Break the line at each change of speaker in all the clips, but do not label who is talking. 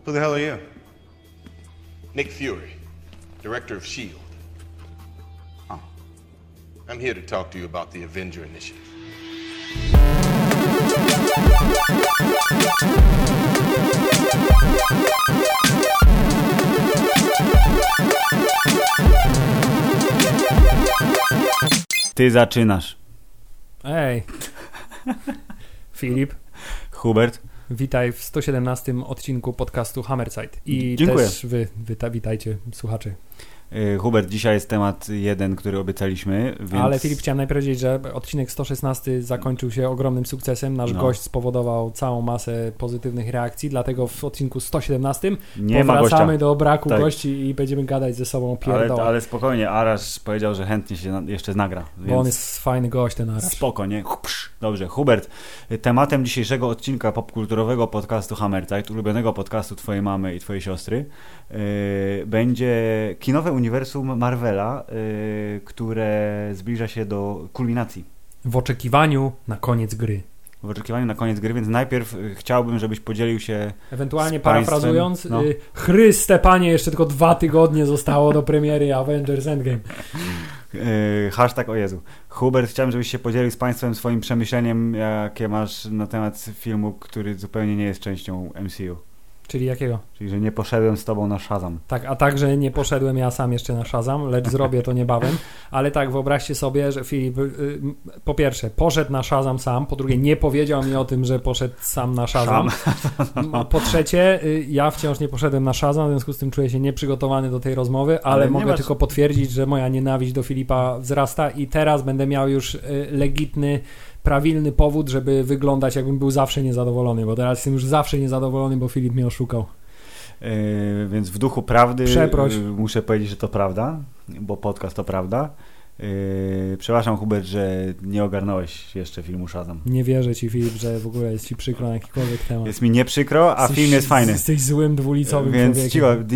Who the hell are you?
Nick Fury, director of S.H.I.E.L.D.
Oh.
I'm here to talk to you about the Avenger Initiative.
Ty zaczynasz.
Ej, Filip,
Hubert.
witaj w 117 odcinku podcastu Hammerside. I
Dziękuję.
też witajcie słuchacze.
Hubert, dzisiaj jest temat jeden, który obiecaliśmy. Więc...
Ale Filip, chciałem najpierw powiedzieć, że odcinek 116 zakończył się ogromnym sukcesem. Nasz gość spowodował całą masę pozytywnych reakcji, dlatego w odcinku 117 powracamy do braku gości i będziemy gadać ze sobą o pierdołach.
Ale spokojnie, Arash powiedział, że chętnie się jeszcze nagra. Więc...
Bo on jest fajny gość, ten Arash.
Spokojnie. Dobrze, Hubert, tematem dzisiejszego odcinka popkulturowego podcastu Hammerside, ulubionego podcastu twojej mamy i twojej siostry, będzie kinowe uniwersum Marvela, które zbliża się do kulminacji.
W oczekiwaniu na koniec gry.
W oczekiwaniu na koniec gry, więc najpierw chciałbym, żebyś podzielił się
ewentualnie parafrazując, Chryste Panie, jeszcze tylko 2 tygodnie zostało do premiery Avengers Endgame.
Hashtag o Jezu. Hubert, chciałem, żebyś się podzielił z Państwem swoim przemyśleniem, jakie masz na temat filmu, który zupełnie nie jest częścią MCU.
Czyli jakiego?
Czyli, że nie poszedłem z tobą na Shazam.
Tak, a także nie poszedłem ja sam jeszcze na Shazam, lecz zrobię to niebawem. Ale tak, wyobraźcie sobie, że Filip po pierwsze poszedł na Shazam sam, po drugie nie powiedział mi o tym, że poszedł sam na Shazam. Po trzecie, ja wciąż nie poszedłem na Shazam, w związku z tym czuję się nieprzygotowany do tej rozmowy, ale mogę tylko potwierdzić, że moja nienawiść do Filipa wzrasta i teraz będę miał już legitny, prawilny powód, żeby wyglądać, jakbym był zawsze niezadowolony, bo teraz jestem już zawsze niezadowolony, bo Filip mnie oszukał.
Więc w duchu prawdy
Przeproś.
Muszę powiedzieć, że to prawda, bo podcast to prawda. Przepraszam, Hubert, że nie ogarnąłeś jeszcze filmu Shazam.
Nie wierzę ci, Filip, że w ogóle jest ci przykro na jakikolwiek temat.
Jest mi nie przykro, a film jest fajny.
Jesteś złym, dwulicowym
więc
człowiekiem.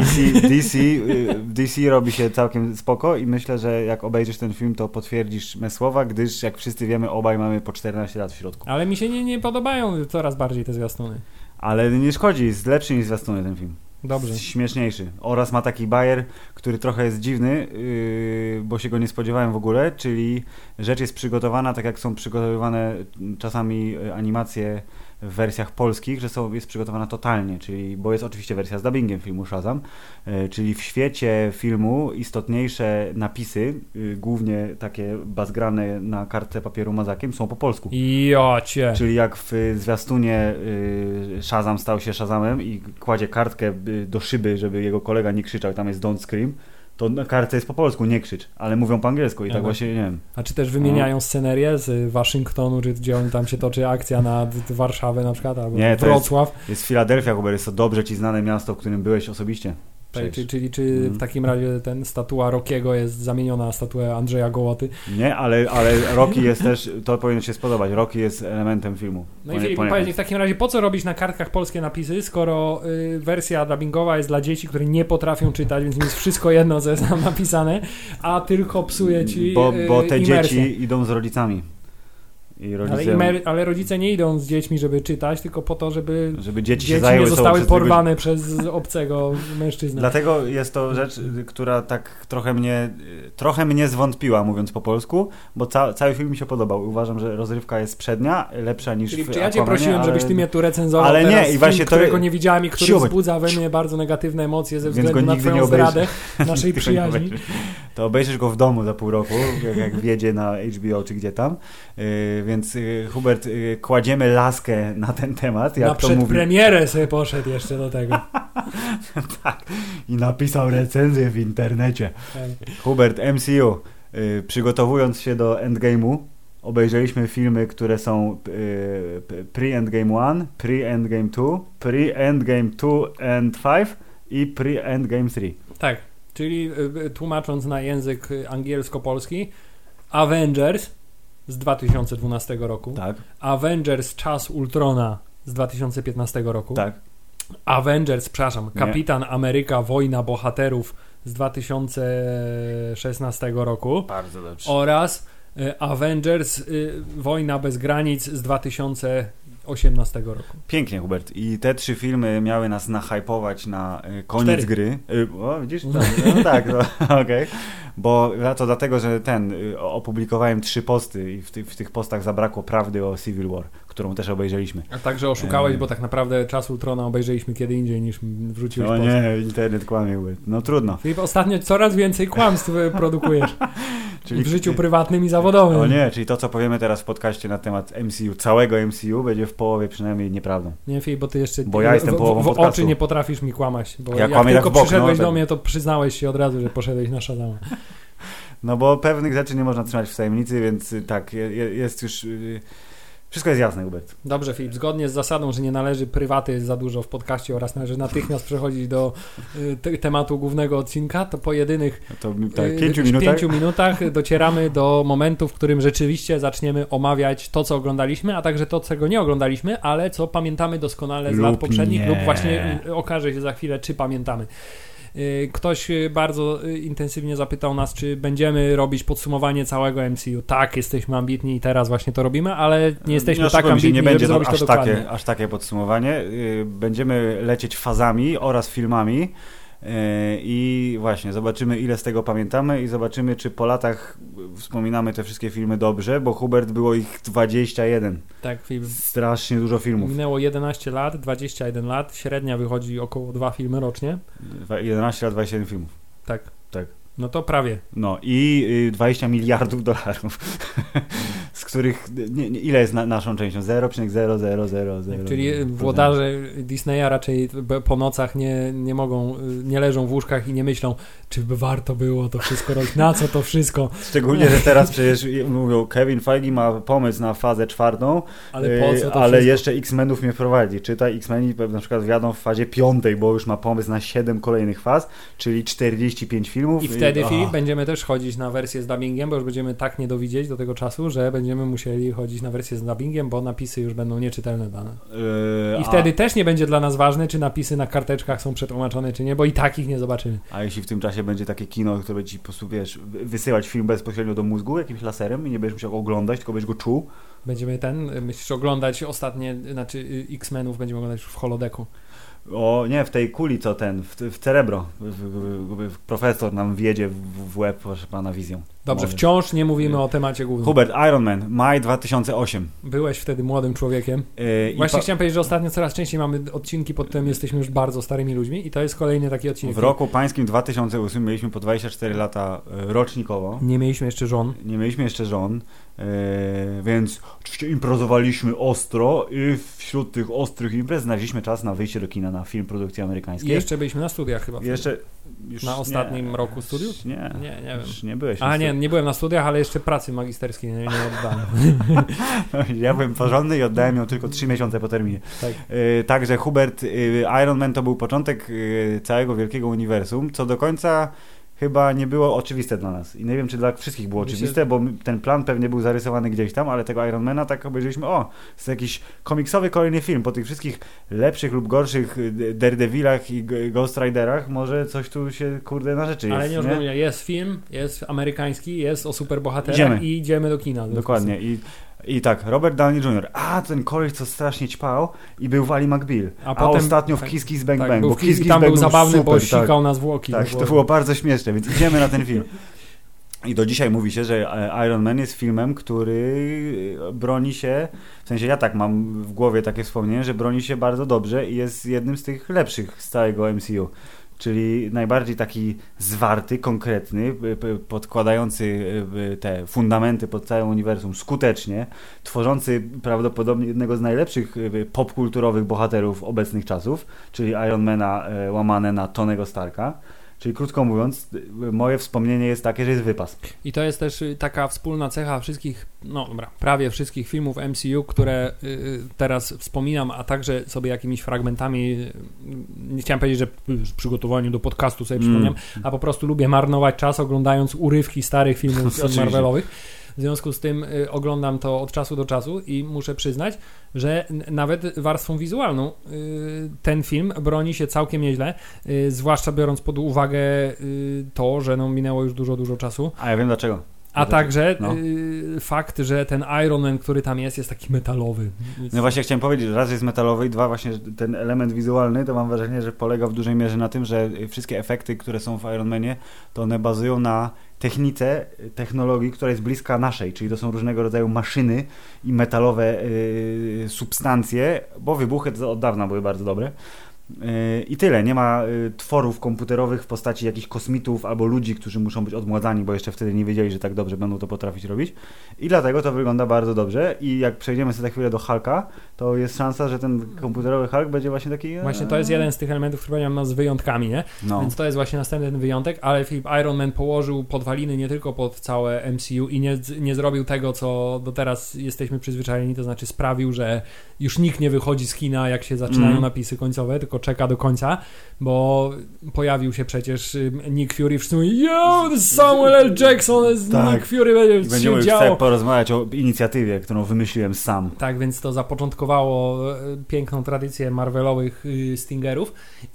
DC robi się całkiem spoko i myślę, że jak obejrzysz ten film, to potwierdzisz me słowa, gdyż jak wszyscy wiemy, obaj mamy po 14 lat w środku.
Ale mi się nie podobają coraz bardziej te zwiastuny.
Ale nie szkodzi, jest lepszy niż zwiastuny ten film.
Dobrze.
Jest śmieszniejszy. Oraz ma taki bajer, który trochę jest dziwny, bo się go nie spodziewałem w ogóle, czyli rzecz jest przygotowana tak jak są przygotowywane czasami animacje w wersjach polskich, że jest przygotowana totalnie, czyli, bo jest oczywiście wersja z dubbingiem filmu Shazam, czyli w świecie filmu istotniejsze napisy, głównie takie bazgrane na kartce papieru mazakiem, są po polsku.
Jocie.
Czyli jak w zwiastunie Shazam stał się Shazamem i kładzie kartkę do szyby, żeby jego kolega nie krzyczał, tam jest Don't Scream, to na kartce jest po polsku, nie krzycz, ale mówią po angielsku i tak właśnie, nie wiem.
A czy też wymieniają scenerię z Waszyngtonu, czy gdzie tam się toczy akcja na Warszawę na przykład, albo
nie,
Wrocław?
Jest Filadelfia, Hubert, jest to dobrze ci znane miasto, w którym byłeś osobiście.
Czy w takim razie ten statua Rockiego jest zamieniona na statuę Andrzeja Gołoty?
Nie, ale Rocky jest też, to powinno się spodobać, Rocky jest elementem filmu.
No i Filip, powiedz w takim razie, po co robić na kartkach polskie napisy, skoro wersja dubbingowa jest dla dzieci, które nie potrafią czytać, więc im jest wszystko jedno, co jest tam napisane, a tylko psuje ci
bo te
imersję.
dzieci idą z rodzicami. I rodzice...
ale rodzice nie idą z dziećmi, żeby czytać, tylko po to, żeby dzieci
się
nie zostały porwane przez obcego mężczyznę.
Dlatego jest to rzecz, która tak trochę mnie zwątpiła, mówiąc po polsku, bo cały film mi się podobał. Uważam, że rozrywka jest przednia, lepsza niż
Czyli
w
czy ja cię
Aquamanie,
prosiłem, żebyś ty mnie tu recenzował
ale
teraz
nie, i właśnie
film, którego nie widziałem i który wzbudza we mnie bardzo negatywne emocje ze względu na twoją zdradę naszej przyjaźni.
To obejrzysz go w domu za pół roku, jak wjedzie na HBO czy gdzie tam. Więc Hubert, kładziemy laskę na ten temat. Jak
na przedpremierę sobie poszedł jeszcze do tego.
Tak. I napisał recenzję w internecie. Hubert, MCU, przygotowując się do Endgame'u, obejrzeliśmy filmy, które są pre-Endgame 1, pre-Endgame 2, pre-Endgame 2 and 5 i pre-Endgame 3.
Tak, czyli tłumacząc na język angielsko-polski, Avengers z 2012 roku.
Tak.
Avengers Czas Ultrona z 2015 roku.
Tak.
Kapitan Ameryka Wojna Bohaterów z 2016 roku.
Bardzo dobrze.
Oraz Avengers Wojna bez granic z 2018 2018 roku.
Pięknie, Hubert. I te 3 filmy miały nas nahypować na koniec
4.
gry. O, widzisz? No tak, okej. Bo to dlatego, że opublikowałem 3 posty i w tych postach zabrakło prawdy o Civil War, którą też obejrzeliśmy.
A także oszukałeś, bo tak naprawdę Czas Ultrona obejrzeliśmy kiedy indziej niż wrzuciłeś
No
post.
nie, internet kłamie, Hubert. No trudno.
Filip, ostatnio coraz więcej kłamstw produkujesz. Czyli w życiu prywatnym i zawodowym.
O nie, czyli to, co powiemy teraz w podcaście na temat MCU, całego MCU, będzie w połowie przynajmniej nieprawdą.
Nie, Filip, bo ty jeszcze
Bo ja jestem połową
w
podcastu.
oczy nie potrafisz mi kłamać. Bo
Ja
jak
kłamię
tylko
tak w bok,
przyszedłeś
no,
do
tak.
mnie, to przyznałeś się od razu, że poszedłeś na Shazama.
No bo pewnych rzeczy nie można trzymać w tajemnicy, więc tak, jest już... Wszystko jest jasne, Hubert.
Dobrze, Filip, zgodnie z zasadą, że nie należy prywaty za dużo w podcaście oraz należy natychmiast przechodzić do tematu głównego odcinka, to po jedynych
To tak, 5
minutach docieramy do momentu, w którym rzeczywiście zaczniemy omawiać to, co oglądaliśmy, a także to, czego nie oglądaliśmy, ale co pamiętamy doskonale z
Lub
lat poprzednich
nie.
lub właśnie okaże się za chwilę, czy pamiętamy. Ktoś bardzo intensywnie zapytał nas, czy będziemy robić podsumowanie całego MCU. Tak, jesteśmy ambitni i teraz właśnie to robimy, ale nie jesteśmy tak ambitni,
nie będzie
żeby zrobić to dokładnie.
aż takie podsumowanie. Będziemy lecieć fazami oraz filmami i właśnie zobaczymy, ile z tego pamiętamy i zobaczymy, czy po latach wspominamy te wszystkie filmy dobrze, bo Hubert, było ich 21.
Tak, Filip.
Strasznie dużo filmów.
Minęło 11 lat, 21 lat, średnia wychodzi około 2 filmy rocznie.
11 lat, 27 filmów.
Tak.
Tak.
No to prawie.
No i 20 miliardów dolarów, z których ile jest naszą częścią? 0,0000.
Czyli włodarze Disneya raczej po nocach nie mogą, nie leżą w łóżkach i nie myślą, czy by warto było to wszystko robić, na co to wszystko.
Szczególnie, że teraz przecież mówią, Kevin Feige ma pomysł na fazę 4,
ale po co to
ale
wszystko?
jeszcze X-Menów mnie wprowadzi. Czytaj, X-Meni na przykład wjadą w fazie 5, bo już ma pomysł na 7 kolejnych faz, czyli 45 filmów.
I wtedy, Filip, będziemy też chodzić na wersję z dubbingiem, bo już będziemy tak nie dowidzieć do tego czasu, że będziemy musieli chodzić na wersję z dubbingiem, bo napisy już będą nieczytelne dane. I wtedy też nie będzie dla nas ważne, czy napisy na karteczkach są przetłumaczone, czy nie, bo i tak ich nie zobaczymy.
A jeśli w tym czasie będzie takie kino, które ci po prostu, wiesz, wysyłać film bezpośrednio do mózgu jakimś laserem i nie będziesz musiał oglądać, tylko będziesz go czuł.
Będziemy myślisz, oglądać ostatnie, znaczy X-Menów będziemy oglądać w holodeku.
O nie, w tej kuli co w cerebro. Profesor nam wjedzie w łeb, proszę pana, wizją.
Dobrze,
Może.
wciąż nie mówimy o temacie głównym.
Hubert, Iron Man, maj 2008.
Byłeś wtedy młodym człowiekiem. Właśnie chciałem powiedzieć, że ostatnio coraz częściej mamy odcinki, pod tym jesteśmy już bardzo starymi ludźmi i to jest kolejny taki odcinek.
W roku pańskim 2008 mieliśmy po 24 lata rocznikowo.
Nie mieliśmy jeszcze żon.
Więc oczywiście imprezowaliśmy ostro i wśród tych ostrych imprez znaleźliśmy czas na wyjście do kina na film produkcji amerykańskiej.
I jeszcze byliśmy na studiach chyba.
Już
na ostatnim roku studiów?
Nie
wiem.
Już nie byłeś.
Nie byłem na studiach, ale jeszcze pracy magisterskiej nie oddałem.
Ja byłem porządny i oddałem ją tylko 3 miesiące po terminie.
Tak.
Także Hubert, Iron Man to był początek całego wielkiego uniwersum, co do końca chyba nie było oczywiste dla nas. I nie wiem, czy dla wszystkich było oczywiste, bo ten plan pewnie był zarysowany gdzieś tam, ale tego Ironmana tak obejrzeliśmy, jest jakiś komiksowy kolejny film. Po tych wszystkich lepszych lub gorszych Daredevilach i Ghost Riderach może coś tu się, na rzeczy jest.
Ale nie rozumiem, jest film, jest amerykański, jest o superbohaterach i idziemy do kina.
Dokładnie. I tak, Robert Downey Jr. Ten koleś, co strasznie ćpał i był w Ali McBeal. A potem ostatnio w Kiss Kiss Bang Bang.
Bo Kiss Kiss Bang był zabawny, super, bo sikał na zwłoki.
Tak, to było bardzo śmieszne, więc idziemy na ten film. I do dzisiaj mówi się, że Iron Man jest filmem, który broni się, w sensie ja tak mam w głowie takie wspomnienie, że broni się bardzo dobrze i jest jednym z tych lepszych z całego MCU. Czyli najbardziej taki zwarty, konkretny, podkładający te fundamenty pod całe uniwersum skutecznie, tworzący prawdopodobnie jednego z najlepszych popkulturowych bohaterów obecnych czasów, czyli Ironmana łamane na Tonego Starka. Czyli krótko mówiąc, moje wspomnienie jest takie, że jest wypas.
I to jest też taka wspólna cecha wszystkich, prawie wszystkich filmów MCU, które teraz wspominam, a także sobie jakimiś fragmentami, nie chciałem powiedzieć, że w przygotowaniu do podcastu sobie przypomniałem, a po prostu lubię marnować czas oglądając urywki starych filmów Marvelowych. W związku z tym oglądam to od czasu do czasu i muszę przyznać, że nawet warstwą wizualną ten film broni się całkiem nieźle, zwłaszcza biorąc pod uwagę to, że minęło już dużo czasu.
A ja wiem dlaczego.
A także
No.
fakt, że ten Iron Man, który tam jest taki metalowy.
No właśnie chciałem powiedzieć, że raz jest metalowy i dwa właśnie że ten element wizualny, to mam wrażenie, że polega w dużej mierze na tym, że wszystkie efekty, które są w Iron Manie, to one bazują na technologii, która jest bliska naszej, czyli to są różnego rodzaju maszyny i metalowe substancje, bo wybuchy to od dawna były bardzo dobre. I tyle, nie ma tworów komputerowych w postaci jakichś kosmitów albo ludzi, którzy muszą być odmładzani, bo jeszcze wtedy nie wiedzieli, że tak dobrze będą to potrafić robić i dlatego to wygląda bardzo dobrze i jak przejdziemy sobie za chwilę do Hulka, to jest szansa, że ten komputerowy Hulk będzie właśnie taki...
Właśnie to jest jeden z tych elementów, które powiedziałem, z wyjątkami, nie?
No.
Więc to jest właśnie następny ten wyjątek, ale Iron Man położył podwaliny nie tylko pod całe MCU i nie zrobił tego, co do teraz jesteśmy przyzwyczajeni, to znaczy sprawił, że już nikt nie wychodzi z kina, jak się zaczynają napisy końcowe, tylko czeka do końca, bo pojawił się przecież Nick Fury, wszyscy mówią, yo, to jest Samuel L. Jackson,
Tak.
Nick Fury będzie
Będziemy już
działo.
sobie porozmawiać o inicjatywie, którą wymyśliłem sam.
Tak, więc to zapoczątkowało piękną tradycję Marvelowych Stingerów,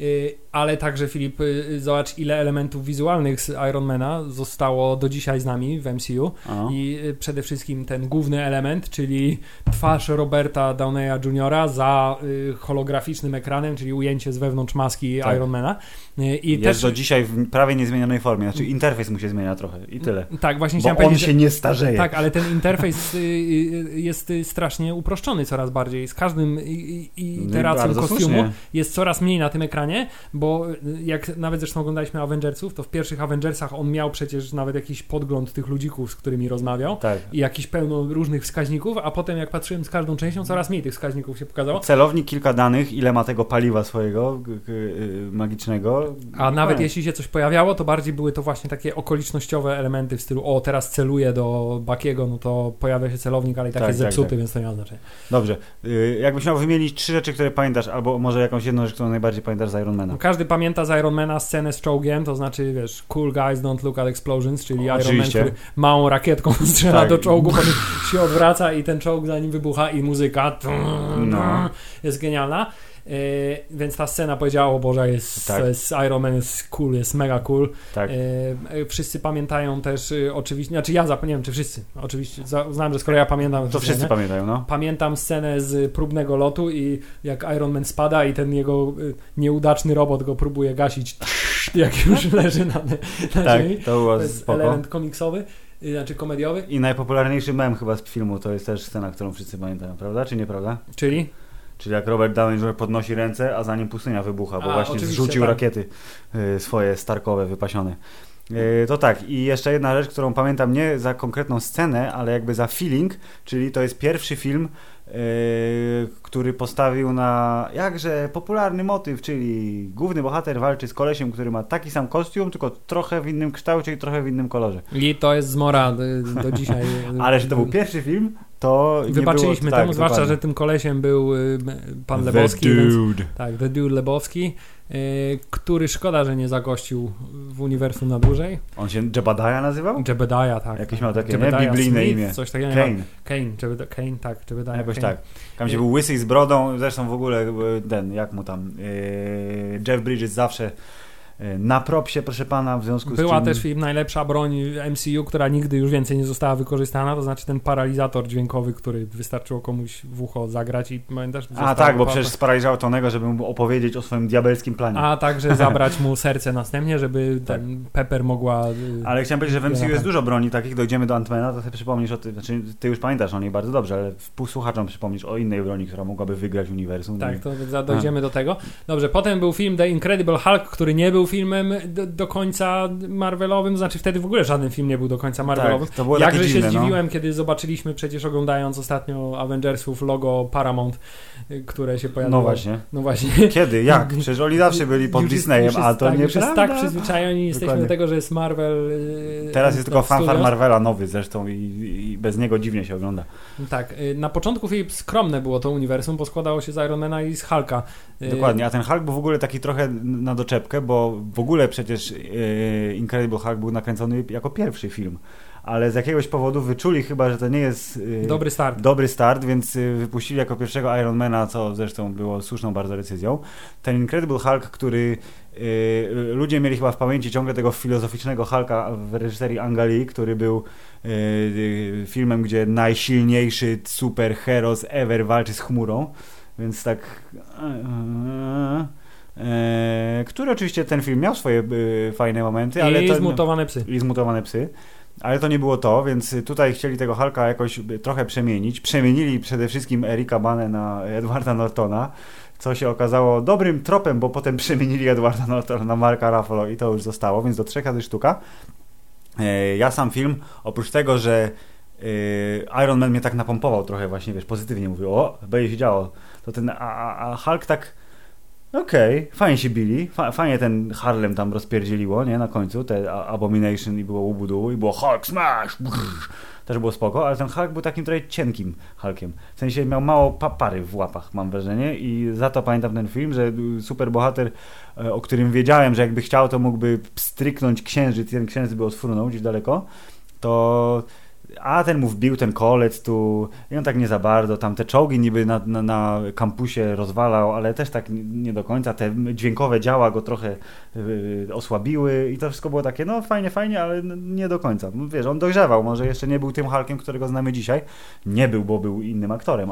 ale także Filip, zobacz ile elementów wizualnych z Ironmana zostało do dzisiaj z nami w MCU i przede wszystkim ten główny element, czyli twarz Roberta Downeya Jr. za holograficznym ekranem, czyli ujęcie z wewnątrz maski
Tak.
Ironmana. I
Jest
też
do dzisiaj w prawie niezmienionej formie, znaczy interfejs mu się zmienia trochę i tyle.
tak, właśnie
Bo
chciałem
on
powiedzieć,
się nie starzeje.
tak, ale ten interfejs jest strasznie uproszczony coraz bardziej. Z każdym iteracją
bardzo
kostiumu
słusznie.
jest coraz mniej na tym ekranie, bo jak nawet zresztą oglądaliśmy Avengersów, to w pierwszych Avengersach on miał przecież nawet jakiś podgląd tych ludzików, z którymi rozmawiał
Tak.
i jakiś pełno różnych wskaźników, a potem jak patrzyłem z każdą częścią, coraz mniej tych wskaźników się pokazało.
Celownik, kilka danych, ile ma tego paliwa swojego magicznego.
A nawet jeśli się coś pojawiało, to bardziej były to właśnie takie okolicznościowe elementy w stylu teraz celuję do Buckiego, no to pojawia się celownik, ale i tak
Tak,
jest
tak,
zepsuty,
tak.
więc to nie ma znaczenia.
Dobrze. Jakbyś miał wymienić 3 rzeczy, które pamiętasz, albo może jakąś jedną rzecz, którą najbardziej pamiętasz z Ironmana.
Każdy pamięta z Ironmana scenę z czołgiem, to znaczy, wiesz, cool guys don't look at explosions, czyli Iron Man,
Oczywiście.
który małą rakietką strzela
Tak.
do czołgu, potem się odwraca i ten czołg za nim wybucha i muzyka
No.
jest genialna. Więc ta scena powiedziała, o Boże,
Tak.
jest Iron Man jest cool, jest mega cool.
Tak.
Wszyscy pamiętają też oczywiście, znaczy ja zapomniałem, czy wszyscy, oczywiście uznałem, że skoro ja pamiętam
To wszyscy pamiętają, no.
Pamiętam scenę z próbnego lotu i jak Iron Man spada i ten jego nieudaczny robot go próbuje gasić, jak już leży na
Tak,
ziemi.
to było
To jest
spoko.
element komiksowy, znaczy komediowy.
I najpopularniejszy mem chyba z filmu to jest też scena, którą wszyscy pamiętają, prawda? Czy nieprawda?
Czyli?
Czyli jak Robert Downey Jr. podnosi ręce, a za nim pustynia wybucha, bo właśnie
oczywiście,
zrzucił
tak.
rakiety swoje starkowe, wypasione. To tak, i jeszcze jedna rzecz, którą pamiętam nie za konkretną scenę, ale jakby za feeling, czyli to jest pierwszy film, który postawił na jakże popularny motyw, czyli główny bohater walczy z kolesiem, który ma taki sam kostium, tylko trochę w innym kształcie i trochę w innym kolorze.
I to jest zmora do dzisiaj.
Ale że to był pierwszy film, to nie
wybaczyliśmy
było...
temu, zwłaszcza,
dokładnie.
że tym kolesiem był pan
The
Lebowski.
Dude.
Tak, The Dude Lebowski, który szkoda, że nie zagościł w uniwersum na dłużej.
On się Jebediah nazywał?
Jebediah, tak.
Jakieś miał takie
Jebediah
biblijne
Smith,
imię.
Coś takiego.
Kane.
Kane, tak. Jebediah
Jakoś
Kane.
tak. Tam się był łysy z brodą, zresztą w ogóle ten, jak mu tam, Jeff Bridges zawsze na propsie, proszę pana, w związku z
Była
czym...
też film najlepsza broń MCU, która nigdy już więcej nie została wykorzystana, to znaczy ten paralizator dźwiękowy, który wystarczyło komuś w ucho zagrać i pamiętasz?
A tak, bo przecież sparaliżował Tonego, żeby mu opowiedzieć o swoim diabelskim planie.
A także zabrać mu serce następnie, żeby ten Pepper mogła...
Ale chciałem powiedzieć, że w MCU
tak.
jest dużo broni takich, dojdziemy do Ant-Mana, to sobie przypomnisz o tym, znaczy ty już pamiętasz o niej bardzo dobrze, ale słuchaczom przypomnisz o innej broni, która mogłaby wygrać uniwersum.
Tak, to dojdziemy do tego. Dobrze, potem był film The Incredible Hulk, który nie był filmem do końca Marvelowym, znaczy wtedy w ogóle żaden film nie był do końca Marvelowym.
Tak, to było takie
Jakże
dziwne,
się zdziwiłem, kiedy zobaczyliśmy przecież oglądając ostatnio Avengersów logo Paramount, które się pojawiło.
No właśnie.
właśnie.
Kiedy? Jak? Przecież oni zawsze byli pod
Już jest-
Disneyem,
już jest,
a to
tak,
nie
już jest
prawda.
tak przyzwyczajeni jesteśmy
Dokładnie.
do tego, że jest Marvel.
Teraz jest tylko fanfar
Studios.
Marvela nowy zresztą i bez niego dziwnie się ogląda.
Tak, na początku Filip skromne było to uniwersum, bo składało się z Ironmana i z Hulka.
Dokładnie, a ten Hulk był w ogóle taki trochę na doczepkę, bo w ogóle przecież Incredible Hulk był nakręcony jako pierwszy film, ale z jakiegoś powodu wyczuli chyba, że to nie jest dobry start, więc wypuścili jako pierwszego Ironmana, co zresztą było słuszną bardzo decyzją. Ten Incredible Hulk, który ludzie mieli chyba w pamięci ciągle tego filozoficznego Hulka w reżyserii Ang Lee, który był filmem, gdzie najsilniejszy superheros ever walczy z chmurą, więc tak który oczywiście ten film miał swoje fajne momenty, ale
i zmutowane psy.
I zmutowane psy. Ale to nie było to, więc tutaj chcieli tego Hulka jakoś trochę przemienić. Przemienili przede wszystkim Erika Banę na Edwarda Nortona, co się okazało dobrym tropem, bo potem przemienili Edwarda Nortona na Marka Ruffalo i to już zostało, więc do 3 razy sztuka. Ja sam film, oprócz tego, że Iron Man mnie tak napompował trochę właśnie, wiesz, pozytywnie mówił, o, będzie się działo, to ten Hulk tak okej, fajnie się bili, fajnie ten Harlem tam rozpierdzieliło, nie, na końcu, te Abomination i było łubu i było Hulk Smash, brrr, też było spoko, ale ten Hulk był takim trochę cienkim Hulkiem, w sensie miał mało pary w łapach, mam wrażenie, i za to pamiętam ten film, że super bohater, o którym wiedziałem, że jakby chciał, to mógłby stryknąć księżyc i ten księżyc by odfrunął gdzieś daleko, to ten mu wbił ten kolec tu i on tak nie za bardzo, tam te czołgi niby na kampusie rozwalał, ale też tak nie do końca, te dźwiękowe działa go trochę osłabiły i to wszystko było takie, no fajnie, ale nie do końca. Wiesz, on dojrzewał, może jeszcze nie był tym Hulkiem, którego znamy dzisiaj, nie był, bo był innym aktorem,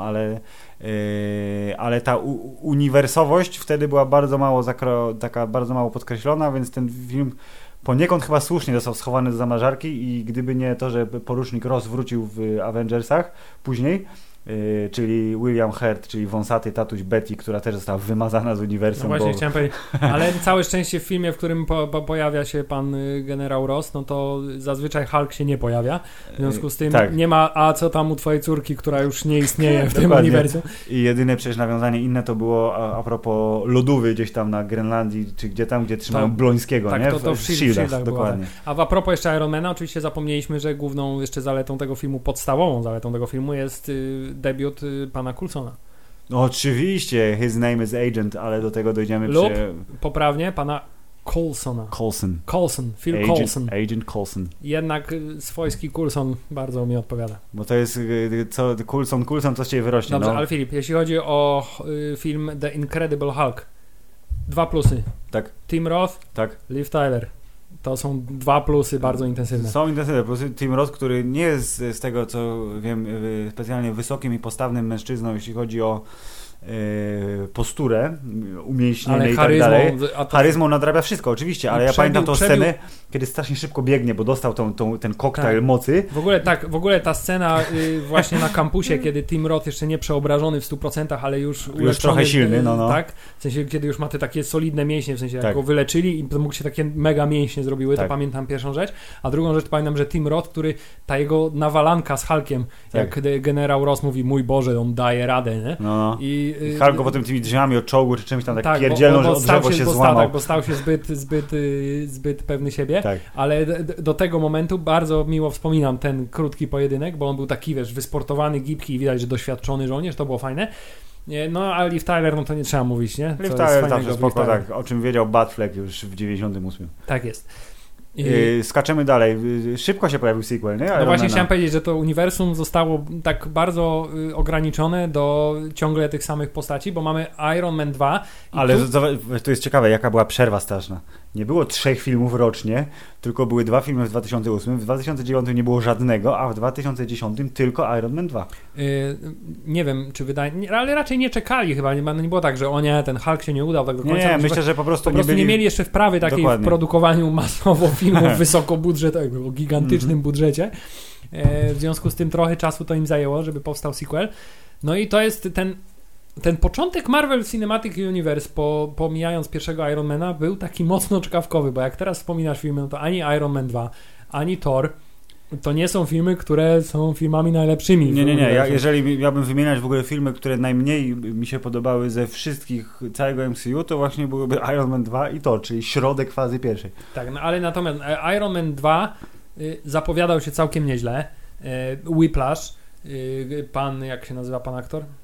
ale ta uniwersowość wtedy była bardzo mało taka bardzo mało podkreślona, więc ten film poniekąd chyba słusznie został schowany do zamrażarki i gdyby nie to, że porucznik Ross wrócił w Avengersach później, czyli William Hurt, czyli wąsaty tatuś Betty, która też została wymazana z uniwersum.
No właśnie chciałem powiedzieć, ale całe szczęście w filmie, w którym pojawia się pan generał Ross, no to zazwyczaj Hulk się nie pojawia, w związku z tym nie ma, a co tam u twojej córki, która już nie istnieje w tym uniwersum. I
jedyne przecież nawiązanie inne to było a propos lodówy gdzieś tam na Grenlandii, czy gdzie trzymają Blońskiego,
tak,
nie?
To w Shieldach
dokładnie.
A a propos jeszcze Ironmana, oczywiście zapomnieliśmy, że główną jeszcze zaletą tego filmu, podstawową zaletą tego filmu jest debiut pana Coulsona.
Oczywiście, his name is Agent, ale do tego dojdziemy
poprawnie, pana Coulsona. Coulson, Phil Coulson.
Agent Coulson.
Jednak swojski Coulson bardzo mi odpowiada.
Bo to jest Coulson, co z ciebie wyrośnie.
Dobrze,
no.
Ale Filip, jeśli chodzi o film The Incredible Hulk, 2 plusy.
Tak.
Tim Roth,
tak.
Liv Tyler. To są 2 plusy bardzo intensywne.
Są intensywne plusy. Tim Roth, który nie jest z tego, co wiem, specjalnie wysokim i postawnym mężczyzną, jeśli chodzi o posturę, umięśnienie i tak dalej. Charyzmą nadrabia wszystko, oczywiście, ale ja pamiętam tą scenę, kiedy strasznie szybko biegnie, bo dostał ten koktajl mocy.
W ogóle ta scena właśnie na kampusie, kiedy Tim Roth jeszcze nie przeobrażony w 100%, ale już
trochę silny,
tak? W sensie, kiedy już ma te takie solidne mięśnie, w sensie jak go wyleczyli i mógł się takie mega mięśnie zrobiły, to pamiętam pierwszą rzecz. A drugą rzecz pamiętam, że Tim Roth, który ta jego nawalanka z Hulkiem, jak generał Ross mówi, mój Boże, on daje radę, nie? I
Hulk go potem tymi drzwiami od czołgu czy czymś tam tak pierdzielną, że od drzewo się złamał.
Bo stał się zbyt pewny siebie, ale do tego momentu bardzo miło wspominam ten krótki pojedynek, bo on był taki, wiesz, wysportowany, gibki i widać, że doświadczony żołnierz, to było fajne. No, a Liv Tyler, no to nie trzeba mówić, nie?
Liv Tyler zawsze spoko, tak, o czym wiedział Batfleck już w 98.
Tak jest.
Skaczemy dalej. Szybko się pojawił sequel, nie?
No właśnie chciałem powiedzieć, że to uniwersum zostało tak bardzo ograniczone do ciągle tych samych postaci, bo mamy Iron Man 2.
Ale to jest ciekawe, jaka była przerwa straszna. Nie było 3 filmów rocznie, tylko były 2 filmy w 2008, w 2009 nie było żadnego, a w 2010 tylko Iron Man 2.
Nie wiem, czy ale raczej nie czekali chyba, nie było tak, że ten Hulk się nie udał tak do końca.
Nie, myślę, że po prostu
nie mieli jeszcze wprawy takiej w produkowaniu masowo filmów wysokobudżetowych, o gigantycznym budżecie. W związku z tym trochę czasu to im zajęło, żeby powstał sequel. No i to jest ten początek Marvel Cinematic Universe, pomijając pierwszego Ironmana, był taki mocno czkawkowy, bo jak teraz wspominasz filmy, no to ani Iron Man 2, ani Thor to nie są filmy, które są filmami najlepszymi.
Nie. Jeżeli miałbym wymieniać w ogóle filmy, które najmniej mi się podobały ze wszystkich całego MCU, to właśnie byłyby Iron Man 2 i Thor, czyli środek fazy pierwszej.
Tak, no ale natomiast Iron Man 2 zapowiadał się całkiem nieźle. Whiplash, jak się nazywa pan aktor?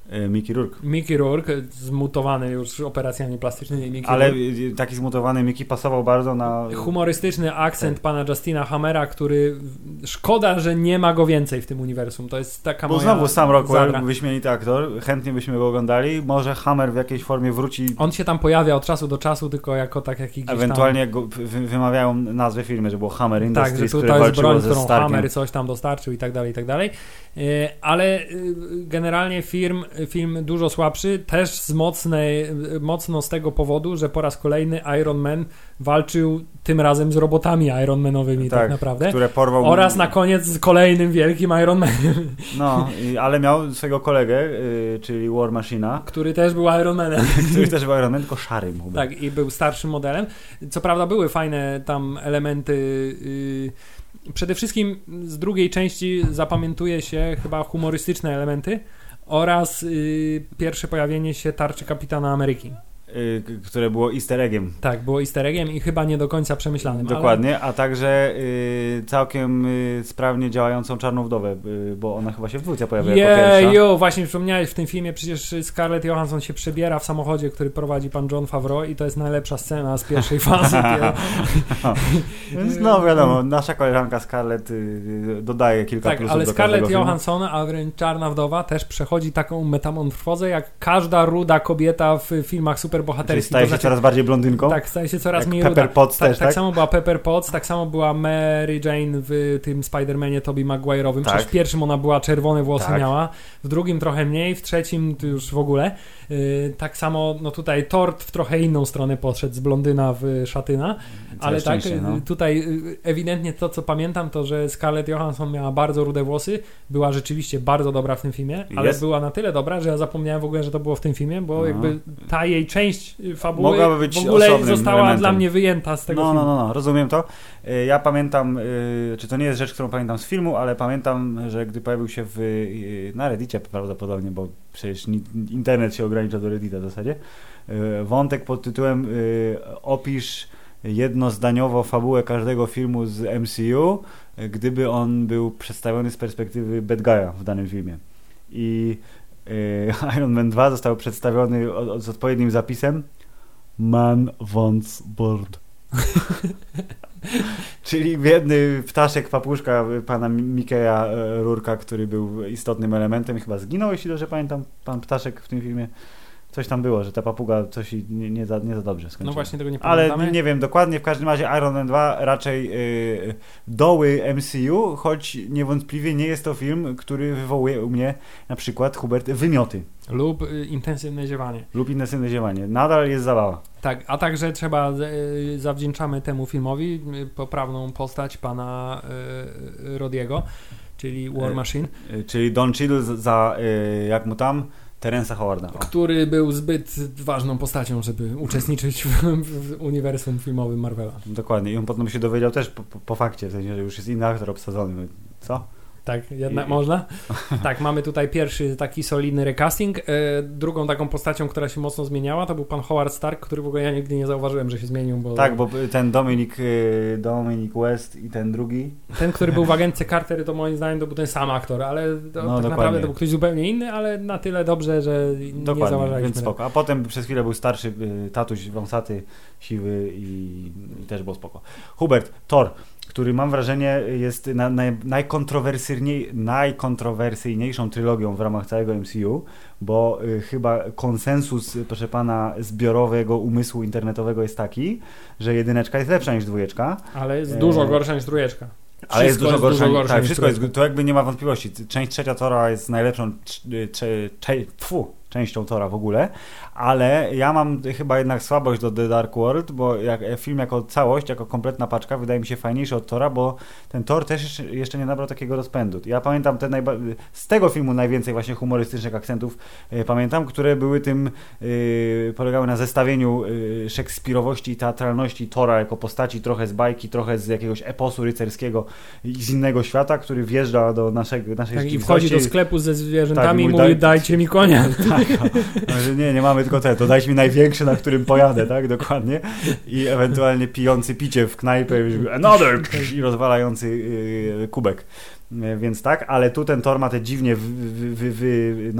Mickey
Rourke, zmutowany już operacjami plastycznymi Mickey
Ale
Rourke.
taki zmutowany Mickey pasował bardzo na...
Humorystyczny akcent pana Justina Hammera, który szkoda, że nie ma go więcej w tym uniwersum. To jest taka
Bo
moja
znowu Sam Rockwell,
zadra.
wyśmienity aktor, chętnie byśmy go oglądali. Może Hammer w jakiejś formie wróci.
On się tam pojawia od czasu do czasu, tylko jako tak jakiś
Ewentualnie jak go wymawiają nazwę filmu, że było Hammer
tak,
Industries,
że
które
tutaj jest
walczyło
broń,
ze
którą
Starkiem.
Hammer coś tam dostarczył i tak dalej, i tak dalej. Ale generalnie film dużo słabszy, też mocno z tego powodu, że po raz kolejny Iron Man walczył tym razem z robotami Ironmanowymi tak naprawdę.
Które porwał...
Oraz na koniec z kolejnym wielkim Iron Manem.
No, ale miał swojego kolegę, czyli War Machina.
Który też był Iron Manem.
Który też był Iron Man, tylko szarym.
Tak, i był starszym modelem. Co prawda były fajne tam elementy... Przede wszystkim z drugiej części zapamiętuje się chyba humorystyczne elementy oraz pierwsze pojawienie się tarczy Kapitana Ameryki.
Które było easter eggiem.
Tak, było easter eggiem i chyba nie do końca przemyślanym.
Dokładnie, a także całkiem sprawnie działającą Czarną Wdowę, bo ona chyba się w dwójce pojawia jako pierwsza.
Właśnie wspomniałeś w tym filmie, przecież Scarlett Johansson się przebiera w samochodzie, który prowadzi pan Jon Favreau i to jest najlepsza scena z pierwszej fazy.
No wiadomo, nasza koleżanka Scarlett dodaje kilka plusów
ale
do
Scarlett
każdego
Johansson, a wręcz Czarna Wdowa też przechodzi taką metamorfozę jak każda ruda kobieta w filmach superbohaterskich.
Staje się coraz bardziej blondynką?
Tak, staje się coraz mniej
Pepper
ruda.
Potts też,
tak samo była Pepper Potts, tak samo była Mary Jane w tym Spider-Manie Tobey Maguire'owym. Przecież w pierwszym ona była czerwone włosy miała, w drugim trochę mniej, w trzecim to już w ogóle. Tak samo no tutaj Thor w trochę inną stronę podszedł, z blondyna w szatyna, ale tak, tutaj ewidentnie to, co pamiętam, to, że Scarlett Johansson miała bardzo rude włosy, była rzeczywiście bardzo dobra w tym filmie, ale była na tyle dobra, że ja zapomniałem w ogóle, że to było w tym filmie, bo jakby ta jej część fabuły w ogóle została elementem dla mnie wyjęta z tego filmu.
No, rozumiem to. Ja pamiętam, czy to nie jest rzecz, którą pamiętam z filmu, ale pamiętam, że gdy pojawił się na Reddicie prawdopodobnie, bo przecież internet się ogranicza do Reddita w zasadzie, wątek pod tytułem opisz jednozdaniowo fabułę każdego filmu z MCU, gdyby on był przedstawiony z perspektywy bad guy'a w danym filmie. I Iron Man 2 został przedstawiony z odpowiednim zapisem Man wants board. Czyli biedny ptaszek, papuszka pana Mickeya Rourke'a, który był istotnym elementem i chyba zginął, jeśli dobrze pamiętam, pan ptaszek w tym filmie. Coś tam było, że ta papuga coś nie za dobrze skończyła.
No właśnie, tego nie pamiętamy.
Ale nie wiem dokładnie, w każdym razie Iron Man 2 raczej doły MCU, choć niewątpliwie nie jest to film, który wywołuje u mnie na przykład, Hubert, wymioty.
Lub intensywne ziewanie. Nadal jest zabawa. Tak, a także zawdzięczamy temu filmowi poprawną postać pana Rodiego, czyli War Machine.
Czyli Don Cheadle za, jak mu tam, Terence'a Howarda.
Który był zbyt ważną postacią, żeby uczestniczyć w uniwersum filmowym Marvela.
Dokładnie. I on potem się dowiedział też po fakcie, w sensie, że już jest inny aktor obsadzony. Co?
Tak, jednak można. Tak, mamy tutaj pierwszy taki solidny recasting. Drugą taką postacią, która się mocno zmieniała, to był pan Howard Stark, który w ogóle ja nigdy nie zauważyłem, że się zmienił. Bo...
Tak, bo ten Dominic West i ten drugi.
Ten, który był w agentce Carter, to moim zdaniem to był ten sam aktor, ale tak naprawdę to był ktoś zupełnie inny, ale na tyle dobrze, że nie zauważyliśmy.
Więc spoko. A potem przez chwilę był starszy tatuś, wąsaty, siwy i też było spoko. Hubert, Thor, który mam wrażenie jest najkontrowersyjniejszą trylogią w ramach całego MCU, bo chyba konsensus, proszę pana, zbiorowego umysłu internetowego jest taki, że jedyneczka jest lepsza niż dwójeczka.
Ale jest dużo gorsza niż trójeczka.
Ale jest dużo gorsza. Tak, wszystko jest, to jakby nie ma wątpliwości. Część trzecia Thora jest najlepszą częścią Thora w ogóle, ale ja mam chyba jednak słabość do The Dark World, bo film jako całość, jako kompletna paczka wydaje mi się fajniejszy od Thora, bo ten Thor też jeszcze nie nabrał takiego rozpędu. Ja pamiętam z tego filmu najwięcej właśnie humorystycznych akcentów pamiętam, które były polegały na zestawieniu szekspirowości i teatralności Thora jako postaci trochę z bajki, trochę z jakiegoś eposu rycerskiego i z innego świata, który wjeżdża do naszej rzeczywistości.
I wchodzi do sklepu ze zwierzętami i mówi, dajcie mi konia.
Nie mamy tylko to dajcie mi największy, na którym pojadę, tak, dokładnie. I ewentualnie pijący picie w knajpie another i rozwalający kubek. Więc tak, ale tu ten Thor ma te dziwnie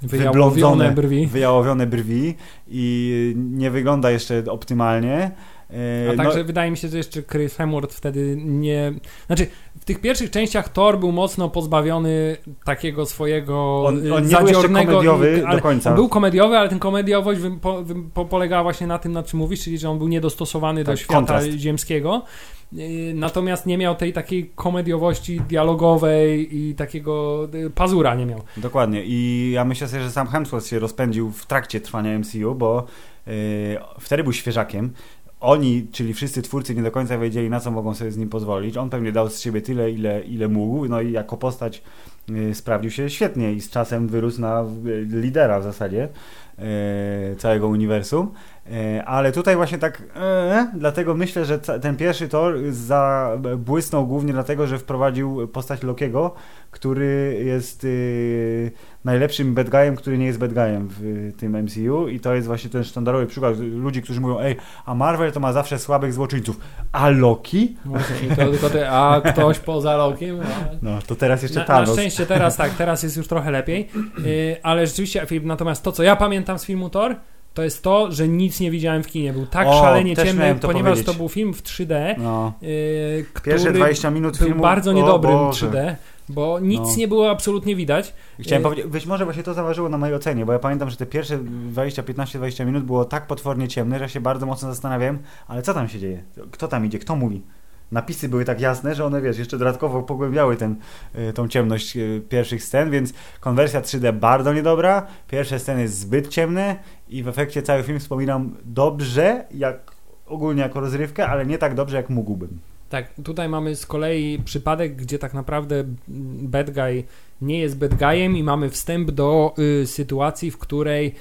wyjałowione brwi i nie wygląda jeszcze optymalnie.
A także wydaje mi się, że jeszcze Chris Hemsworth wtedy nie... Znaczy, w tych pierwszych częściach Thor był mocno pozbawiony takiego swojego
on nie
zadziornego...
był jeszcze komediowy do końca.
On był komediowy, ale ten komediowość polegała właśnie na tym, na czym mówisz, czyli że on był niedostosowany do świata
kontrast
ziemskiego. Natomiast nie miał tej takiej komediowości dialogowej i takiego pazura nie miał.
Dokładnie. I ja myślę sobie, że sam Hemsworth się rozpędził w trakcie trwania MCU, bo wtedy był świeżakiem. Oni, czyli wszyscy twórcy, nie do końca wiedzieli, na co mogą sobie z nim pozwolić. On pewnie dał z siebie tyle, ile mógł, no i jako postać sprawdził się świetnie i z czasem wyrósł na lidera w zasadzie całego uniwersum. Ale tutaj właśnie tak dlatego myślę, że ten pierwszy Thor zabłysnął głównie dlatego, że wprowadził postać Lokiego, który jest najlepszym bad guyem, który nie jest bad guyem w tym MCU i to jest właśnie ten sztandarowy przykład ludzi, którzy mówią, a Marvel to ma zawsze słabych złoczyńców, a Loki?
A ktoś poza Lokiem?
No, to teraz jeszcze Thanos.
Na szczęście teraz jest już trochę lepiej, ale rzeczywiście, Filip, natomiast to, co ja pamiętam z filmu Thor, to jest to, że nic nie widziałem w kinie. Był tak szalenie ciemny, ponieważ to był film w 3D, który
pierwsze 20 minut
był
filmu
bardzo niedobrym 3D, bo nic nie było absolutnie widać.
Chciałem powiedzieć, być może właśnie to zaważyło na mojej ocenie, bo ja pamiętam, że te pierwsze 15-20 minut było tak potwornie ciemne, że się bardzo mocno zastanawiałem, ale co tam się dzieje? Kto tam idzie? Kto mówi? Napisy były tak jasne, że one, jeszcze dodatkowo pogłębiały tą ciemność pierwszych scen, więc konwersja 3D bardzo niedobra, pierwsze sceny zbyt ciemne i w efekcie cały film wspominam dobrze, ogólnie jako rozrywkę, ale nie tak dobrze, jak mógłbym.
Tak, tutaj mamy z kolei przypadek, gdzie tak naprawdę bad guy nie jest bad guyem i mamy wstęp do sytuacji, w której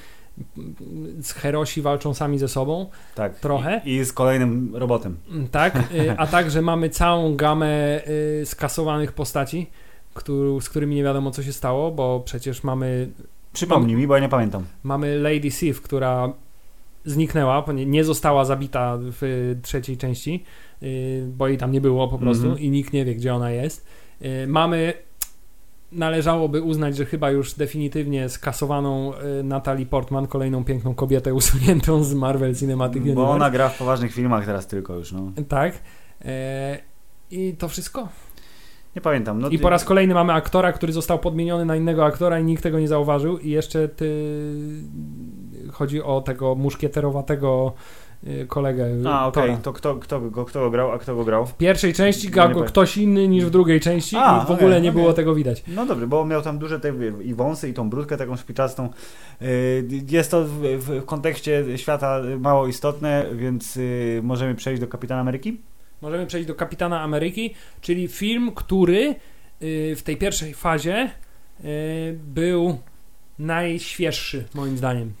herosi walczą sami ze sobą.
Tak.
Trochę.
I z kolejnym robotem.
Tak, a także mamy całą gamę skasowanych postaci, z którymi nie wiadomo, co się stało, bo przecież mamy...
Przypomnij mi, bo ja nie pamiętam.
Mamy Lady Sif, która zniknęła, nie została zabita w trzeciej części, bo jej tam nie było po prostu i nikt nie wie, gdzie ona jest. Należałoby uznać, że chyba już definitywnie skasowaną Natalie Portman, kolejną piękną kobietę usuniętą z Marvel Cinematic Universe.
Bo ona gra w poważnych filmach teraz tylko już, no.
Tak. I to wszystko?
Nie pamiętam. No,
I po raz kolejny mamy aktora, który został podmieniony na innego aktora i nikt tego nie zauważył. I jeszcze chodzi o tego muszkieterowatego kolegę.
Okej. To kto go grał, a kto go grał?
W pierwszej części grał go ktoś inny niż w drugiej części i w ogóle nie było tego widać.
No dobrze, bo miał tam duże i wąsy i tą brudkę taką szpiczastą. Jest to w kontekście świata mało istotne, więc możemy przejść do Kapitana Ameryki?
Możemy przejść do Kapitana Ameryki, czyli film, który w tej pierwszej fazie był najświeższy, moim zdaniem.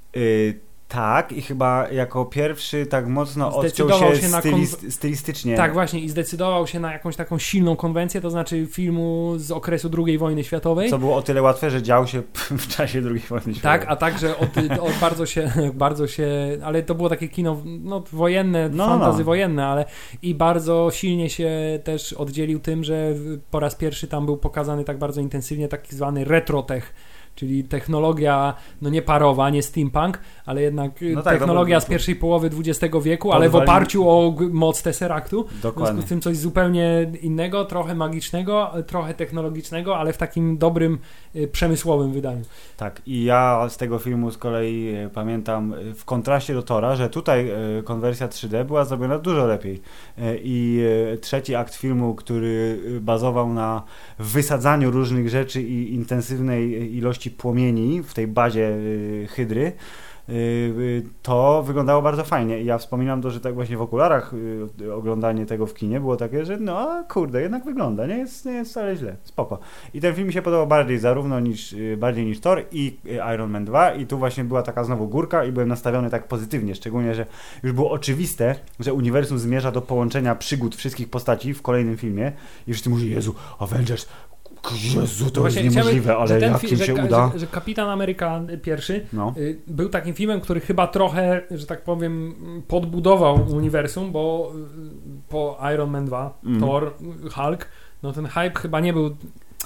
Tak, i chyba jako pierwszy tak mocno odciął się stylistycznie.
Tak, właśnie, i zdecydował się na jakąś taką silną konwencję, to znaczy filmu z okresu II wojny światowej.
Co było o tyle łatwe, że dział się w czasie II wojny światowej.
Tak, a także bardzo się, ale to było takie kino wojenne, fantasy wojenne, ale i bardzo silnie się też oddzielił tym, że po raz pierwszy tam był pokazany tak bardzo intensywnie taki zwany retrotech, czyli technologia, nie parowa, nie steampunk, ale jednak technologia z pierwszej połowy XX wieku, ale w oparciu o moc Tesseractu.
Dokładnie.
W związku z tym coś zupełnie innego, trochę magicznego, trochę technologicznego, ale w takim dobrym, przemysłowym wydaniu.
Tak, i ja z tego filmu z kolei pamiętam w kontraście do Thora, że tutaj konwersja 3D była zrobiona dużo lepiej. I trzeci akt filmu, który bazował na wysadzaniu różnych rzeczy i intensywnej ilości płomieni w tej bazie Hydry, to wyglądało bardzo fajnie i ja wspominam to, że tak właśnie w okularach oglądanie tego w kinie było takie, że jednak wygląda, nie jest wcale źle, spoko. I ten film mi się podobał bardziej niż Thor i Iron Man 2 i tu właśnie była taka znowu górka i byłem nastawiony tak pozytywnie, szczególnie, że już było oczywiste, że uniwersum zmierza do połączenia przygód wszystkich postaci w kolejnym filmie i wszyscy mówili, Jezu, Avengers, Jezu, to jest niemożliwe, ale jak im się uda.
Że Kapitan Ameryka pierwszy był takim filmem, który chyba trochę, że tak powiem, podbudował uniwersum, bo po Iron Man 2, Thor, Hulk, ten hype chyba nie był...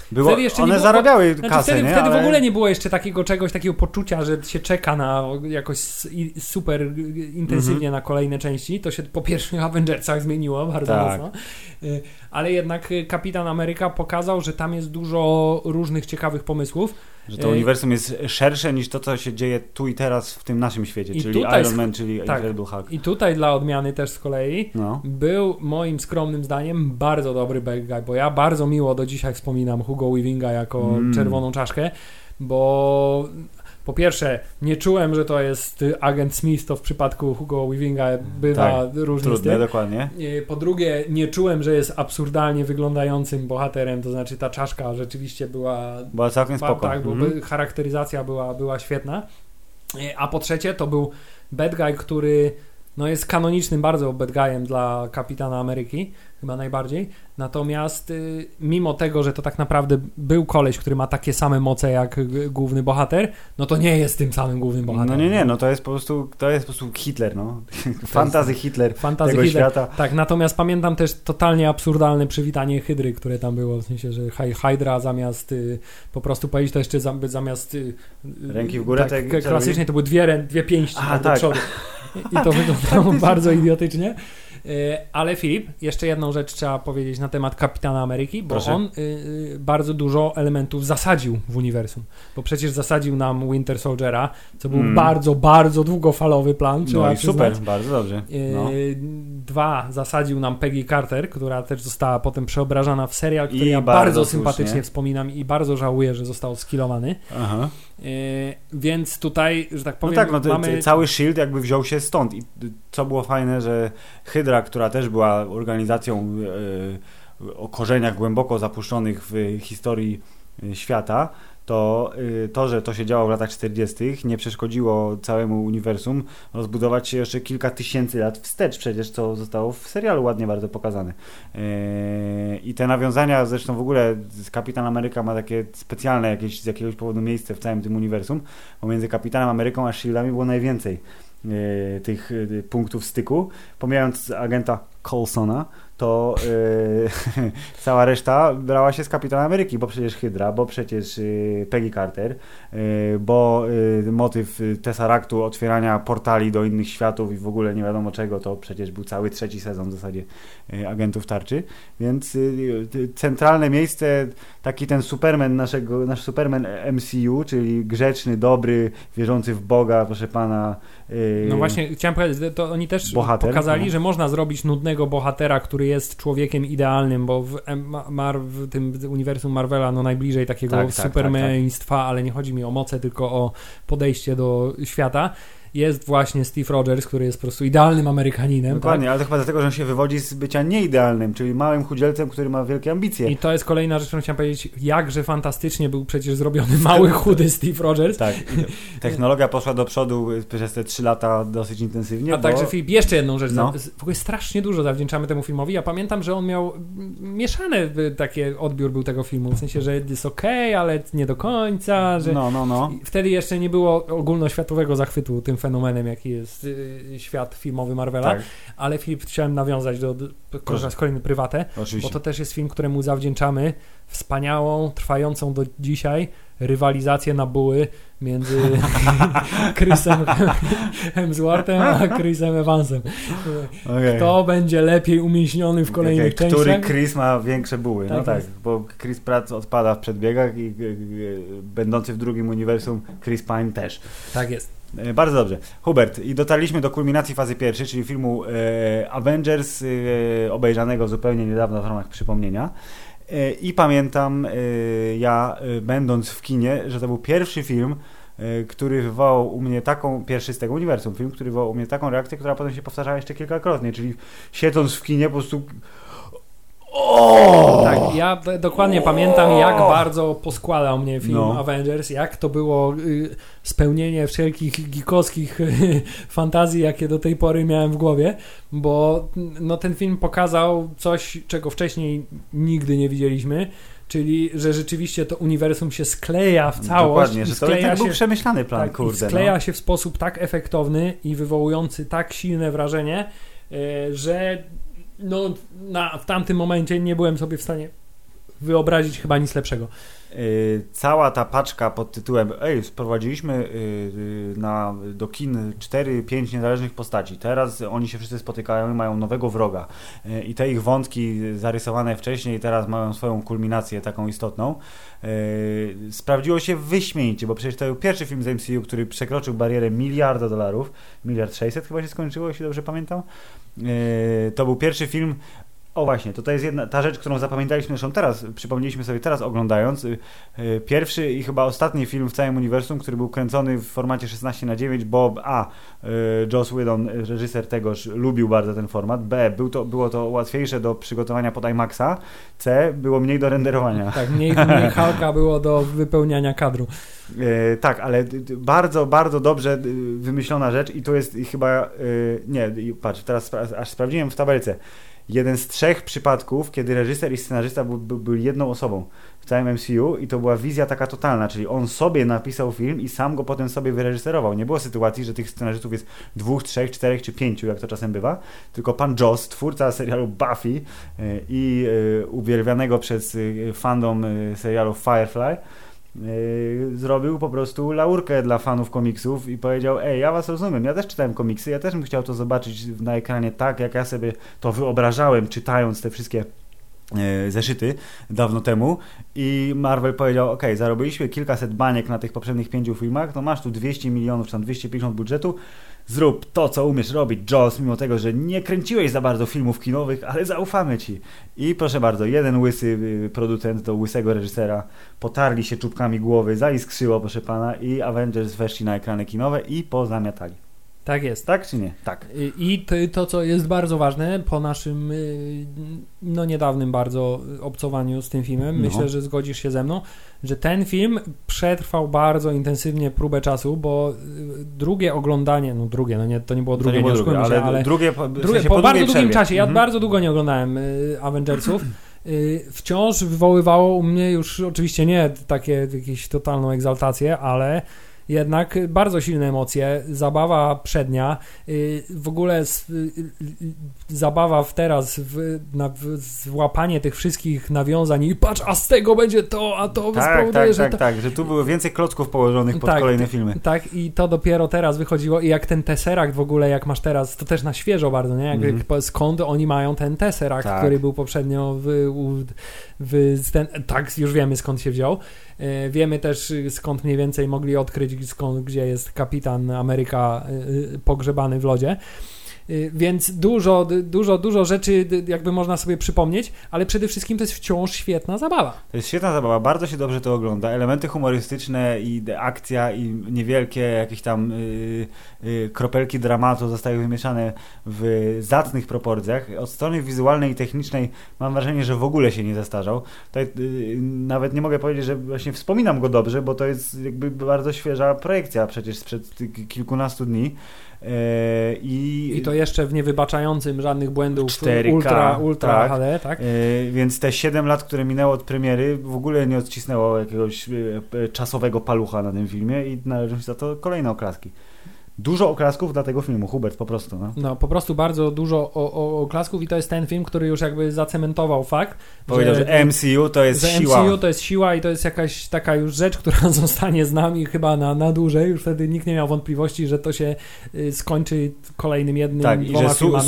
Było, one zarabiały kasę, nie?
Wtedy w ogóle nie było jeszcze takiego poczucia, że się czeka na jakoś super intensywnie na kolejne części. To się po pierwszych Avengersach zmieniło bardzo mocno. Ale jednak Kapitan Ameryka pokazał, że tam jest dużo różnych ciekawych pomysłów.
Że to uniwersum jest szersze niż to, co się dzieje tu i teraz w tym naszym świecie, czyli Iron Man, czyli Incredible Hulk.
I tutaj dla odmiany też z kolei był moim skromnym zdaniem bardzo dobry bad guy, bo ja bardzo miło do dzisiaj wspominam Hugo Weavinga jako czerwoną czaszkę, bo po pierwsze nie czułem, że to jest agent Smith, to w przypadku Hugo Weavinga bywa różny
trudne,
styl.
dokładnie.
Po drugie nie czułem, że jest absurdalnie wyglądającym bohaterem, to znaczy ta czaszka rzeczywiście była
całkiem spoko.
Tak, bo charakteryzacja była świetna. A po trzecie to był bad guy, który jest kanonicznym bardzo bad guyem dla Kapitana Ameryki, chyba najbardziej. Natomiast mimo tego, że to tak naprawdę był koleś, który ma takie same moce jak główny bohater, to nie jest tym samym głównym bohaterem.
To jest po prostu Hitler, fantasy Hitler tego świata.
Tak, natomiast pamiętam też totalnie absurdalne przywitanie Hydry, które tam było, w sensie, że Hydra zamiast po prostu powiedzieć, to jeszcze zamiast
ręki w górę.
Tak, klasycznie to były dwie pięści do przodu. I to wyglądało bardzo idiotycznie. Ale Filip, jeszcze jedną rzecz trzeba powiedzieć na temat Kapitana Ameryki, bo on bardzo dużo elementów zasadził w uniwersum. Bo przecież zasadził nam Winter Soldiera, co był bardzo, bardzo długofalowy plan.
I super, bardzo dobrze.
2, zasadził nam Peggy Carter, która też została potem przeobrażana w serial, który ja bardzo sympatycznie wspominam i bardzo żałuję, że został skillowany. Aha. Więc tutaj, że tak powiem, mamy...
cały S.H.I.E.L.D. jakby wziął się stąd i co było fajne, że Hydra, która też była organizacją o korzeniach głęboko zapuszczonych w historii świata, to, że to się działo w latach 40., nie przeszkodziło całemu uniwersum rozbudować się jeszcze kilka tysięcy lat wstecz przecież, co zostało w serialu ładnie bardzo pokazane. I te nawiązania, zresztą w ogóle Kapitan Ameryka ma takie specjalne z jakiegoś powodu miejsce w całym tym uniwersum, pomiędzy Kapitanem Ameryką a S.H.I.E.L.D.ami było najwięcej tych punktów styku. Pomijając agenta Coulsona, to cała reszta brała się z Kapitana Ameryki, bo przecież Hydra, bo przecież Peggy Carter, bo motyw Tesseractu, otwierania portali do innych światów i w ogóle nie wiadomo czego, to przecież był cały 3. sezon w zasadzie Agentów Tarczy, więc centralne miejsce, taki ten Superman nasz Superman MCU, czyli grzeczny, dobry, wierzący w Boga, proszę pana.
No właśnie, chciałem powiedzieć, to oni też pokazali, że można zrobić nudnego bohatera, który jest człowiekiem idealnym, bo w tym uniwersum Marvela najbliżej takiego supermaństwa, ale nie chodzi mi o moce, tylko o podejście do świata. Jest właśnie Steve Rogers, który jest po prostu idealnym Amerykaninem.
Dokładnie, ale to chyba dlatego, że on się wywodzi z bycia nieidealnym, czyli małym chudzielcem, który ma wielkie ambicje.
I to jest kolejna rzecz, którą chciałem powiedzieć, jakże fantastycznie był przecież zrobiony mały, chudy Steve Rogers.
Tak, technologia poszła do przodu przez te 3 lata dosyć intensywnie.
Także Filip, jeszcze jedną rzecz, w ogóle strasznie dużo zawdzięczamy temu filmowi. Ja pamiętam, że on miał mieszany taki odbiór był tego filmu, w sensie, że jest okej, ale nie do końca, że wtedy jeszcze nie było ogólnoświatowego zachwytu tym fenomenem, jaki jest świat filmowy Marvela, ale Filip, chciałem nawiązać do kolejny prywatę, bo to też jest film, któremu zawdzięczamy wspaniałą, trwającą do dzisiaj rywalizację na buły między Chrisem Hemsworthem a Chrisem Evansem. Kto będzie lepiej umięśniony w kolejnych częściach?
Który Chris ma większe buły? Bo Chris Pratt odpada w przedbiegach i będący w drugim uniwersum Chris Pine też.
Tak jest.
Bardzo dobrze. Hubert, i dotarliśmy do kulminacji fazy pierwszej, czyli filmu Avengers, obejrzanego zupełnie niedawno w ramach przypomnienia. I pamiętam, ja będąc w kinie, że to był pierwszy film, który wywołał u mnie pierwszy z tego uniwersum, film, który wywołał u mnie taką reakcję, która potem się powtarzała jeszcze kilkakrotnie, czyli siedząc w kinie po prostu...
Tak, ja dokładnie pamiętam, jak bardzo poskładał mnie film Avengers, jak to było spełnienie wszelkich geekowskich fantazji, jakie do tej pory miałem w głowie, bo ten film pokazał coś, czego wcześniej nigdy nie widzieliśmy, czyli, że rzeczywiście to uniwersum się skleja w całość.
Dokładnie, że to był przemyślany plan,
skleja się w sposób tak efektowny i wywołujący tak silne wrażenie, że w tamtym momencie nie byłem sobie w stanie wyobrazić chyba nic lepszego.
Cała ta paczka pod tytułem sprowadziliśmy do kin 4-5 niezależnych postaci. Teraz oni się wszyscy spotykają i mają nowego wroga. I te ich wątki zarysowane wcześniej teraz mają swoją kulminację taką istotną. Sprawdziło się wyśmienicie, bo przecież to był pierwszy film z MCU, który przekroczył barierę $1 miliarda. $1,6 miliarda chyba się skończyło, jeśli dobrze pamiętam. To był pierwszy film. O właśnie, to jest ta rzecz, którą zapamiętaliśmy zresztą teraz, przypomnieliśmy sobie teraz oglądając. Pierwszy i chyba ostatni film w całym uniwersum, który był kręcony w formacie 16:9, bo Joss Whedon, reżyser tegoż, lubił bardzo ten format, B, było to łatwiejsze do przygotowania pod IMAXa, C, było mniej do renderowania.
Tak, mniej Hulka było do wypełniania kadru.
Tak, ale bardzo, bardzo dobrze wymyślona rzecz i to jest chyba, patrz, teraz aż sprawdziłem w tabelce. Jeden z 3 przypadków, kiedy reżyser i scenarzysta byli jedną osobą w całym MCU i to była wizja taka totalna, czyli on sobie napisał film i sam go potem sobie wyreżyserował. Nie było sytuacji, że tych scenarzystów jest 2, 3, 4 czy 5, jak to czasem bywa, tylko pan Joss, twórca serialu Buffy i uwielbianego przez fandom serialu Firefly, zrobił po prostu laurkę dla fanów komiksów i powiedział: ja was rozumiem, ja też czytałem komiksy, ja też bym chciał to zobaczyć na ekranie tak, jak ja sobie to wyobrażałem, czytając te wszystkie zeszyty dawno temu. I Marvel powiedział: zarobiliśmy kilkaset baniek na tych poprzednich 5 filmach, to masz tu 200 milionów czy tam 250 budżetu, zrób to, co umiesz robić, Joss, mimo tego, że nie kręciłeś za bardzo filmów kinowych, ale zaufamy ci. I proszę bardzo, jeden łysy producent do łysego reżysera, potarli się czubkami głowy, zaiskrzyło, proszę pana, i Avengers weszli na ekrany kinowe i pozamiatali.
Tak jest.
Tak czy nie? Tak.
I to, co jest bardzo ważne po naszym niedawnym bardzo obcowaniu z tym filmem, myślę, że zgodzisz się ze mną, że ten film przetrwał bardzo intensywnie próbę czasu, bo drugie oglądanie, to nie było drugie, ale drugie po bardzo długim czasie, ja bardzo długo nie oglądałem Avengersów, wciąż wywoływało u mnie już oczywiście nie takie jakieś totalną egzaltację, ale jednak bardzo silne emocje, zabawa przednia, w ogóle zabawa złapanie tych wszystkich nawiązań i patrz, a z tego będzie to, a to spowoduje, że to...
Tak, że tu były więcej klocków położonych pod kolejne filmy.
Tak, i to dopiero teraz wychodziło i jak ten Tesseract w ogóle, jak masz teraz, to też na świeżo bardzo, nie? Skąd oni mają ten Tesseract, który był poprzednio tak, już wiemy skąd się wziął. Wiemy też skąd mniej więcej mogli odkryć, gdzie jest Kapitan Ameryka pogrzebany w lodzie. Więc dużo rzeczy jakby można sobie przypomnieć, ale przede wszystkim to jest wciąż świetna zabawa.
To jest świetna zabawa, bardzo się dobrze to ogląda. Elementy humorystyczne i akcja i niewielkie jakieś tam kropelki dramatu zostają wymieszane w zacnych proporcjach. Od strony wizualnej i technicznej mam wrażenie, że w ogóle się nie zestarzał. Tutaj nawet nie mogę powiedzieć, że właśnie wspominam go dobrze, bo to jest jakby bardzo świeża projekcja przecież sprzed kilkunastu dni. I
to jeszcze w niewybaczającym żadnych błędów
4K,
ultra HD, tak?
Więc te 7 lat, które minęło od premiery, w ogóle nie odcisnęło jakiegoś czasowego palucha na tym filmie i należą się za to kolejne oklaski. Dużo oklasków dla tego filmu, Hubert, po prostu. No po
prostu bardzo dużo oklasków i to jest ten film, który już jakby zacementował fakt.
Powiedział, że MCU to jest siła.
MCU to jest siła i to jest jakaś taka już rzecz, która zostanie z nami chyba na dłużej. Już wtedy nikt nie miał wątpliwości, że to się skończy kolejnym dwoma filmami.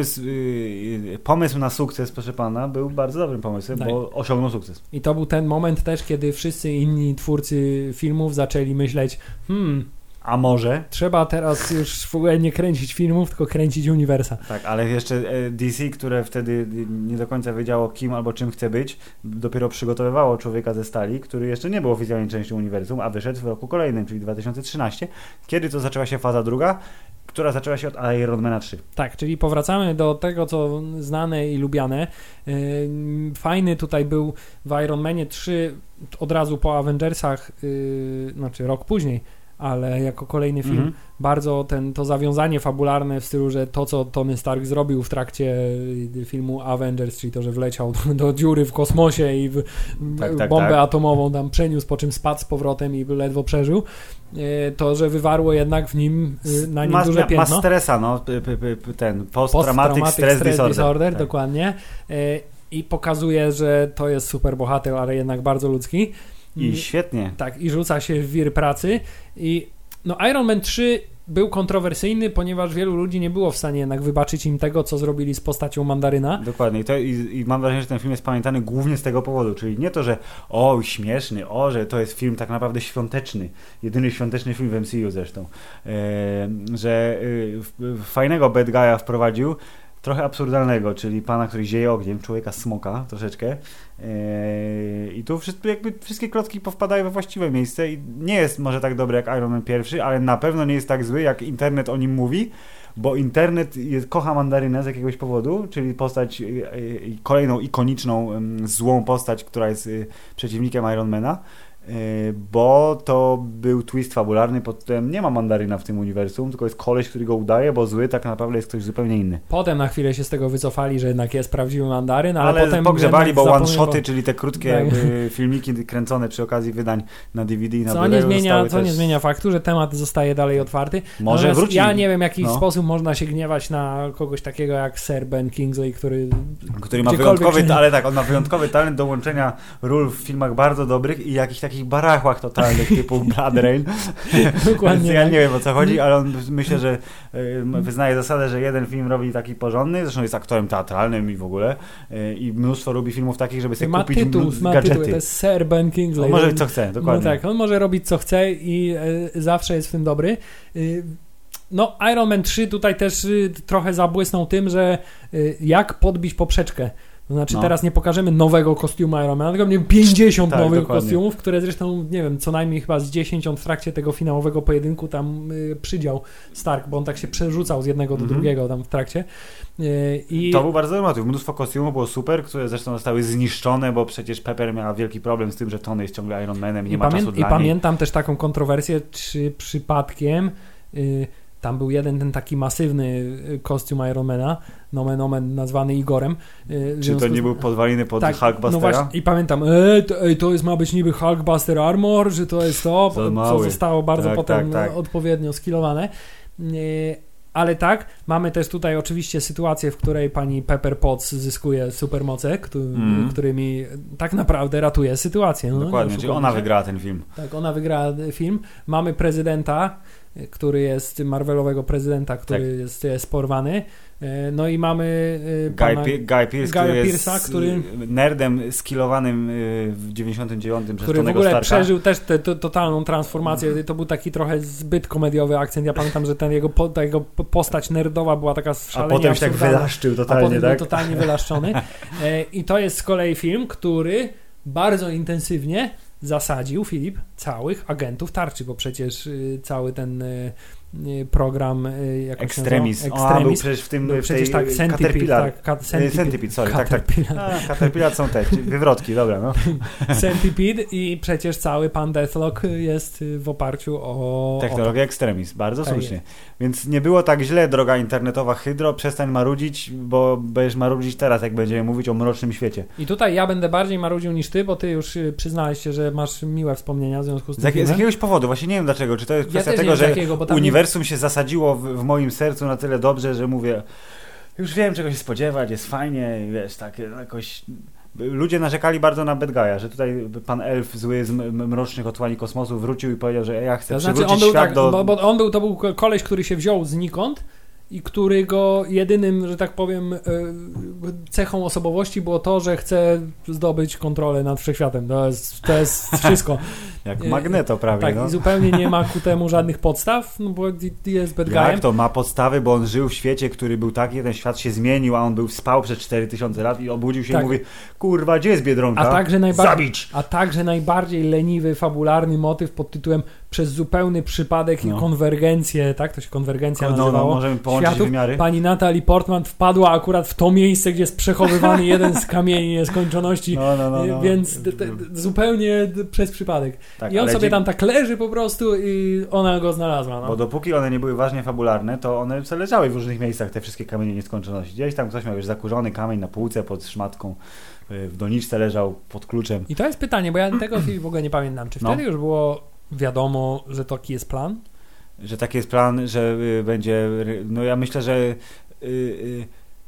Pomysł na sukces, proszę pana, był bardzo dobrym pomysłem, bo osiągnął sukces.
I to był ten moment też, kiedy wszyscy inni twórcy filmów zaczęli myśleć,
a może?
Trzeba teraz już w ogóle nie kręcić filmów, tylko kręcić uniwersa.
Tak, ale jeszcze DC, które wtedy nie do końca wiedziało, kim albo czym chce być, dopiero przygotowywało Człowieka ze Stali, który jeszcze nie był oficjalnie częścią uniwersum, a wyszedł w roku kolejnym, czyli 2013, kiedy to zaczęła się faza druga, która zaczęła się od Iron Mana 3.
Tak, czyli powracamy do tego, co znane i lubiane. Fajny tutaj był w Iron Manie 3 od razu po Avengersach, znaczy rok później, ale jako kolejny film, bardzo to zawiązanie fabularne w stylu, że to, co Tony Stark zrobił w trakcie filmu Avengers, czyli to, że wleciał do dziury w kosmosie i bombę atomową tam przeniósł, po czym spadł z powrotem i ledwo przeżył, to, że wywarło jednak w nim na nim duże piętno.
Ma stresa, ten post-traumatic stress disorder. Tak.
Dokładnie. i pokazuje, że to jest super bohater, ale jednak bardzo ludzki.
I świetnie.
Tak, i rzuca się w wir pracy. I no Iron Man 3 był kontrowersyjny, ponieważ wielu ludzi nie było w stanie jednak wybaczyć im tego, co zrobili z postacią Mandaryna.
Dokładnie. I mam wrażenie, że ten film jest pamiętany głównie z tego powodu, czyli nie to, że śmieszny, że to jest film tak naprawdę świąteczny. Jedyny świąteczny film w MCU zresztą. Że fajnego bad guy'a wprowadził, trochę absurdalnego, czyli pana, który zieje ogniem, człowieka smoka troszeczkę. I tu wszystkie klocki powpadają we właściwe miejsce i nie jest może tak dobry jak Iron Man pierwszy, ale na pewno nie jest tak zły, jak internet o nim mówi, bo internet kocha Mandarynę z jakiegoś powodu, czyli postać, kolejną ikoniczną, złą postać, która jest przeciwnikiem Ironmana, bo to był twist fabularny, pod tym nie ma Mandaryna w tym uniwersum, tylko jest koleś, który go udaje, bo zły tak naprawdę jest ktoś zupełnie inny.
Potem na chwilę się z tego wycofali, że jednak jest prawdziwy Mandaryn, ale potem
pogrzebali, bo one-shoty, czyli te krótkie filmiki kręcone przy okazji wydań na DVD i na Blu-rayu
co nie zmienia faktu, że temat zostaje dalej otwarty.
Może wróci.
Ja nie wiem, w jaki sposób można się gniewać na kogoś takiego jak Sir Ben Kingsley, który
ma wyjątkowy, ale tak, on ma wyjątkowy talent do łączenia ról w filmach bardzo dobrych i jakichś takich barachłach totalnych typu Blood Rain. Dokładnie. Ja nie wiem, o co chodzi, ale on myślę, że wyznaje zasadę, że jeden film robi taki porządny, zresztą jest aktorem teatralnym i w ogóle i mnóstwo lubi filmów takich, żeby sobie kupić gadżety.
To jest Sir Ben Kingsley.
On może robić co chce, dokładnie.
No tak, on może robić co chce i zawsze jest w tym dobry. No Iron Man 3 tutaj też trochę zabłysnął tym, że jak podbić poprzeczkę. To znaczy teraz nie pokażemy nowego kostiumu Ironmana, tylko 50 nowych kostiumów, które zresztą, nie wiem, co najmniej chyba z 10 w trakcie tego finałowego pojedynku tam przydział Stark, bo on tak się przerzucał z jednego do drugiego tam w trakcie.
To był bardzo dobry motyw. Mnóstwo kostiumów było super, które zresztą zostały zniszczone, bo przecież Pepper miała wielki problem z tym, że Tony jest ciągle Iron Manem i nie ma czasu dla niej.
I pamiętam też taką kontrowersję, czy przypadkiem tam był jeden ten taki masywny kostium Ironmana, nomen omen nazwany Igorem.
Czy to nie był podwaliny pod Hulkbustera?
No właśnie, i pamiętam, to ma być niby Hulkbuster Armor, że to jest to, co zostało bardzo potem odpowiednio skilowane. Ale tak, mamy też tutaj oczywiście sytuację, w której pani Pepper Potts zyskuje supermoce, którymi tak naprawdę ratuje sytuację. No,
dokładnie, czyli ona wygrała ten film.
Tak, ona wygrała film. Mamy prezydenta, który jest Marvelowego prezydenta, który jest porwany. No i mamy
Guy Pearce, który jest nerdem skilowanym w 99 przez
który
Tonego
w ogóle
Starka.
Przeżył też tę totalną transformację. To był taki trochę zbyt komediowy akcent. Ja pamiętam, że ta jego postać nerdowa była taka szalenie
a potem się tak wylaszczył totalnie,
potem był totalnie wylaszczony. I to jest z kolei film, który bardzo intensywnie zasadził, Filip, całych agentów tarczy, bo przecież cały ten program
Extremis. Był przecież w tym
Caterpillar.
Caterpillar są te wywrotki, dobra, no.
Centipede i przecież cały pan Deathlock jest w oparciu o
technologię Extremis, bardzo słusznie. Więc nie było tak źle, droga internetowa hydro, przestań marudzić, bo będziesz marudzić teraz, jak będziemy mówić o mrocznym świecie.
I tutaj ja będę bardziej marudził niż ty, bo ty już przyznałeś się, że masz miłe wspomnienia w związku z tym
z jakiegoś powodu, właśnie nie wiem dlaczego, czy to jest kwestia tego, że uniwersum się zasadziło w moim sercu na tyle dobrze, że mówię, już wiem czego się spodziewać, jest fajnie, wiesz, tak jakoś... Ludzie narzekali bardzo na Bad Guy'a, że tutaj pan Elf zły z mrocznych otchłani kosmosu wrócił i powiedział, że ja chcę przywrócić świat do...
Bo to był koleś, który się wziął znikąd i którego jedynym, że tak powiem, cechą osobowości było to, że chce zdobyć kontrolę nad wszechświatem. To jest wszystko.
Jak Magneto prawie.
Tak, i zupełnie nie ma ku temu żadnych podstaw, no bo jest bad guyem.
Jak to ma podstawy, bo on żył w świecie, który był taki, ten świat się zmienił, a on spał przez 4000 lat i obudził się i mówi, kurwa, gdzie jest Biedronka? Zabić!
A także najbardziej leniwy, fabularny motyw pod tytułem przez zupełny przypadek i konwergencję, tak? To się konwergencja nazywało.
Możemy połączyć wymiary.
Pani Natalie Portman wpadła akurat w to miejsce, gdzie jest przechowywany jeden z kamieni nieskończoności, więc zupełnie przez przypadek. Tak, i on sobie tam tak leży po prostu i ona go znalazła. No.
Bo dopóki one nie były ważnie fabularne, to one sobie leżały w różnych miejscach, te wszystkie kamienie nieskończoności. Gdzieś tam ktoś miał już zakurzony kamień na półce pod szmatką, w doniczce leżał pod kluczem.
I to jest pytanie, bo ja tego w ogóle nie pamiętam. Czy wtedy już było wiadomo, że taki jest plan?
Że taki jest plan, że będzie... No ja myślę, że...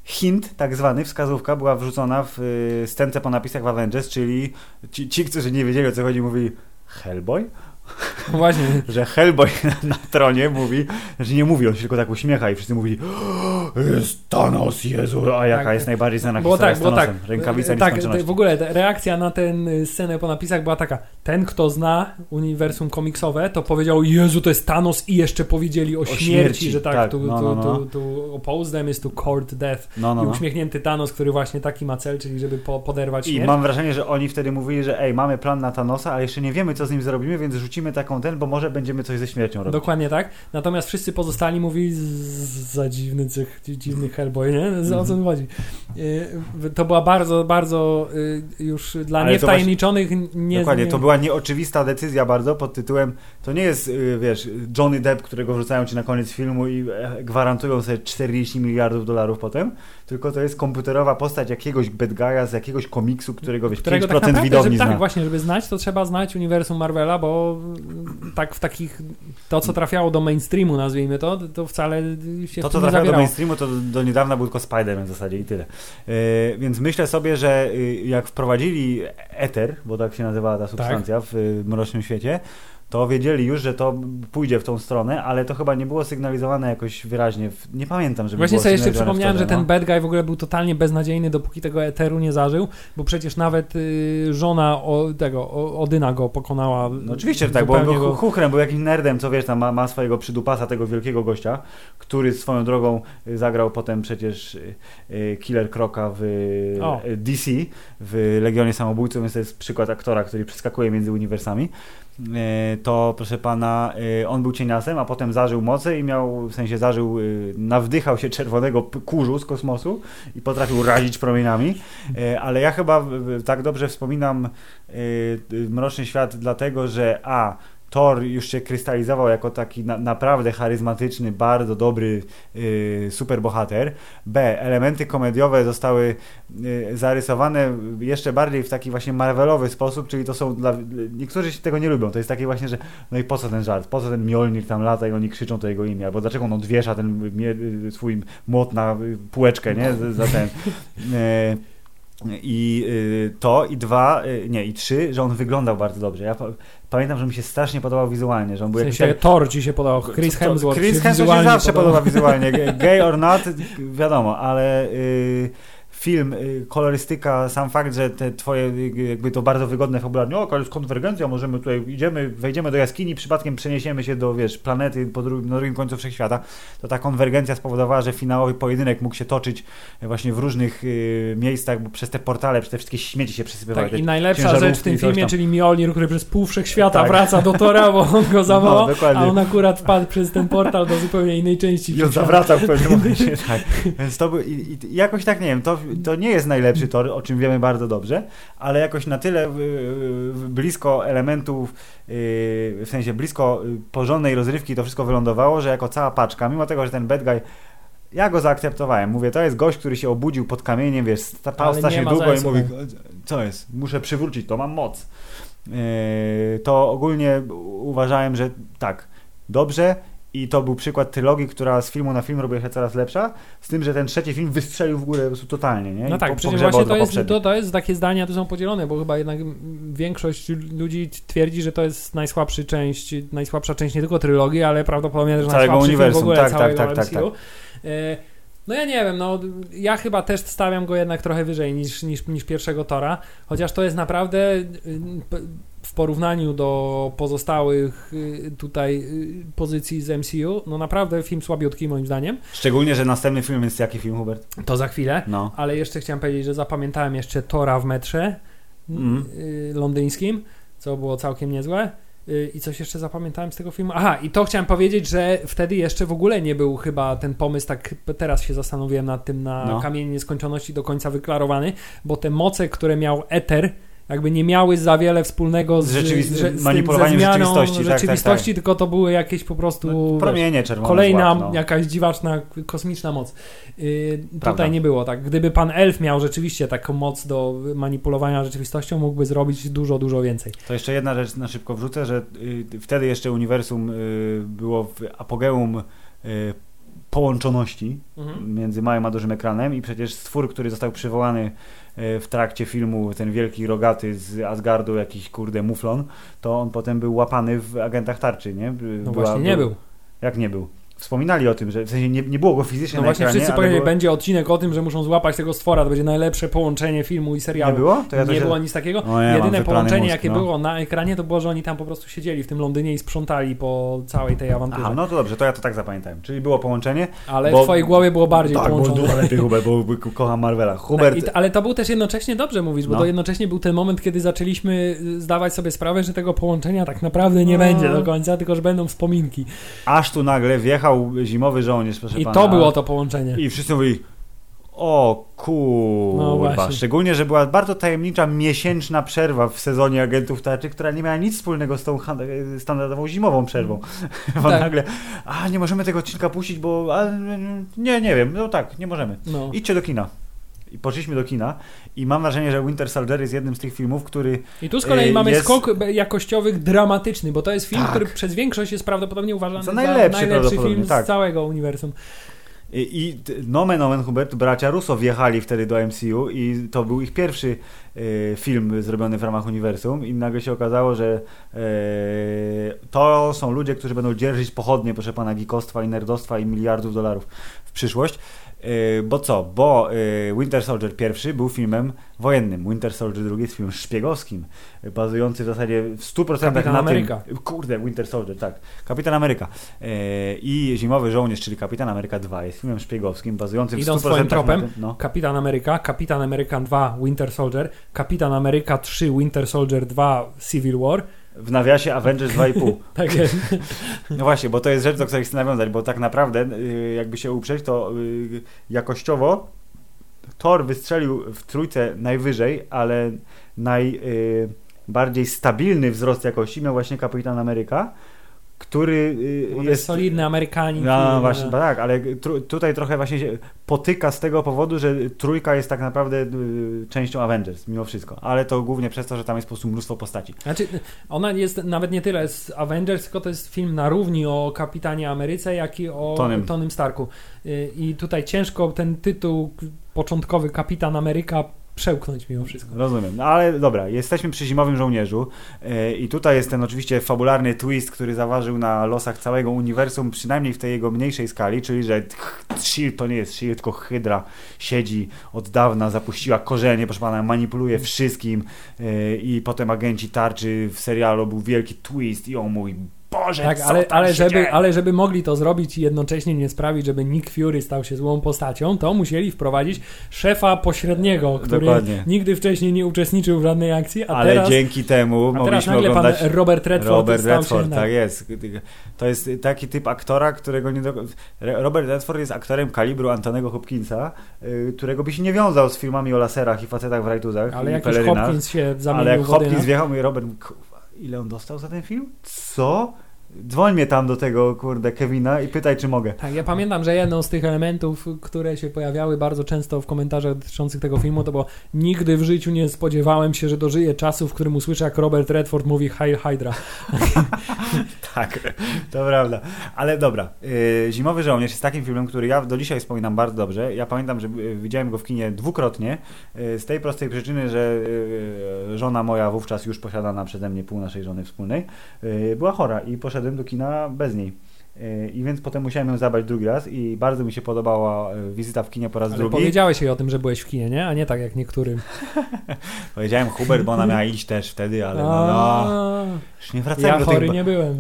hint, tak zwany, wskazówka była wrzucona w scence po napisach w Avengers, czyli ci, którzy nie wiedzieli, o co chodzi, mówili Hellboy?
Właśnie.
Że Hellboy na tronie mówi, że nie mówi, on się tylko tak uśmiecha i wszyscy mówili jest Thanos, Jezu, a jaka jest najbardziej znana historia z Thanosem? Rękawica nieskończoności.
W ogóle reakcja na tę scenę po napisach była taka, ten kto zna uniwersum komiksowe, to powiedział, Jezu, to jest Thanos i jeszcze powiedzieli o śmierci, że tak, tu oppose them is to court death i uśmiechnięty Thanos, który właśnie taki ma cel, czyli żeby poderwać śmierć.
I mam wrażenie, że oni wtedy mówili, że mamy plan na Thanosa, ale jeszcze nie wiemy, co z nim zrobimy, więc rzucimy taką bo może będziemy coś ze śmiercią robić.
Dokładnie tak. Natomiast wszyscy pozostali mówili za dziwny Hellboy, nie? O co mi chodzi? To była bardzo, bardzo już dla niewtajemniczonych
dokładnie, to była nieoczywista decyzja bardzo pod tytułem, to nie jest, wiesz, Johnny Depp, którego wrzucają ci na koniec filmu i gwarantują sobie 40 miliardów dolarów potem, tylko to jest komputerowa postać jakiegoś bad guy'a z jakiegoś komiksu, którego wiesz, 5%
tak naprawdę,
widowni zna.
Tak, właśnie, żeby znać, to trzeba znać uniwersum Marvela, bo tak w takich, to co trafiało do mainstreamu, nazwijmy to wcale się
to,
w
co
tym nie
trafiało
zawierało.
do mainstreamu, to do niedawna był tylko Spider-Man w zasadzie i tyle. Więc myślę sobie, że jak wprowadzili Ether, bo tak się nazywała ta substancja w Mrocznym Świecie, to wiedzieli już, że to pójdzie w tą stronę, ale to chyba nie było sygnalizowane jakoś wyraźnie. Nie pamiętam, żeby
właśnie
było
sobie jeszcze
sygnalizowane
przypomniałem,
wtedy,
że ten bad guy w ogóle był totalnie beznadziejny, dopóki tego eteru nie zażył, bo przecież nawet żona Odyna go pokonała.
No oczywiście, że tak, bo on był chuchrem, był jakimś nerdem, co wiesz, tam ma swojego przydupasa, tego wielkiego gościa, który swoją drogą zagrał potem przecież Killer Croca w DC, w Legionie Samobójców, więc to jest przykład aktora, który przeskakuje między uniwersami. To proszę pana, on był cieniasem, a potem zażył moce i miał, w sensie nawdychał się czerwonego kurzu z kosmosu i potrafił razić promieniami, ale ja chyba tak dobrze wspominam Mroczny Świat dlatego, że Thor już się krystalizował jako taki naprawdę charyzmatyczny, bardzo dobry superbohater. Elementy komediowe zostały zarysowane jeszcze bardziej w taki właśnie Marvelowy sposób, czyli to są niektórzy się tego nie lubią. To jest takie właśnie, że no i po co ten żart? Po co ten Mjolnir tam lata i oni krzyczą to jego imię? Albo dlaczego on odwiesza ten swój młot na półeczkę, nie? Za ten... I to, i trzy, że on wyglądał bardzo dobrze. Ja pamiętam, że mi się strasznie podobał wizualnie, że on był
w sensie Thor ci się podobał, Chris Hemsworth
się zawsze podoba wizualnie, gay or not, wiadomo, ale film, kolorystyka, sam fakt, że te twoje, jakby to bardzo wygodne fabularnie, to jest konwergencja, możemy tutaj, wejdziemy do jaskini, przypadkiem przeniesiemy się do, wiesz, planety na drugim końcu wszechświata, to ta konwergencja spowodowała, że finałowy pojedynek mógł się toczyć właśnie w różnych miejscach, bo przez te portale, przez te wszystkie śmieci się przesypywały.
Tak, i najlepsza rzecz w tym filmie, czyli Mjolnir, który przez pół wszechświata wraca do Thora, bo on go zawołał, a on akurat wpadł przez ten portal do zupełnie innej części.
I on zawracał w pewnym momencie, tak. Więc to był, i jakoś tak, nie wiem, to nie jest najlepszy Thor, o czym wiemy bardzo dobrze, ale jakoś na tyle blisko elementów, w sensie blisko porządnej rozrywki to wszystko wylądowało, że jako cała paczka, mimo tego, że ten bad guy, ja go zaakceptowałem. Mówię, to jest gość, który się obudził pod kamieniem, wiesz, stał strasznie długo i mówi, co jest, muszę przywrócić, to mam moc. To ogólnie uważałem, że tak, dobrze. I to był przykład trylogii, która z filmu na film robiła się coraz lepsza, z tym, że ten trzeci film wystrzelił w górę po prostu totalnie, nie?
No tak, przecież właśnie to jest takie zdania, tu są podzielone, bo chyba jednak większość ludzi twierdzi, że to jest najsłabsza część nie tylko trylogii, ale prawdopodobnie też
całego
najsłabszy
uniwersum,
film w ogóle,
tak.
No ja nie wiem, ja chyba też stawiam go jednak trochę wyżej niż pierwszego Thora, chociaż to jest naprawdę w porównaniu do pozostałych tutaj pozycji z MCU, no naprawdę film słabiutki moim zdaniem.
Szczególnie, że następny film jest jaki film, Hubert?
To za chwilę, ale jeszcze chciałem powiedzieć, że zapamiętałem jeszcze Thora w metrze londyńskim, co było całkiem niezłe. I coś jeszcze zapamiętałem z tego filmu. Aha, i to chciałem powiedzieć, że wtedy jeszcze w ogóle nie był chyba ten pomysł, tak teraz się zastanowiłem nad tym, na Kamień Nieskończoności do końca wyklarowany, bo te moce, które miał Ether, jakby nie miały za wiele wspólnego z
manipulowaniem
rzeczywistości, tylko to były jakieś po prostu
promienie czerwone,
kolejna jakaś dziwaczna, kosmiczna moc. Tutaj nie było tak. Gdyby pan Elf miał rzeczywiście taką moc do manipulowania rzeczywistością, mógłby zrobić dużo, dużo więcej.
To jeszcze jedna rzecz na szybko wrzucę, że wtedy jeszcze uniwersum było w apogeum połączoności między małym a dużym ekranem i przecież stwór, który został przywołany w trakcie filmu, ten wielki rogaty z Asgardu, jakiś kurde muflon, to on potem był łapany w Agentach Tarczy, nie?
Nie był.
Jak nie był? Wspominali o tym, że w sensie nie było go fizycznie
no
na
właśnie
ekranie.
Wszyscy powiedzieli, będzie odcinek o tym, że muszą złapać tego stwora, to będzie najlepsze połączenie filmu i serialu.
Nie było?
Nie było nic takiego. Jedyne połączenie, jakie było na ekranie, to było, że oni tam po prostu siedzieli w tym Londynie i sprzątali po całej tej awanturze.
Aha, no to dobrze, to ja to tak zapamiętałem. Czyli było połączenie.
Ale w twojej głowie było bardziej połączone.
Tak, bo lepiej Hubert, bo kocham Marvela. Hubert...
Ale to był też jednocześnie, dobrze mówisz, bo to jednocześnie był ten moment, kiedy zaczęliśmy zdawać sobie sprawę, że tego połączenia tak naprawdę nie będzie do końca, tylko że będą wspominki.
Aż tu nagle wjechał zimowy żołnierz, proszę
I
pana.
to było to połączenie.
I wszyscy mówili, o kurwa.
No
szczególnie, że była bardzo tajemnicza miesięczna przerwa w sezonie Agentów Tarczy, która nie miała nic wspólnego z tą standardową zimową przerwą. Bo
Tak.
nagle, nie możemy tego odcinka puścić, bo nie wiem, no tak, nie możemy.
No.
Idźcie do kina. I poszliśmy do kina i mam wrażenie, że Winter Soldier jest jednym z tych filmów, który
I tu z kolei mamy
jest...
skok jakościowy dramatyczny, bo to jest film,
Tak.
który przez większość jest prawdopodobnie uważany za
najlepszy
film
tak.
z całego uniwersum.
I nomen omen Hubert, bracia Russo wjechali wtedy do MCU i to był ich pierwszy film zrobiony w ramach uniwersum i nagle się okazało, że to są ludzie, którzy będą dzierżyć pochodnie, proszę pana, geekostwa i nerdostwa i miliardów dolarów w przyszłość. Bo co? Bo Winter Soldier pierwszy był filmem wojennym. Winter Soldier drugi jest filmem szpiegowskim, bazujący w zasadzie w 100%
Kapitan
na
Ameryka.
tym... Kurde, Winter Soldier, tak. Kapitan Ameryka. I Zimowy Żołnierz, czyli Kapitan Ameryka 2 jest filmem szpiegowskim, bazującym w 100%
Idąc swoim tropem,
na tym... No.
Kapitan Ameryka, Kapitan Ameryka 2 Winter Soldier, Kapitan Ameryka 3 Winter Soldier 2 Civil War.
W nawiasie Avengers 2,5.
Tak jest.
No właśnie, bo to jest rzecz, do której chcę nawiązać, bo tak naprawdę, jakby się uprzeć, to jakościowo Thor wystrzelił w trójce najwyżej, ale najbardziej stabilny wzrost jakości miał właśnie Kapitan Ameryka, który
jest solidny Amerykanin.
No właśnie, tak, ale tutaj trochę właśnie się potyka z tego powodu, że trójka jest tak naprawdę częścią Avengers mimo wszystko, ale to głównie przez to, że tam jest po prostu mnóstwo postaci.
Znaczy, ona jest nawet nie tyle z Avengers, tylko to jest film na równi o Kapitanie Ameryce, jak i o Tonym Starku. I tutaj ciężko ten tytuł początkowy Kapitan Ameryka przełknąć mimo wszystko.
Rozumiem, no ale dobra, jesteśmy przy Zimowym Żołnierzu i tutaj jest ten oczywiście fabularny twist, który zaważył na losach całego uniwersum, przynajmniej w tej jego mniejszej skali, czyli że S.H.I.E.L.D. to nie jest S.H.I.E.L.D., tylko Hydra siedzi od dawna, zapuściła korzenie, proszę pana, manipuluje wszystkim i potem agenci tarczy w serialu był wielki twist i o mój Boże,
tak, ale żeby mogli to zrobić i jednocześnie nie sprawić, żeby Nick Fury stał się złą postacią, to musieli wprowadzić szefa pośredniego, który nigdy wcześniej nie uczestniczył w żadnej akcji,
ale teraz, dzięki temu mogliśmy oglądać
pan Robert Redford
tak jest. To jest taki typ aktora, którego nie do... Robert Redford jest aktorem kalibru Antonego Hopkinsa, którego byś nie wiązał z filmami o laserach i facetach w rajtuzach.
Ale jak już Hopkins się zamienił.
Ale jak Hopkins wjechał, i Robert, ile on dostał za ten film? Co? Dzwoń mnie tam do tego, kurde, Kevina i pytaj, czy mogę.
Tak, ja pamiętam, że jedną z tych elementów, które się pojawiały bardzo często w komentarzach dotyczących tego filmu, to było: nigdy w życiu nie spodziewałem się, że dożyję czasu, w którym usłyszę, jak Robert Redford mówi Heil Hydra.
Tak, to prawda. Ale dobra, Zimowy Żołnierz jest takim filmem, który ja do dzisiaj wspominam bardzo dobrze. Ja pamiętam, że widziałem go w kinie dwukrotnie, z tej prostej przyczyny, że żona moja, wówczas już posiadana przeze mnie, pół naszej żony wspólnej, była chora i poszedłem do kina bez niej. I więc potem musiałem ją zabrać drugi raz i bardzo mi się podobała wizyta w kinie po raz drugi.
Ale powiedziałeś jej o tym, że byłeś w kinie, nie? A nie tak jak niektórym.
Powiedziałem Hubert, bo ona miała iść też wtedy, ale już nie wracajmy
ja chory nie byłem.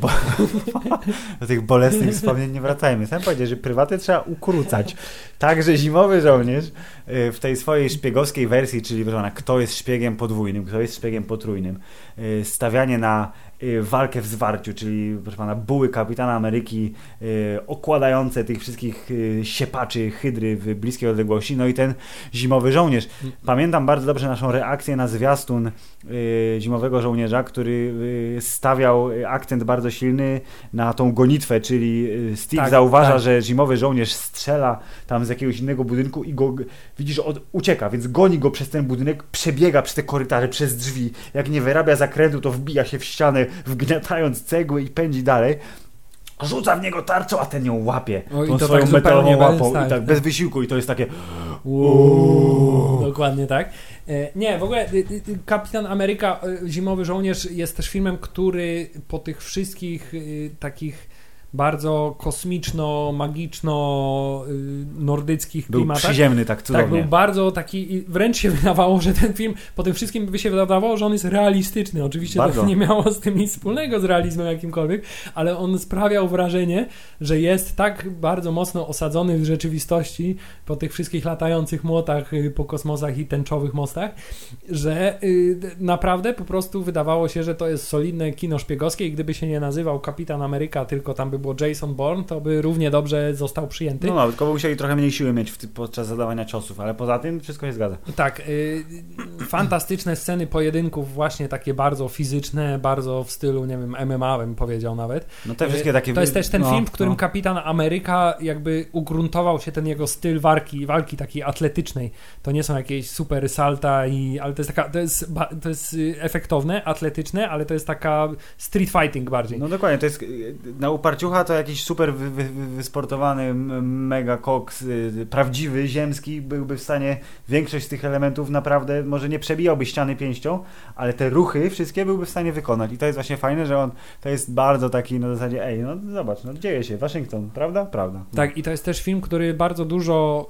Do tych bolesnych wspomnień nie wracajmy. Sam powiedział, że prywaty trzeba ukrócać. Także Zimowy Żołnierz w tej swojej szpiegowskiej wersji, czyli kto jest szpiegiem podwójnym, kto jest szpiegiem potrójnym, stawianie na walkę w zwarciu, czyli proszę pana, buły Kapitana Ameryki okładające tych wszystkich siepaczy Hydry w bliskiej odległości, no i ten Zimowy Żołnierz. Pamiętam bardzo dobrze naszą reakcję na zwiastun Zimowego Żołnierza, który stawiał akcent bardzo silny na tą gonitwę, czyli Steve zauważa, że Zimowy Żołnierz strzela tam z jakiegoś innego budynku i go, widzisz, ucieka, więc goni go przez ten budynek, przebiega przez te korytarze, przez drzwi, jak nie wyrabia zakrętu, to wbija się w ścianę, wgniatając cegły i pędzi dalej. rzuca w niego tarczą, a ten ją łapie.
O, i
tą
to
swoją
tak
metalową
zupełnie
łapą
bez,
i tak bez wysiłku i to jest takie
Dokładnie tak. Nie, w ogóle Kapitan Ameryka Zimowy Żołnierz jest też filmem, który po tych wszystkich takich bardzo kosmiczno-magiczno-nordyckich
był
klimatach.
przyziemny tak cudownie.
Tak, był bardzo taki i wręcz się wydawało, że ten film po tym wszystkim by się wydawało, że on jest realistyczny. Oczywiście
bardzo.
to nie miało z tym nic wspólnego z realizmem jakimkolwiek, ale on sprawiał wrażenie, że jest tak bardzo mocno osadzony w rzeczywistości po tych wszystkich latających młotach po kosmosach i tęczowych mostach, że naprawdę po prostu wydawało się, że to jest solidne kino szpiegowskie i gdyby się nie nazywał Kapitan Ameryka, tylko tam by było Jason Bourne, to by równie dobrze został przyjęty.
No, tylko by musieli trochę mniej siły mieć podczas zadawania ciosów, ale poza tym wszystko się zgadza.
Tak, fantastyczne sceny pojedynków, właśnie takie bardzo fizyczne, bardzo w stylu, nie wiem, MMA bym powiedział nawet.
No te wszystkie takie...
To jest też ten film, w którym Kapitan Ameryka jakby ugruntował się ten jego styl walki takiej atletycznej. To nie są jakieś super salta, ale to jest taka, to jest efektowne, atletyczne, ale to jest taka street fighting bardziej.
No dokładnie, to jest na uparciucha to jakiś super wysportowany mega koks, prawdziwy, ziemski, byłby w stanie większość z tych elementów naprawdę, może nie przebijałby ściany pięścią, ale te ruchy wszystkie byłby w stanie wykonać i to jest właśnie fajne, że on to jest bardzo taki na zasadzie, no zobacz, no dzieje się, Waszyngton, prawda? Prawda. No.
Tak, i to jest też film, który bardzo dużo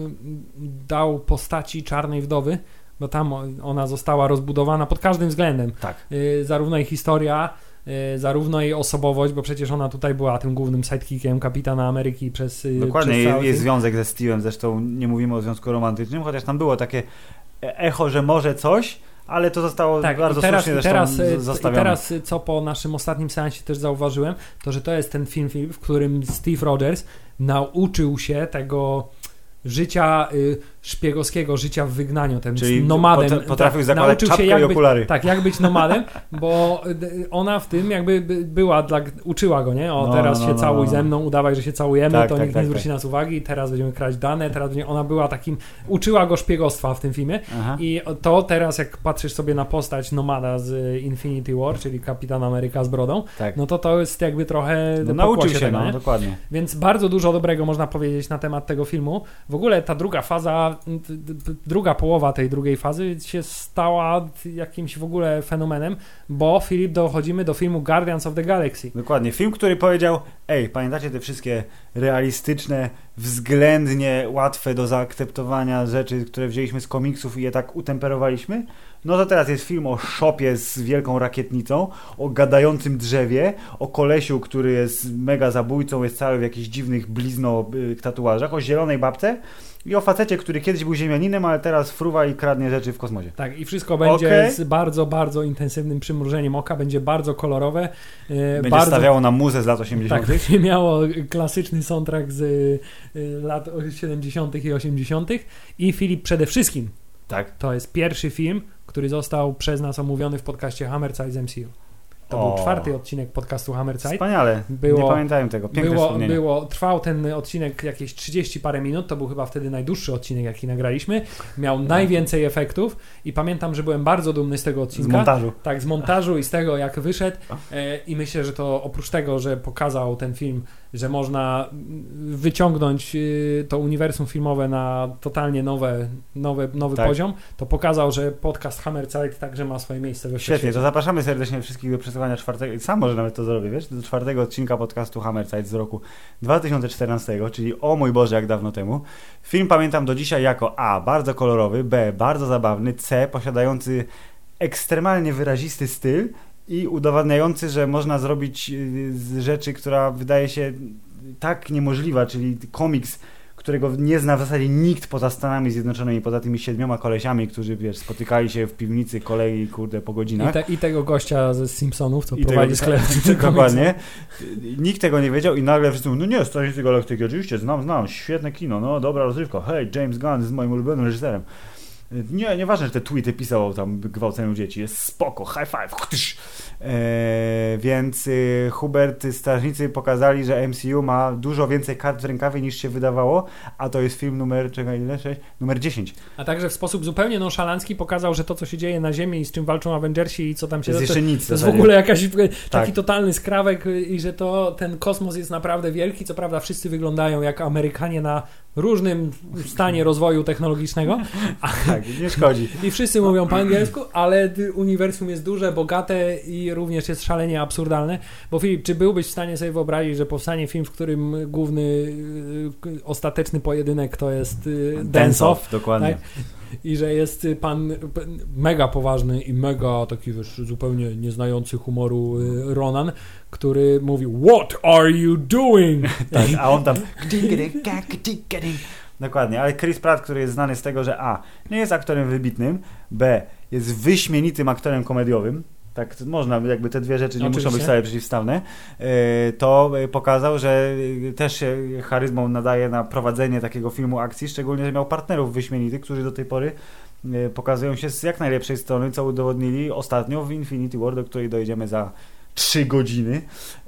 dał postaci Czarnej Wdowy, bo tam ona została rozbudowana pod każdym względem.
Tak.
Zarówno jej historia, zarówno jej osobowość, bo przecież ona tutaj była tym głównym sidekickiem Kapitana Ameryki przez
Dokładnie,
przez
jest związek ze Steve'em, zresztą nie mówimy o związku romantycznym, chociaż tam było takie echo, że może coś, ale to zostało bardzo słusznie zostawione.
I teraz, co po naszym ostatnim seansie też zauważyłem, to że to jest ten film, w którym Steve Rogers nauczył się tego życia szpiegowskiego, życia w wygnaniu, ten
czyli
nomadem.
Potrafił zakładać czapkę i okulary.
Tak, jak być nomadem, bo ona w tym jakby była, uczyła go, nie? Teraz się całuj ze mną, udawaj, że się całujemy, to nikt nie zwróci nas uwagi, teraz będziemy kraść dane, ona była takim, uczyła go szpiegostwa w tym filmie. Aha. I to teraz, jak patrzysz sobie na postać nomada z Infinity War, czyli Kapitan Ameryka z brodą, no to jest jakby trochę
nauczył się,
tego,
dokładnie.
Więc bardzo dużo dobrego można powiedzieć na temat tego filmu. W ogóle ta druga faza, druga połowa tej drugiej fazy się stała jakimś w ogóle fenomenem, bo Filip, dochodzimy do filmu Guardians of the Galaxy.
Dokładnie, film, który powiedział, pamiętacie te wszystkie realistyczne, względnie łatwe do zaakceptowania rzeczy, które wzięliśmy z komiksów i je tak utemperowaliśmy? No to teraz jest film o szopie z wielką rakietnicą, o gadającym drzewie, o kolesiu, który jest mega zabójcą, jest cały w jakichś dziwnych tatuażach, o zielonej babce i o facecie, który kiedyś był ziemianinem, ale teraz fruwa i kradnie rzeczy w kosmosie.
Tak, i wszystko będzie z bardzo, bardzo intensywnym przymrużeniem oka, będzie bardzo kolorowe.
Będzie stawiało na muzę z lat 80.
Tak, będzie miało klasyczny soundtrack z lat 70. i 80. I Filip, przede wszystkim to jest pierwszy film, który został przez nas omówiony w podcaście Hammerside z MCU. To był 4. odcinek podcastu Hammerside.
Wspaniale, nie pamiętałem tego, piękne wspomnienie.
Trwał ten odcinek jakieś 30 parę minut, to był chyba wtedy najdłuższy odcinek, jaki nagraliśmy. Miał najwięcej efektów i pamiętam, że byłem bardzo dumny z tego odcinka.
Z montażu.
Tak, z montażu i z tego, jak wyszedł. I myślę, że to oprócz tego, że pokazał ten film, że można wyciągnąć to uniwersum filmowe na totalnie nowy poziom, to pokazał, że podcast Hammerside także ma swoje miejsce we
Świetnie, to zapraszamy serdecznie wszystkich do przesłuchania 4. Sam może nawet to zrobię, do 4. odcinka podcastu Hammerside z roku 2014, czyli o mój Boże, jak dawno temu. Film pamiętam do dzisiaj jako A, bardzo kolorowy, B, bardzo zabawny, C, posiadający ekstremalnie wyrazisty styl i udowadniający, że można zrobić z rzeczy, która wydaje się tak niemożliwa, czyli komiks, którego nie zna w zasadzie nikt poza Stanami Zjednoczonymi, poza tymi 7 kolesiami, którzy spotykali się w piwnicy kolei, po godzinach.
I tego gościa ze Simpsonów, co prowadzi sklep.
Dokładnie. Nikt tego nie wiedział i nagle wszyscy mówią, no nie, Strażnicy Galaktyki, oczywiście, znam, świetne kino, no dobra rozrywka, hej, James Gunn jest moim ulubionym reżyserem. Nieważne, że te tweety pisał o tam gwałceniu dzieci. Jest spoko, high five. Więc Hubert, strażnicy pokazali, że MCU ma dużo więcej kart w rękawie niż się wydawało, a to jest film numer 10.
A także w sposób zupełnie nonszalancki pokazał, że to, co się dzieje na Ziemi i z czym walczą Avengersi i co tam się...
To jest jeszcze nic.
To jest w ogóle jakiś taki totalny skrawek i że ten kosmos jest naprawdę wielki. Co prawda wszyscy wyglądają jak Amerykanie na różnym stanie rozwoju technologicznego.
Tak, nie szkodzi.
I wszyscy mówią po angielsku, ale uniwersum jest duże, bogate i również jest szalenie absurdalne. Bo Filip, czy byłbyś w stanie sobie wyobrazić, że powstanie film, w którym główny ostateczny pojedynek to jest dance-off?
Dokładnie.
Tak? I że jest pan mega poważny i mega taki, wiesz, zupełnie nieznający humoru Ronan, który mówi "What are you doing?"
Tak, a on tam dokładnie, ale Chris Pratt, który jest znany z tego, że a, nie jest aktorem wybitnym, b, jest wyśmienitym aktorem komediowym, tak można, jakby te dwie rzeczy nie muszą być wcale przeciwstawne, to pokazał, że też się charyzmą nadaje na prowadzenie takiego filmu akcji, szczególnie, że miał partnerów wyśmienitych, którzy do tej pory pokazują się z jak najlepszej strony, co udowodnili ostatnio w Infinity War, do której dojedziemy za 3 godziny.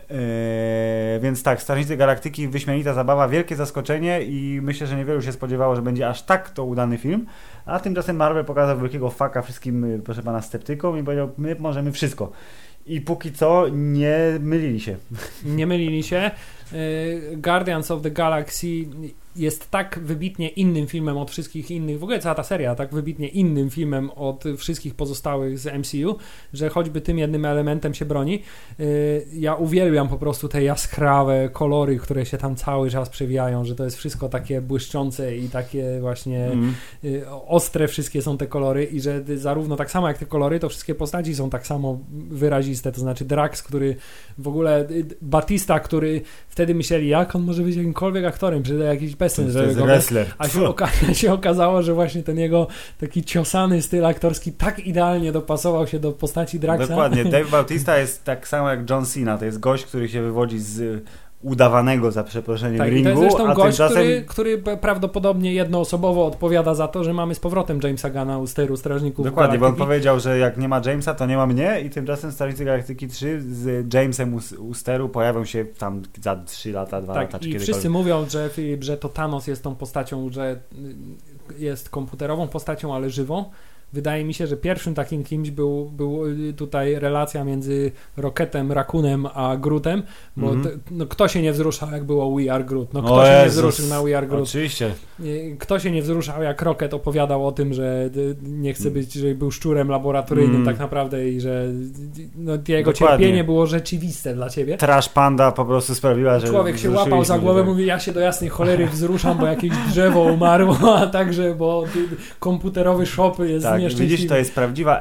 Więc tak, Strażnicy Galaktyki, wyśmienita zabawa, wielkie zaskoczenie i myślę, że niewielu się spodziewało, że będzie aż tak to udany film, a tymczasem Marvel pokazał wielkiego faka wszystkim, proszę pana, sceptykom i powiedział, my możemy wszystko. I póki co nie mylili się. Nie mylili się.
Guardians of the Galaxy jest tak wybitnie innym filmem od wszystkich innych, w ogóle cała ta seria tak wybitnie innym filmem od wszystkich pozostałych z MCU, że choćby tym jednym elementem się broni. Ja uwielbiam po prostu te jaskrawe kolory, które się tam cały czas przewijają, że to jest wszystko takie błyszczące i takie właśnie ostre wszystkie są te kolory i że zarówno tak samo jak te kolory, to wszystkie postaci są tak samo wyraziste, to znaczy Drax, który w ogóle Batista, który wtedy myśleli, jak on może być jakimkolwiek aktorem, czy jakiś bezsens,
to jest wrestler.
A się okazało, że właśnie ten jego taki ciosany styl aktorski tak idealnie dopasował się do postaci Draxa.
Dokładnie. Dave Bautista jest tak samo jak John Cena, to jest gość, który się wywodzi z udawanego, za przeproszeniem,
tak,
ringu.
To jest zresztą gość,
tymczasem...
który prawdopodobnie jednoosobowo odpowiada za to, że mamy z powrotem Jamesa Gunna u steru Strażników
Dokładnie,
Galaktyki.
bo on powiedział, że jak nie ma Jamesa, to nie ma mnie i tymczasem Strażnicy Galaktyki 3 z Jamesem u steru pojawią się tam za 3 lata, 2 lata, czy
i wszyscy mówią, że to Thanos jest tą postacią, że jest komputerową postacią, ale żywą. Wydaje mi się, że pierwszym takim kimś był tutaj relacja między Rocketem, Raccoonem a Grootem, bo kto się nie wzruszał, jak było We Are Groot? No kto się nie wzruszył na We Are Groot?
Oczywiście.
Kto się nie wzruszał, jak Rocket opowiadał o tym, że nie chce być, że był szczurem laboratoryjnym tak naprawdę i że jego cierpienie było rzeczywiste dla ciebie.
Trash Panda po prostu sprawiła, że
człowiek się łapał za głowę, mówi, ja się do jasnej cholery wzruszam, bo jakieś drzewo umarło, a także, bo komputerowy shop jest nieszczęśliwy.
Widzisz, to jest prawdziwa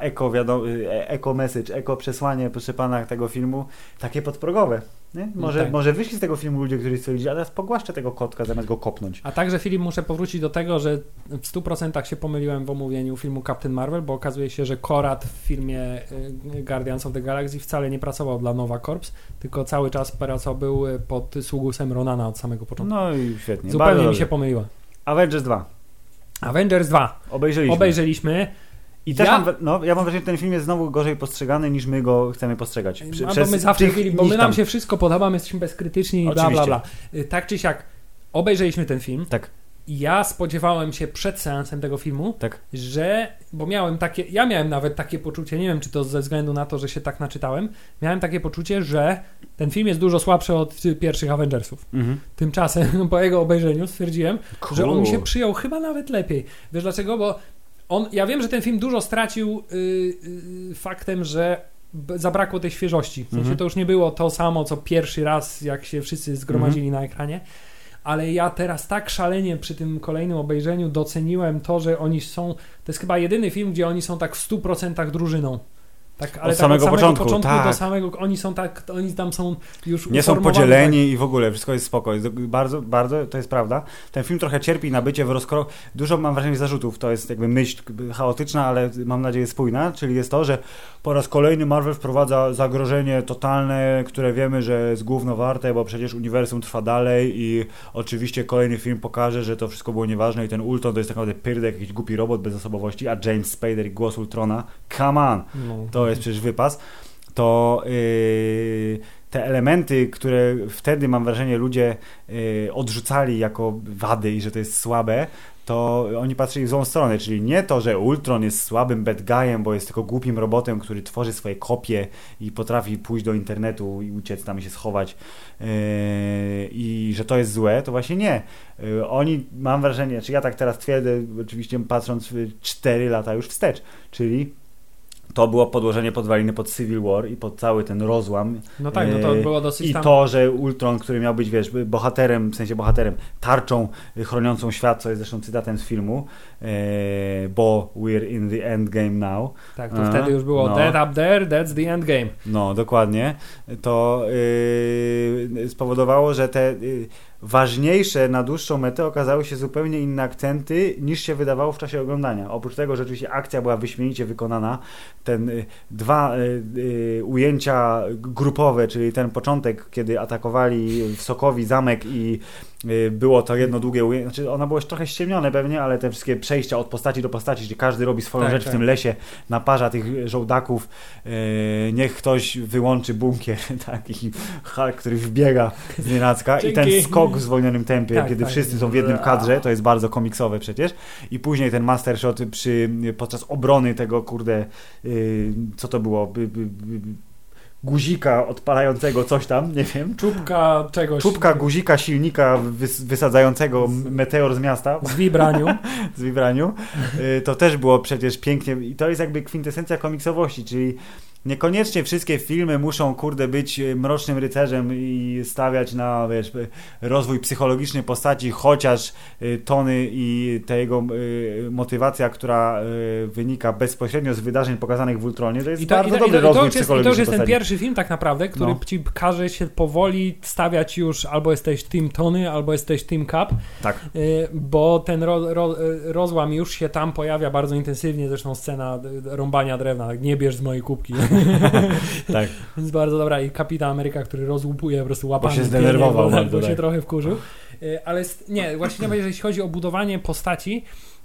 eko message, eko przesłanie, proszę pana, tego filmu, takie podprogowe. Nie? Może wyszli z tego filmu ludzie, którzy stwierdzili, a teraz pogłaszczę tego kotka, zamiast go kopnąć.
A także, Filip, muszę powrócić do tego, że w 100% się pomyliłem w omówieniu filmu Captain Marvel, bo okazuje się, że Korat w filmie Guardians of the Galaxy wcale nie pracował dla Nova Corps, tylko cały czas był pod sługusem Ronana od samego początku.
No i świetnie.
Zupełnie mi się pomyliła.
Avengers 2.
Obejrzeliśmy.
I też ja mam wrażenie, że ten film jest znowu gorzej postrzegany, niż my go chcemy postrzegać.
Bo my zawsze, bo my nam się wszystko podoba, my jesteśmy bezkrytyczni i bla, bla, bla. Tak czy siak, obejrzeliśmy ten film.
Tak.
I ja spodziewałem się przed seansem tego filmu, że, bo ja miałem nawet takie poczucie, nie wiem, czy to ze względu na to, że się tak naczytałem, miałem takie poczucie, że ten film jest dużo słabszy od pierwszych Avengersów. Tymczasem po jego obejrzeniu stwierdziłem, że on mi się przyjął chyba nawet lepiej. Wiesz dlaczego? Bo ja wiem, że ten film dużo stracił faktem, że zabrakło tej świeżości. W sensie to już nie było to samo, co pierwszy raz, jak się wszyscy zgromadzili na ekranie. Ale ja teraz tak szalenie przy tym kolejnym obejrzeniu doceniłem to, że oni są... To jest chyba jedyny film, gdzie oni są tak w 100% drużyną. Tak, ale
od samego początku,
do
tak.
samego, oni tam są już
nie są
uformowani,
podzieleni
tak.
i w ogóle wszystko jest spoko. Bardzo, bardzo, to jest prawda. Ten film trochę cierpi na bycie w dużo mam wrażenie zarzutów, to jest jakby myśl chaotyczna, ale mam nadzieję spójna, czyli jest to, że po raz kolejny Marvel wprowadza zagrożenie totalne, które wiemy, że jest gówno warte, bo przecież uniwersum trwa dalej i oczywiście kolejny film pokaże, że to wszystko było nieważne i ten Ultron to jest tak naprawdę pyrdek, jakiś głupi robot bez osobowości, a James Spader i głos Ultrona, come on, to jest przecież wypas. To te elementy, które wtedy mam wrażenie ludzie odrzucali jako wady i że to jest słabe, to oni patrzyli w złą stronę, czyli nie to, że Ultron jest słabym bad guyem, bo jest tylko głupim robotem, który tworzy swoje kopie i potrafi pójść do internetu i uciec tam i się schować i że to jest złe, to właśnie nie. Oni, mam wrażenie, czy ja tak teraz twierdzę, oczywiście patrząc 4 lata już wstecz, czyli to było podłożenie podwaliny pod Civil War i pod cały ten rozłam.
No tak, no to było dosyć
I
tam...
to, że Ultron, który miał być, wiesz, bohaterem, w sensie bohaterem, tarczą chroniącą świat, co jest zresztą cytatem z filmu, bo we're in the endgame now.
Tak, to wtedy już było that up there, that's the endgame.
No, dokładnie. To spowodowało, że te ważniejsze na dłuższą metę okazały się zupełnie inne akcenty niż się wydawało w czasie oglądania. Oprócz tego, że oczywiście akcja była wyśmienicie wykonana, ten dwa ujęcia grupowe, czyli ten początek, kiedy atakowali w Sokowi zamek i było to jedno długie ujęcie, znaczy ono było już trochę ściemnione pewnie, ale te wszystkie przejścia od postaci do postaci, gdzie każdy robi swoją rzecz w tym lesie, naparza tych żołdaków, niech ktoś wyłączy bunkier, taki Hulk, który wbiega z nienacka i ten skok w zwolnionym tempie, kiedy wszyscy są w jednym kadrze, to jest bardzo komiksowe przecież, i później ten master shot podczas obrony tego, co to było, guzika odpalającego coś tam, nie wiem.
Czubka czegoś.
Czubka guzika silnika wysadzającego meteor z miasta.
Z vibranium.
Z vibranium. To też było przecież pięknie i to jest jakby kwintesencja komiksowości, czyli niekoniecznie wszystkie filmy muszą, być mrocznym rycerzem i stawiać na, wiesz, rozwój psychologiczny postaci, chociaż Tony i ta jego motywacja, która wynika bezpośrednio z wydarzeń pokazanych w Ultronie, to jest bardzo dobry rozwój psychologiczny.
I to już jest ten pierwszy film tak naprawdę, który ci każe się powoli stawiać już, albo jesteś Team Tony, albo jesteś Team Cap. Tak. Bo ten rozłam już się tam pojawia bardzo intensywnie, zresztą scena rąbania drewna, nie bierz z mojej kubki.
Tak.
Więc bardzo dobra. I Kapitan Ameryka, który rozłupuje po prostu łapami.
Bo się zdenerwował.
Bo się trochę wkurzył. Ale nie, właśnie jeśli chodzi o budowanie postaci,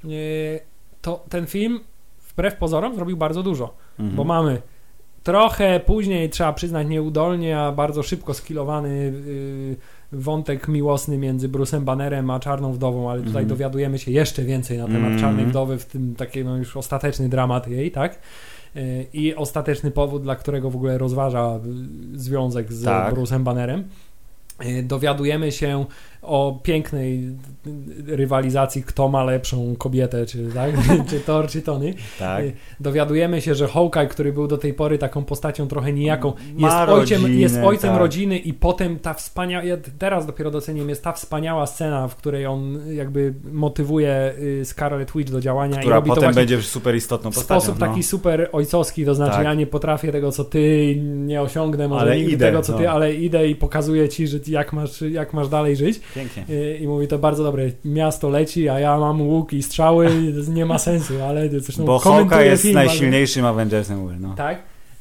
to ten film wbrew pozorom zrobił bardzo dużo. Bo mamy trochę później, trzeba przyznać nieudolnie, a bardzo szybko skilowany wątek miłosny między Bruce'em Bannerem a Czarną Wdową, ale tutaj dowiadujemy się jeszcze więcej na temat Czarnej Wdowy, w tym taki już ostateczny dramat jej, tak? I ostateczny powód, dla którego w ogóle rozważa związek z Bruce'em Bannerem. Dowiadujemy się o pięknej rywalizacji, kto ma lepszą kobietę, czy Thor, czy Tony. Tak. Dowiadujemy się, że Hawkeye, który był do tej pory taką postacią trochę nijaką, jest ojcem rodziny i potem ta wspaniała, ja teraz dopiero doceniam, jest ta wspaniała scena, w której on jakby motywuje Scarlet Witch do działania.
Która
i robi
potem
to
będzie super istotną postacią.
W sposób taki super ojcowski, to znaczy ja nie potrafię tego, co ty, nie osiągnę może nigdy tego, co ty, ale idę i pokazuję ci, że jak masz dalej żyć.
Pięknie.
I mówi, to bardzo dobre, miasto leci, a ja mam łuk i strzały, nie ma sensu, ale zresztą
bo Hawkeye jest najsilniejszym Avengersem.
Tak.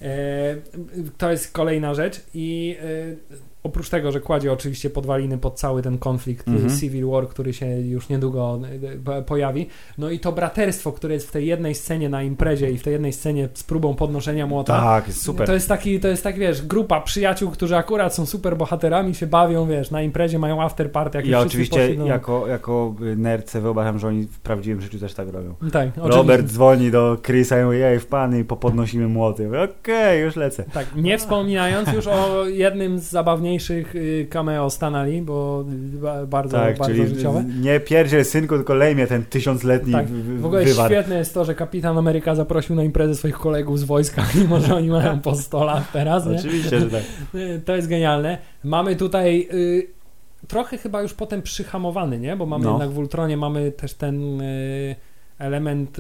To jest kolejna rzecz i oprócz tego, że kładzie oczywiście podwaliny pod cały ten konflikt Civil War, który się już niedługo pojawi, no i to braterstwo, które jest w tej jednej scenie na imprezie i w tej jednej scenie z próbą podnoszenia młota.
Tak, jest super.
To jest taki, wiesz, grupa przyjaciół, którzy akurat są super bohaterami, się bawią, wiesz, na imprezie mają after party. Jak
ja oczywiście jako nerd wyobrażam, że oni w prawdziwym życiu też tak robią.
Tak,
Robert dzwoni do Chrisa i mówi, wpadnij i podnosimy młoty. Okej, już lecę.
Tak, nie wspominając już o jednym z zabawniejszych cameo Stanley, bo bardzo życiowe.
Nie pierdziel synku, tylko lejmie ten 1000-letni
w ogóle
wywar.
Świetne jest to, że Kapitan Ameryka zaprosił na imprezę swoich kolegów z wojska, mimo że oni mają po 100 lat teraz. Nie?
Oczywiście, że tak.
To jest genialne. Mamy tutaj trochę chyba już potem przyhamowany, nie? Bo mamy jednak w Ultronie mamy też ten element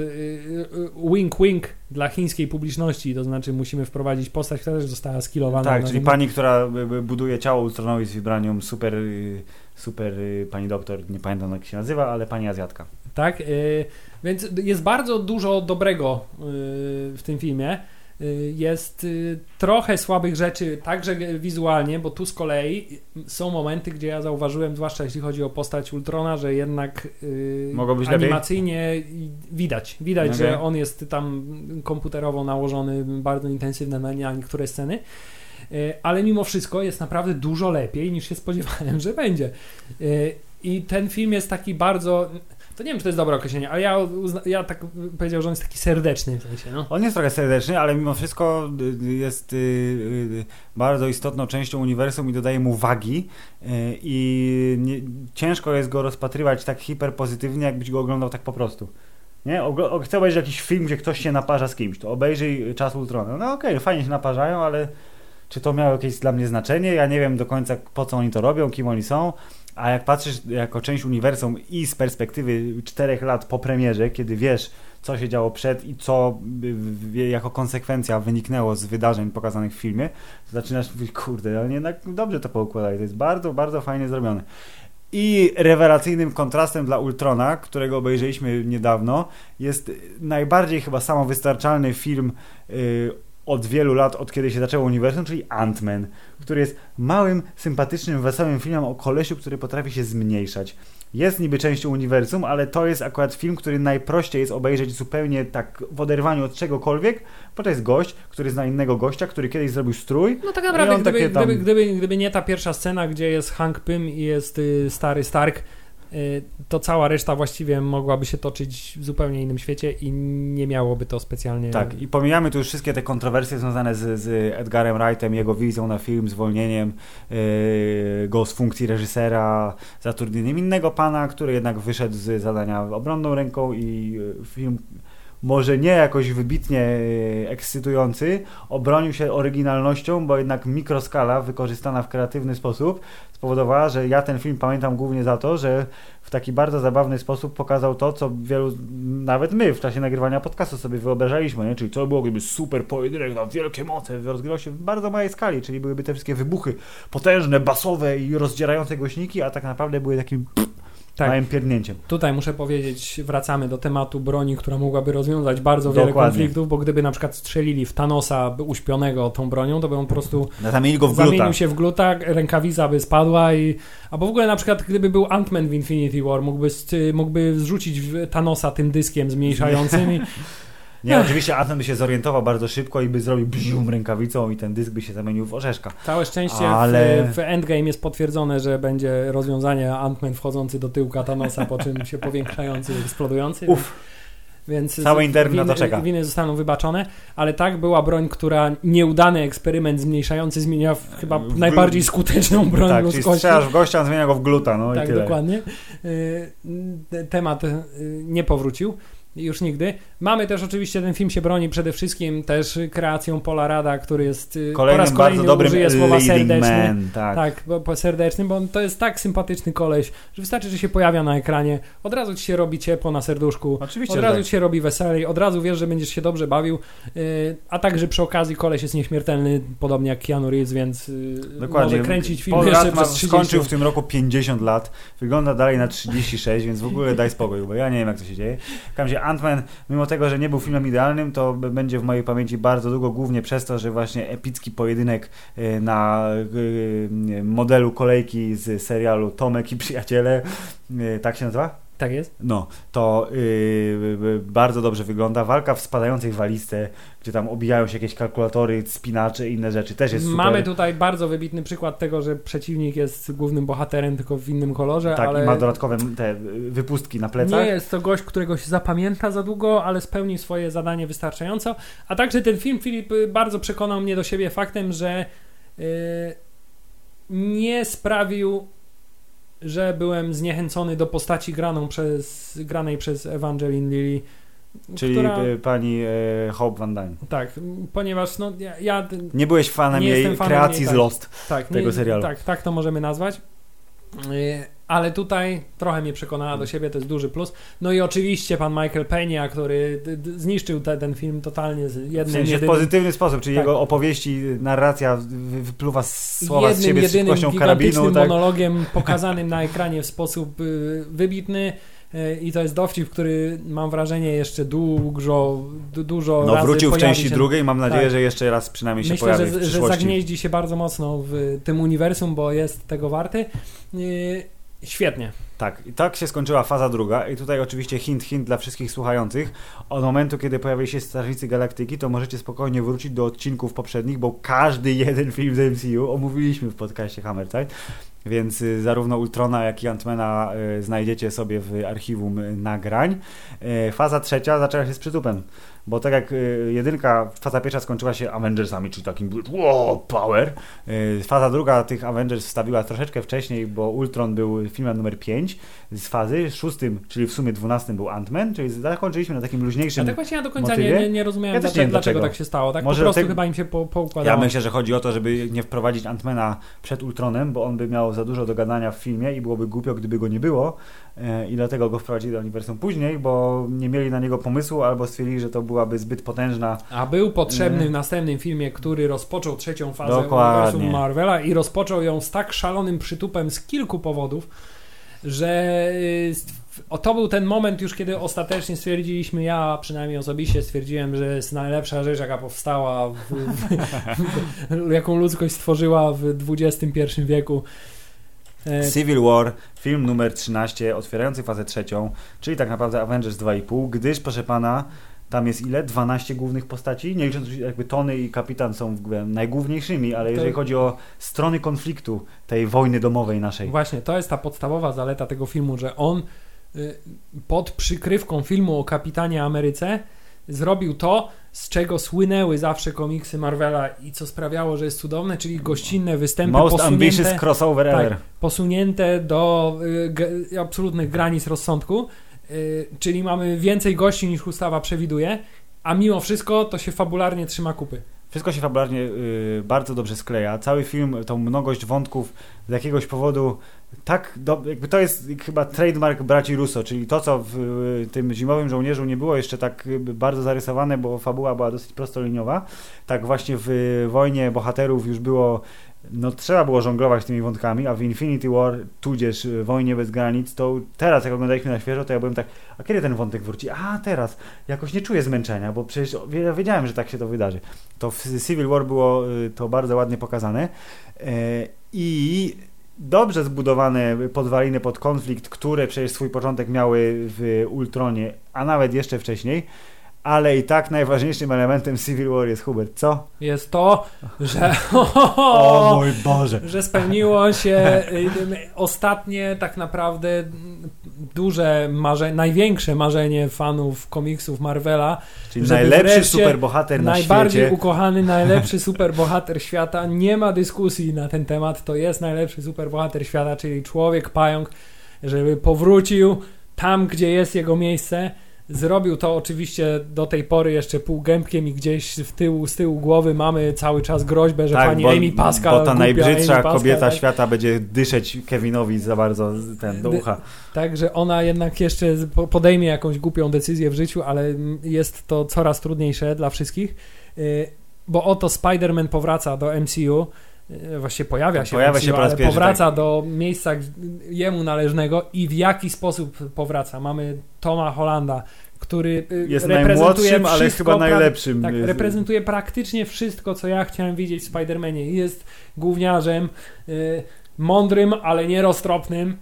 wink dla chińskiej publiczności, to znaczy musimy wprowadzić postać, która też została skillowana.
Tak, czyli pani, która buduje ciało Ultronowi z vibranium, super pani doktor, nie pamiętam jak się nazywa, ale pani Azjatka.
Tak, więc jest bardzo dużo dobrego w tym filmie. Jest trochę słabych rzeczy, także wizualnie, bo tu z kolei są momenty, gdzie ja zauważyłem, zwłaszcza jeśli chodzi o postać Ultrona, że jednak
mogło być
animacyjnie widać,
okay,
że on jest tam komputerowo nałożony bardzo intensywne na niektóre sceny, ale mimo wszystko jest naprawdę dużo lepiej niż się spodziewałem, że będzie. I ten film jest taki bardzo... To nie wiem, czy to jest dobre określenie, ale ja tak powiedział, że on jest taki serdeczny w sensie, no.
On jest trochę serdeczny, ale mimo wszystko jest bardzo istotną częścią uniwersum i dodaje mu wagi i ciężko jest go rozpatrywać tak hiperpozytywnie, jakbyś go oglądał tak po prostu. Nie? Chcę obejrzeć jakiś film, gdzie ktoś się naparza z kimś, to obejrzyj Czas Ultrona. No okej, fajnie się naparzają, ale czy to miało jakieś dla mnie znaczenie? Ja nie wiem do końca, po co oni to robią, kim oni są. A jak patrzysz jako część uniwersum i z perspektywy 4 lat po premierze, kiedy wiesz, co się działo przed i co jako konsekwencja wyniknęło z wydarzeń pokazanych w filmie, to zaczynasz mówić, kurde, ale jednak dobrze to poukładali. To jest bardzo, bardzo fajnie zrobione. I rewelacyjnym kontrastem dla Ultrona, którego obejrzeliśmy niedawno, jest najbardziej chyba samowystarczalny film od wielu lat, od kiedy się zaczęło uniwersum, czyli Ant-Man, który jest małym, sympatycznym, wesołym filmem o kolesiu, który potrafi się zmniejszać. Jest niby częścią uniwersum, ale to jest akurat film, który najprościej jest obejrzeć zupełnie tak w oderwaniu od czegokolwiek, bo to jest gość, który zna innego gościa, który kiedyś zrobił strój.
No tak naprawdę, gdyby nie ta pierwsza scena, gdzie jest Hank Pym i jest stary Stark, to cała reszta właściwie mogłaby się toczyć w zupełnie innym świecie i nie miałoby to specjalnie...
Tak, i pomijamy tu już wszystkie te kontrowersje związane z Edgarem Wrightem, jego wizją na film, zwolnieniem go z funkcji reżysera, zatrudnieniem innego pana, który jednak wyszedł z zadania obronną ręką i film może nie jakoś wybitnie ekscytujący, obronił się oryginalnością, bo jednak mikroskala wykorzystana w kreatywny sposób spowodowała, że ja ten film pamiętam głównie za to, że w taki bardzo zabawny sposób pokazał to, co wielu, nawet my w czasie nagrywania podcastu sobie wyobrażaliśmy, nie? Czyli co było, gdyby super pojedynek na wielkie moce rozgrywał się w bardzo małej skali, czyli byłyby te wszystkie wybuchy potężne, basowe i rozdzierające głośniki, a tak naprawdę były takim małym pierdnięciem.
Tutaj muszę powiedzieć, wracamy do tematu broni, która mogłaby rozwiązać bardzo wiele konfliktów, bo gdyby na przykład strzelili w Thanosa uśpionego tą bronią, to by on po prostu zamienił się w gluta, rękawica by spadła albo w ogóle na przykład gdyby był Ant-Man w Infinity War, mógłby zrzucić Thanosa tym dyskiem zmniejszającym i
nie, oczywiście Ant-Man by się zorientował bardzo szybko i by zrobił bzium rękawicą i ten dysk by się zamienił w orzeszka.
Całe szczęście w Endgame jest potwierdzone, że będzie rozwiązanie Ant-Man wchodzący do tyłka Thanosa, po czym się powiększający, eksplodujący. Więc
cały internet na to czeka.
Winy zostaną wybaczone, ale tak, była broń, która nieudany eksperyment zmniejszający zmienia w chyba najbardziej skuteczną broń
ludzkości.
ludzkości.
Czyli strzelasz w gościa, zmienia go w gluta, no
tak,
i tyle.
Dokładnie. Temat nie powrócił. Już nigdy. Mamy też oczywiście, ten film się broni przede wszystkim też kreacją Paula Rada, który jest po raz kolejny użyje słowa serdeczny. Tak, serdeczny, bo to jest tak sympatyczny koleś, że wystarczy, że się pojawia na ekranie, od razu ci się robi ciepło na serduszku,
oczywiście,
od razu ci się robi weselej, od razu wiesz, że będziesz się dobrze bawił, a także przy okazji koleś jest nieśmiertelny, podobnie jak Keanu Reeves, więc może kręcić film jeszcze przez 30.
Skończył w tym roku 50 lat, wygląda dalej na 36, więc w ogóle daj spokój, bo ja nie wiem, jak to się dzieje. Ant-Man, mimo tego, że nie był filmem idealnym, to będzie w mojej pamięci bardzo długo, głównie przez to, że właśnie epicki pojedynek na modelu kolejki z serialu Tomek i Przyjaciele, tak się nazywa?
Tak jest.
No, to bardzo dobrze wygląda. Walka w spadającej walizce, gdzie tam obijają się jakieś kalkulatory, spinacze i inne rzeczy, też jest super.
Mamy tutaj bardzo wybitny przykład tego, że przeciwnik jest głównym bohaterem, tylko w innym kolorze.
Tak,
ale
i ma dodatkowe te wypustki na plecach.
Nie jest to gość, którego się zapamięta za długo, ale spełni swoje zadanie wystarczająco. A także ten film, Filip, bardzo przekonał mnie do siebie faktem, że nie sprawił, że byłem zniechęcony do postaci granej przez Evangeline Lilly.
Czyli pani Hope Van Dyne.
Tak, ponieważ ja
nie byłeś fanem jej kreacji z Lost, tego serialu.
Tak to możemy nazwać. Ale tutaj trochę mnie przekonała do siebie, to jest duży plus. No i oczywiście pan Michael Peña, który zniszczył ten film totalnie z jednym,
w sensie
jedynym...
w pozytywny sposób, czyli
tak.
jego opowieści, narracja wypluwa słowa z siebie z
jedynym
szybkością karabinu.
gigantycznym
Tak?
monologiem pokazanym na ekranie w sposób wybitny. I to jest dowcip, który mam wrażenie jeszcze dużo
No
razy
wrócił w
pojawi
części
się.
drugiej, mam nadzieję,
Tak.
że jeszcze raz przynajmniej się
Myślę,
pojawi w
że
przyszłości.
zagnieździ się bardzo mocno w tym uniwersum, bo jest tego warty. Świetnie.
Tak, i tak się skończyła faza druga i tutaj oczywiście hint dla wszystkich słuchających. Od momentu, kiedy pojawili się Strażnicy Galaktyki, to możecie spokojnie wrócić do odcinków poprzednich, bo każdy jeden film z MCU omówiliśmy w podcaście Hammer Time, więc zarówno Ultrona, jak i Ant-Mana znajdziecie sobie w archiwum nagrań. Faza trzecia zaczęła się z przytupem, bo tak jak faza pierwsza skończyła się Avengersami, czyli takim wow, power. Faza druga tych Avengers wstawiła troszeczkę wcześniej, bo Ultron był filmem numer 5 z fazy, 6, czyli w sumie 12 był Ant-Man, czyli zakończyliśmy na takim luźniejszym
A tak właśnie ja do końca
motywie.
nie rozumiałem,
Ja też nie wiem,
dlaczego
dlaczego
tak się stało. Tak
Może
po prostu
dlatego-
chyba im się poukładało.
Ja myślę, że chodzi o to, żeby nie wprowadzić Ant-Mana przed Ultronem, bo on by miał za dużo do gadania w filmie i byłoby głupio, gdyby go nie było i dlatego go wprowadzili do uniwersum później, bo nie mieli na niego pomysłu albo stwierdzili, że to byłaby zbyt potężna.
A był potrzebny w następnym filmie, który rozpoczął trzecią fazę
Dokładnie.
uniwersum Marvela i rozpoczął ją z tak szalonym przytupem z kilku powodów, że to był ten moment już, kiedy ostatecznie stwierdziliśmy, ja przynajmniej osobiście stwierdziłem, że jest najlepsza rzecz, jaka powstała, jaką ludzkość stworzyła w XXI wieku.
Civil War, film numer 13, otwierający fazę trzecią, czyli tak naprawdę Avengers 2,5, gdyż, proszę pana, tam jest ile? 12 głównych postaci? Nie licząc jakby Tony i Kapitan są najgłówniejszymi, ale jeżeli chodzi o strony konfliktu tej wojny domowej naszej.
Właśnie, to jest ta podstawowa zaleta tego filmu, że on pod przykrywką filmu o Kapitanie Ameryce zrobił to, z czego słynęły zawsze komiksy Marvela i co sprawiało, że jest cudowne, czyli gościnne występy
Most ambitious crossover ever.
tak, posunięte do absolutnych granic rozsądku, czyli mamy więcej gości niż ustawa przewiduje, a mimo wszystko to się fabularnie trzyma kupy.
Wszystko się fabularnie bardzo dobrze skleja. Cały film, tą mnogość wątków z jakiegoś powodu jakby to jest chyba trademark braci Russo, czyli to, co w tym Zimowym Żołnierzu nie było jeszcze tak bardzo zarysowane, bo fabuła była dosyć prostoliniowa, tak właśnie w Wojnie Bohaterów już było, no trzeba było żonglować tymi wątkami, a w Infinity War, tudzież Wojnie Bez Granic, to teraz jak oglądaliśmy na świeżo, to ja byłem tak, a kiedy ten wątek wróci? A teraz, jakoś nie czuję zmęczenia, bo przecież wiedziałem, że tak się to wydarzy. To w Civil War było to bardzo ładnie pokazane i dobrze zbudowane podwaliny pod konflikt, które przecież swój początek miały w Ultronie, a nawet jeszcze wcześniej, ale i tak najważniejszym elementem Civil War jest, Hubert, co?
Jest to, że
O mój Boże!
że spełniło się ostatnie tak naprawdę duże największe marzenie fanów komiksów Marvela.
Czyli
żeby
najlepszy
wreszcie
superbohater na
najbardziej
świecie.
ukochany, najlepszy superbohater świata. Nie ma dyskusji na ten temat. To jest najlepszy superbohater świata, czyli człowiek pająk, żeby powrócił tam, gdzie jest jego miejsce. Zrobił to oczywiście do tej pory jeszcze półgębkiem i gdzieś z tyłu głowy mamy cały czas groźbę, że pani Amy Pascal,
bo ta najbrzydsza
Amy Pascal,
kobieta
tak?
świata będzie dyszeć Kevinowi za bardzo do ucha.
Tak, że ona jednak jeszcze podejmie jakąś głupią decyzję w życiu, ale jest to coraz trudniejsze dla wszystkich, bo oto Spider-Man powraca do MCU, właściwie pojawia się w MCU,
po raz
ale
pierwszy,
powraca
tak.
do miejsca jemu należnego i w jaki sposób powraca. Mamy Toma Hollanda, który
Jest
reprezentuje
najmłodszym, ale
wszystko,
chyba najlepszym.
tak, reprezentuje praktycznie wszystko, co ja chciałem widzieć w Spider-Manie. Jest gówniarzem, mądrym, ale nieroztropnym.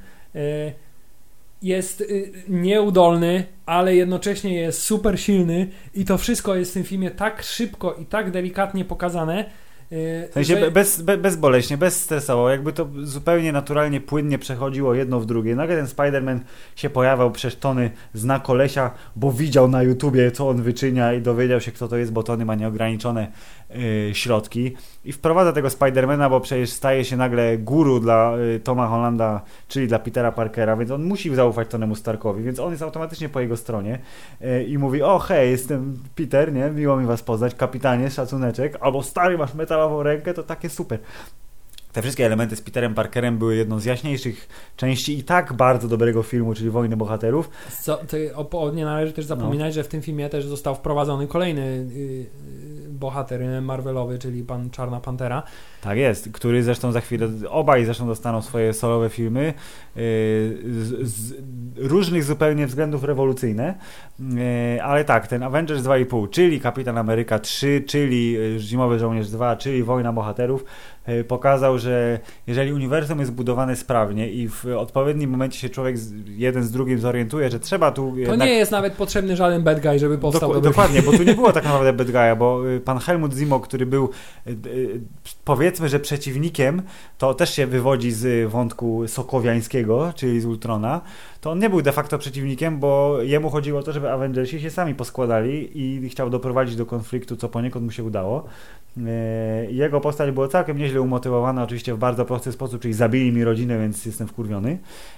Jest nieudolny, ale jednocześnie jest super silny i to wszystko jest w tym filmie tak szybko i tak delikatnie pokazane.
W sensie bezboleśnie, bezstresowo, jakby to zupełnie naturalnie, płynnie przechodziło jedno w drugie. Nagle ten Spider-Man się pojawiał, przecież Tony zna kolesia, bo widział na YouTubie, co on wyczynia i dowiedział się, kto to jest, bo Tony ma nieograniczone środki i wprowadza tego Spider-Mana, bo przecież staje się nagle guru dla Toma Hollanda, czyli dla Petera Parkera, więc on musi zaufać Tonemu Starkowi, więc on jest automatycznie po jego stronie i mówi, o hej, jestem Peter, nie? Miło mi was poznać, kapitanie, szacuneczek, albo stary, masz metalową rękę, to takie super. te wszystkie elementy z Peterem Parkerem były jedną z jaśniejszych części i tak bardzo dobrego filmu, czyli Wojny Bohaterów.
Nie należy też zapominać, że w tym filmie też został wprowadzony kolejny bohater Marvelowy, czyli pan Czarna Pantera.
Tak jest, który zresztą za chwilę, obaj zresztą dostaną swoje solowe filmy, z różnych zupełnie względów rewolucyjne, ale tak, ten Avengers 2,5, czyli Kapitan Ameryka 3, czyli Zimowy Żołnierz 2, czyli Wojna Bohaterów, pokazał, że jeżeli uniwersum jest budowane sprawnie i w odpowiednim momencie się człowiek jeden z drugim zorientuje, że trzeba tu...
To nie jest nawet potrzebny żaden bad guy, żeby powstał
dokładnie, bo tu nie było tak naprawdę bad guy'a, bo pan Helmut Zemo, który był powiedzmy, że przeciwnikiem, to też się wywodzi z wątku sokowiańskiego, czyli z Ultrona, to on nie był de facto przeciwnikiem, bo jemu chodziło o to, żeby Avengersi się sami poskładali i chciał doprowadzić do konfliktu, co poniekąd mu się udało. Jego postać była całkiem nieźle umotywowana, oczywiście w bardzo prosty sposób, czyli zabili mi rodzinę, więc jestem wkurwiony.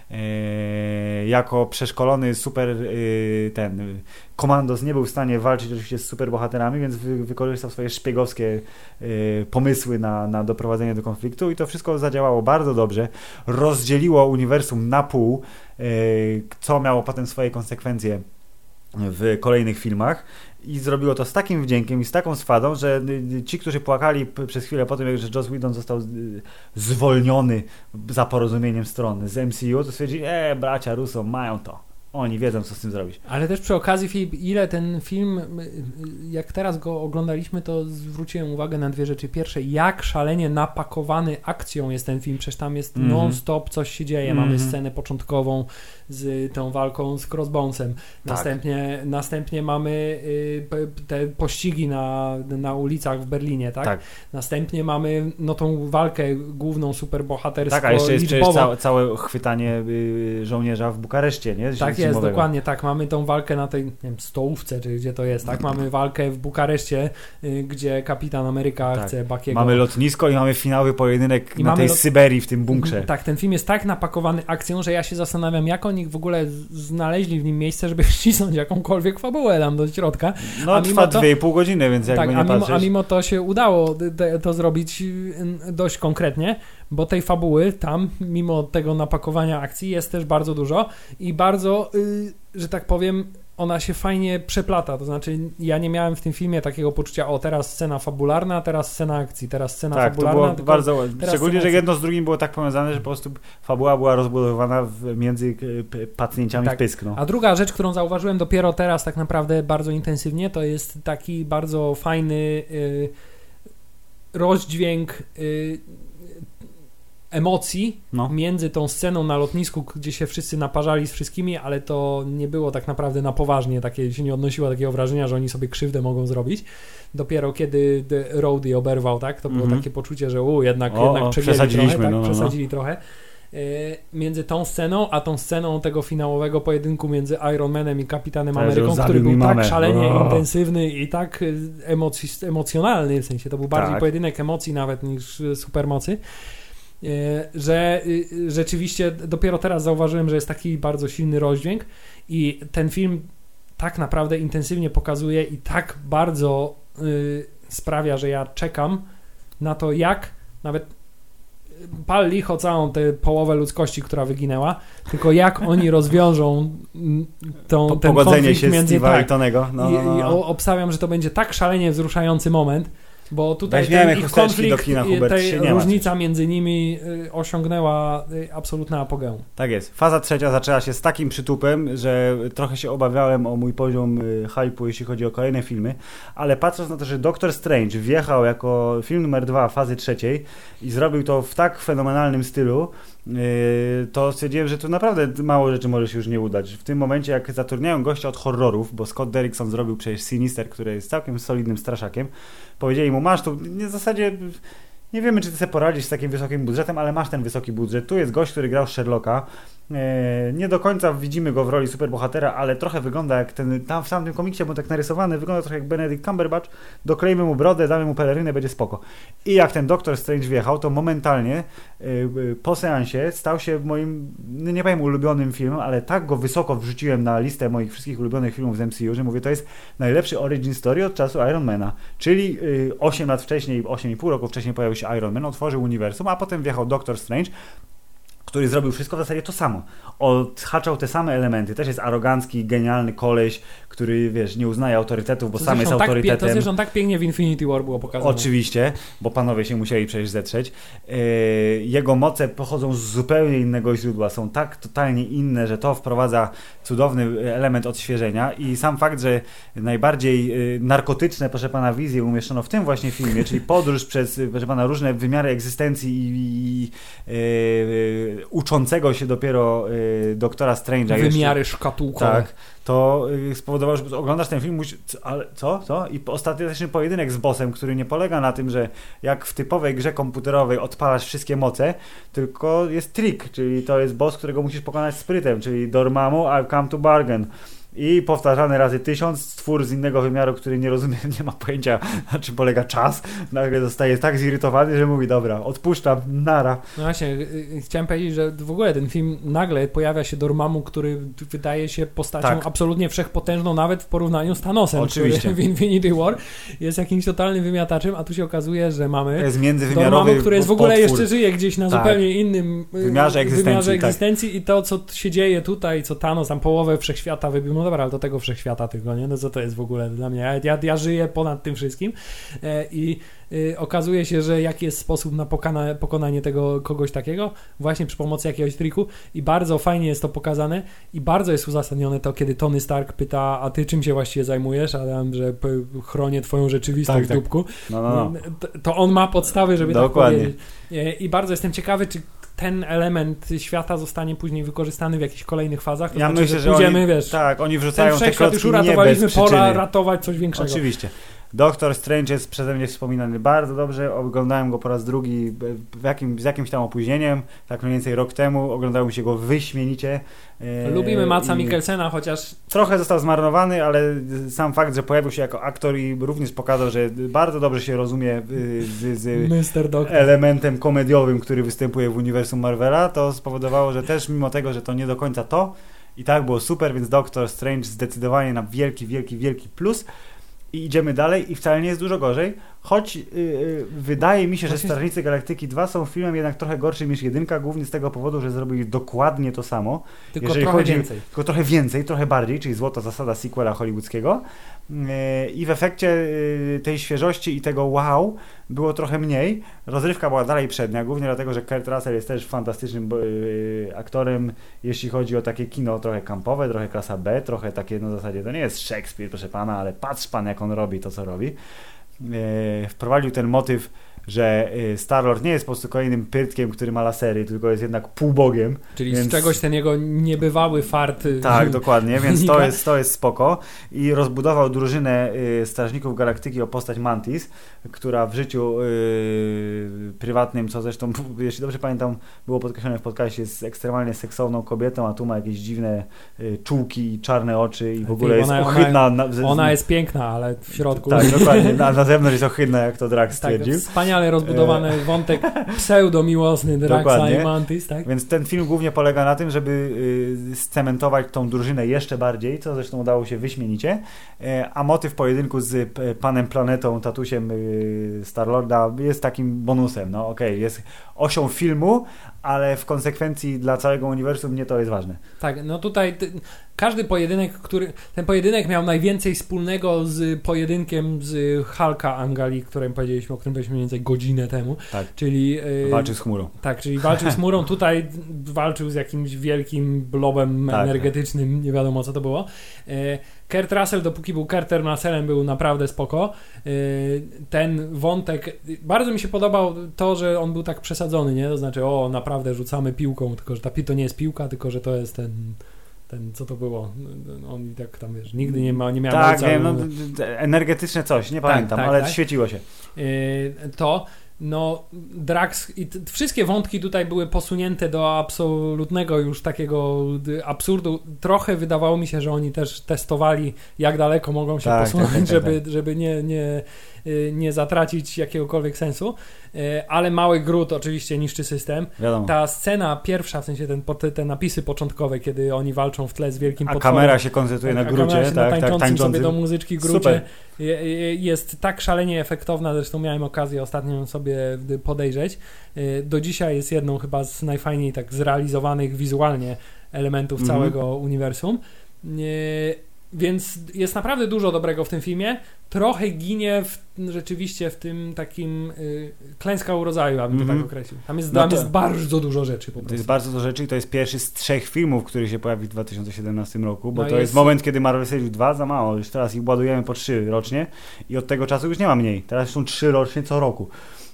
Jako przeszkolony super komandos nie był w stanie walczyć oczywiście z superbohaterami, więc wykorzystał swoje szpiegowskie pomysły na doprowadzenie do konfliktu i to wszystko zadziałało bardzo dobrze. Rozdzieliło uniwersum na pół, co miało potem swoje konsekwencje w kolejnych filmach i zrobiło to z takim wdziękiem i z taką swadą, że ci, którzy płakali przez chwilę po tym, że Joss Whedon został zwolniony za porozumieniem stron z MCU, to stwierdzili, bracia Russo mają to. Oni wiedzą, co z tym zrobić.
Ale też przy okazji, Filip, ile ten film, jak teraz go oglądaliśmy, to zwróciłem uwagę na dwie rzeczy. Pierwsze, jak szalenie napakowany akcją jest ten film. Przecież tam jest non-stop coś się dzieje. Mamy scenę początkową z tą walką z Crossbonesem. Następnie mamy te pościgi na ulicach w Berlinie, tak? Następnie mamy tą walkę główną superbohaterską.
Tak, a jeszcze jest przecież całe chwytanie żołnierza w Bukareszcie, nie?
Tak jest, dokładnie tak. Mamy tą walkę na tej, nie wiem, stołówce, czy gdzie to jest, tak? Mamy walkę w Bukareszcie, gdzie Kapitan Ameryka chce Buckiego.
Mamy lotnisko i mamy finałowy pojedynek na tej Syberii w tym bunkrze.
Tak, ten film jest tak napakowany akcją, że ja się zastanawiam, jak oni w ogóle znaleźli w nim miejsce, żeby wcisnąć jakąkolwiek fabułę tam do środka.
No trwa 2,5 godziny, więc jakby nie patrzeć.
A mimo to się udało to zrobić dość konkretnie, bo tej fabuły tam, mimo tego napakowania akcji, jest też bardzo dużo i bardzo, że tak powiem, ona się fajnie przeplata, to znaczy ja nie miałem w tym filmie takiego poczucia, teraz scena fabularna, teraz scena akcji, teraz scena fabularna.
To było bardzo, szczególnie, że jedno z drugim było tak powiązane, że po prostu fabuła była rozbudowana między pacnięciami w pysk. No.
A druga rzecz, którą zauważyłem dopiero teraz tak naprawdę bardzo intensywnie, to jest taki bardzo fajny rozdźwięk emocji między tą sceną na lotnisku, gdzie się wszyscy naparzali z wszystkimi, ale to nie było tak naprawdę na poważnie, się nie odnosiło takiego wrażenia, że oni sobie krzywdę mogą zrobić. Dopiero kiedy Rhodey oberwał, tak, to było takie poczucie, że jednak przesadzili trochę. Między tą sceną, a tą sceną tego finałowego pojedynku między Iron Manem i Kapitanem Ameryką, który był tak szalenie intensywny i tak emocjonalny, w sensie to był bardziej pojedynek emocji nawet niż supermocy, że rzeczywiście dopiero teraz zauważyłem, że jest taki bardzo silny rozdźwięk i ten film tak naprawdę intensywnie pokazuje i tak bardzo sprawia, że ja czekam na to, jak nawet pal licho całą tę połowę ludzkości, która wyginęła, tylko jak oni rozwiążą ten
pogodzenie się
między
Steve'a i Tonego.
I obstawiam, że to będzie tak szalenie wzruszający moment, bo tutaj
ich konflikt,
różnica między nimi osiągnęła absolutne apogeum.
Tak jest. Faza trzecia zaczęła się z takim przytupem, że trochę się obawiałem o mój poziom hype'u, jeśli chodzi o kolejne filmy, ale patrząc na to, że Doctor Strange wjechał jako film numer 2 fazy trzeciej i zrobił to w tak fenomenalnym stylu, to stwierdziłem, że tu naprawdę mało rzeczy może się już nie udać. W tym momencie, jak zatrudniają gościa od horrorów, bo Scott Derrickson zrobił przecież Sinister, który jest całkiem solidnym straszakiem, powiedzieli mu, masz tu w zasadzie nie wiemy, czy ty sobie poradzisz z takim wysokim budżetem, ale masz ten wysoki budżet. Tu jest gość, który grał Sherlocka. Nie do końca widzimy go w roli superbohatera, ale trochę wygląda jak tam w samym komiksie był tak narysowany, wygląda trochę jak Benedict Cumberbatch. Doklejmy mu brodę, damy mu pelerynę, będzie spoko. I jak ten Doctor Strange wjechał, to momentalnie po seansie stał się moim, nie powiem ulubionym filmem, ale tak go wysoko wrzuciłem na listę moich wszystkich ulubionych filmów z MCU, że mówię, to jest najlepszy origin story od czasu Iron Mana. Czyli 8 lat wcześniej, 8,5 roku wcześniej pojawił się się Iron Man, otworzył uniwersum, a potem wjechał Doctor Strange, który zrobił wszystko w zasadzie to samo. Odhaczał te same elementy. Też jest arogancki, genialny koleś, który, wiesz, nie uznaje autorytetów, bo sam jest autorytetem.
To zresztą tak pięknie w Infinity War było pokazane.
Oczywiście, bo panowie się musieli przecież zetrzeć. Jego moce pochodzą z zupełnie innego źródła. Są tak totalnie inne, że to wprowadza cudowny element odświeżenia i sam fakt, że najbardziej narkotyczne, proszę pana, wizje umieszczono w tym właśnie filmie, czyli podróż przez, proszę pana, różne wymiary egzystencji i uczącego się dopiero doktora Strange'a.
Wymiary szkatułkowe.
Tak, to spowodowało, że oglądasz ten film, ale co? I ostateczny pojedynek z bossem, który nie polega na tym, że jak w typowej grze komputerowej odpalasz wszystkie moce, tylko jest trik, czyli to jest boss, którego musisz pokonać sprytem, czyli Dormammu, I've come to bargain. I powtarzany razy 1000, stwór z innego wymiaru, który nie rozumie, nie ma pojęcia, na czym polega czas, nagle zostaje tak zirytowany, że mówi, dobra, odpuszczam, nara.
No właśnie, chciałem powiedzieć, że w ogóle ten film nagle pojawia się Dormammu, który wydaje się postacią absolutnie wszechpotężną, nawet w porównaniu z Thanosem,
oczywiście,
który w Infinity War jest jakimś totalnym wymiataczem, a tu się okazuje, że mamy
jest międzywymiarowy
Dormammu, który jest w ogóle
potwór.
jeszcze żyje gdzieś na zupełnie innym
wymiarze egzystencji
i to, co się dzieje tutaj, co Thanos tam połowę wszechświata wybił, no dobra, ale do tego wszechświata tylko, nie? No co to jest w ogóle dla mnie? Ja żyję ponad tym wszystkim i okazuje się, że jaki jest sposób na pokonanie tego kogoś takiego właśnie przy pomocy jakiegoś triku i bardzo fajnie jest to pokazane i bardzo jest uzasadnione to, kiedy Tony Stark pyta, a ty czym się właściwie zajmujesz? Adam, że chronię twoją rzeczywistość w dupku.
No.
To on ma podstawy, żeby
dokładnie
tak powiedzieć. I bardzo jestem ciekawy, czy ten element świata zostanie później wykorzystany w jakichś kolejnych fazach. To
ja
znaczy,
myślę, że
pójdziemy, wiesz,
oni wrzucają te klocki
już uratowaliśmy,
nie bez
pora
przyczyny.
ratować coś większego.
Oczywiście. Doctor Strange jest przeze mnie wspominany bardzo dobrze. Oglądałem go po raz drugi z jakimś tam opóźnieniem, tak mniej więcej rok temu. Oglądało się go wyśmienicie.
Lubimy Madsa Mikkelsena, chociaż
trochę został zmarnowany, ale sam fakt, że pojawił się jako aktor i również pokazał, że bardzo dobrze się rozumie z elementem komediowym, który występuje w uniwersum Marvela, to spowodowało, że też mimo tego, że to nie do końca to i tak było super, więc Doctor Strange zdecydowanie na wielki plus. I idziemy dalej i wcale nie jest dużo gorzej, choć wydaje mi się, że Strażnicy Galaktyki 2 są filmem jednak trochę gorszym niż 1, głównie z tego powodu, że zrobili dokładnie to samo.
Tylko trochę więcej.
Tylko trochę więcej, trochę bardziej, czyli złota zasada sequela hollywoodzkiego. I w efekcie tej świeżości i tego wow było trochę mniej. Rozrywka była dalej przednia, głównie dlatego, że Kurt Russell jest też fantastycznym aktorem, jeśli chodzi o takie kino trochę kampowe, trochę klasa B, trochę takie na zasadzie, to nie jest Szekspir, proszę pana, ale patrz pan, jak on robi to, co robi. Wprowadził ten motyw, że Star-Lord nie jest po prostu kolejnym pyrtkiem, który ma lasery, tylko jest jednak półbogiem.
Czyli z czegoś ten jego niebywały fart.
Tak, dokładnie, więc to jest spoko. I rozbudował drużynę Strażników Galaktyki o postać Mantis, która w życiu prywatnym, co zresztą, jeśli dobrze pamiętam, było podkreślone w podcaście, jest ekstremalnie seksowną kobietą, a tu ma jakieś dziwne czułki, czarne oczy i w ogóle jest ohydna.
Ona jest piękna, ale w środku...
Tak, dokładnie. Na zewnątrz jest ohydna, jak to Drax stwierdził.
Tak, wspaniale rozbudowany wątek pseudo-miłosny Draxa i Mantis, tak?
Więc ten film głównie polega na tym, żeby scementować tą drużynę jeszcze bardziej, co zresztą udało się wyśmienicie, a motyw pojedynku z Panem Planetą, tatusiem Star-Lorda jest takim bonusem. No okej, jest osią filmu, ale w konsekwencji dla całego uniwersum nie to jest ważne.
Tak, no tutaj każdy pojedynek, ten pojedynek miał najwięcej wspólnego z pojedynkiem z Hulka Angali, o którym powiedzieliśmy mniej więcej godzinę temu.
Tak,
czyli
walczył z chmurą.
Tak, czyli walczył z chmurą, tutaj walczył z jakimś wielkim blobem energetycznym, nie wiadomo co to było. Kurt Russell, dopóki był Kurtem Russellem, był naprawdę spoko. Ten wątek, bardzo mi się podobał to, że on był tak przesadzony, nie? To znaczy, naprawdę rzucamy piłką, tylko że to nie jest piłka, tylko że to jest ten co to było? On i tak tam, wiesz, nigdy nie miał
tak, ojca. Wiem, energetyczne coś, nie pamiętam, ale świeciło się.
Drax i wszystkie wątki tutaj były posunięte do absolutnego już takiego absurdu. Trochę wydawało mi się, że oni też testowali, jak daleko mogą się posunąć, żeby nie zatracić jakiegokolwiek sensu, ale mały Groot oczywiście niszczy system.
Wiadomo.
Ta scena pierwsza, w sensie te napisy początkowe, kiedy oni walczą w tle z wielkim potworem.
Kamera się koncentruje na Groocie,
tańczącym sobie do muzyczki Groocie, jest tak szalenie efektowna, zresztą miałem okazję ostatnio sobie sobie podejrzeć. Do dzisiaj jest jedną chyba z najfajniej tak zrealizowanych wizualnie elementów całego uniwersum. Więc jest naprawdę dużo dobrego w tym filmie. Trochę ginie rzeczywiście w tym takim klęska urodzaju, abym to tak określił. Tam jest bardzo dużo rzeczy po prostu.
To jest bardzo dużo rzeczy i to jest pierwszy z 3 filmów, który się pojawi w 2017 roku, bo
No
to jest moment, kiedy Marvel stwierdził 2 za mało, już teraz ich ładujemy po 3 rocznie i od tego czasu już nie ma mniej. Teraz są 3 rocznie co roku.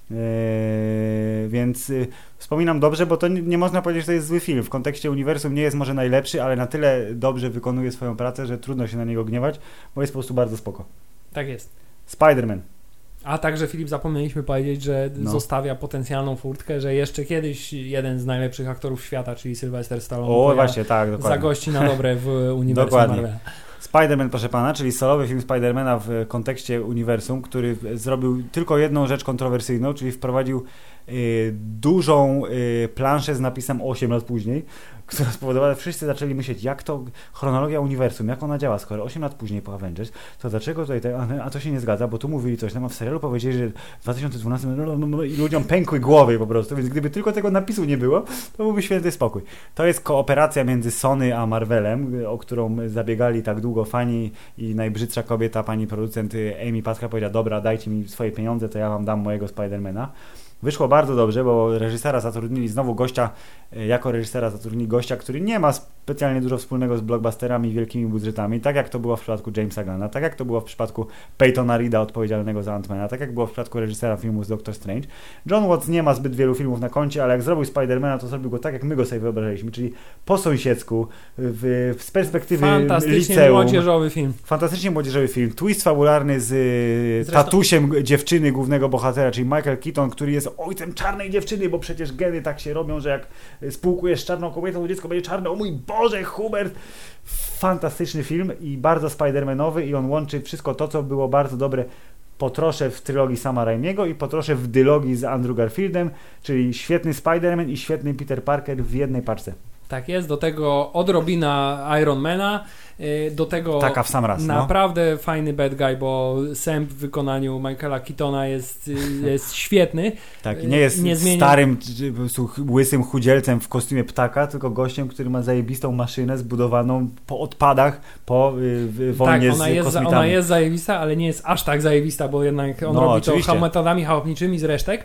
Więc wspominam dobrze, bo to nie można powiedzieć, że to jest zły film. W kontekście uniwersum nie jest może najlepszy, ale na tyle dobrze wykonuje swoją pracę, że trudno się na niego gniewać, bo jest po prostu bardzo spoko.
Tak jest.
Spider-Man.
A także, Filip, zapomnieliśmy powiedzieć, że zostawia potencjalną furtkę, że jeszcze kiedyś jeden z najlepszych aktorów świata, czyli Sylvester Stallone,
właśnie, tak, dokładnie.
zagości na dobre w uniwersum Marvela.
Spider-Man, proszę pana, czyli solowy film Spider-Mana w kontekście uniwersum, który zrobił tylko jedną rzecz kontrowersyjną, czyli wprowadził dużą planszę z napisem 8 lat później, która spowodowała, że wszyscy zaczęli myśleć, jak to chronologia uniwersum, jak ona działa, skoro 8 lat później po Avengers, to dlaczego tutaj, a to się nie zgadza, bo tu mówili coś, a w serialu powiedzieli, że w 2012 i ludziom pękły głowy po prostu, więc gdyby tylko tego napisu nie było, to byłby święty spokój. To jest kooperacja między Sony a Marvelem, o którą zabiegali tak długo fani i najbrzydsza kobieta, pani producent Amy Pascal powiedziała, dobra, dajcie mi swoje pieniądze, to ja wam dam mojego Spidermana. Wyszło bardzo dobrze, bo reżysera zatrudnili znowu gościa, jako reżysera zatrudnili gościa, który nie ma specjalnie dużo wspólnego z blockbusterami i wielkimi budżetami, tak jak to było w przypadku Jamesa Gunna, tak jak to było w przypadku Peytona Reeda, odpowiedzialnego za Ant-Mana, tak jak było w przypadku reżysera filmu z Doctor Strange. John Watts nie ma zbyt wielu filmów na koncie, ale jak zrobił Spidermana, to zrobił go tak, jak my go sobie wyobrażaliśmy, czyli po sąsiedzku, z perspektywy liceum.
Młodzieżowy film.
Fantastycznie młodzieżowy film. Twist fabularny z tatusiem dziewczyny głównego bohatera, czyli Michael Keaton, który jest ojcem czarnej dziewczyny, bo przecież geny tak się robią, że jak spółkujesz z czarną kobietą, to dziecko będzie czarne. O mój Boże, Hubert! Fantastyczny film i bardzo Spider-Manowy i on łączy wszystko to, co było bardzo dobre po trosze w trylogii Sama Raimiego i po trosze w dylogii z Andrew Garfieldem, czyli świetny Spider-Man i świetny Peter Parker w jednej paczce.
Tak jest, do tego odrobina Ironmana, do tego
taka w sam raz,
naprawdę fajny bad guy, bo Sam w wykonaniu Michaela Keatona jest świetny.
Tak, i nie jest starym, po prostu łysym chudzielcem w kostiumie ptaka, tylko gościem, który ma zajebistą maszynę zbudowaną po odpadach, po wojnie z kosmitami.
Ona jest zajebista, ale nie jest aż tak zajebista, bo jednak on robi
oczywiście
to metodami chałupniczymi z resztek.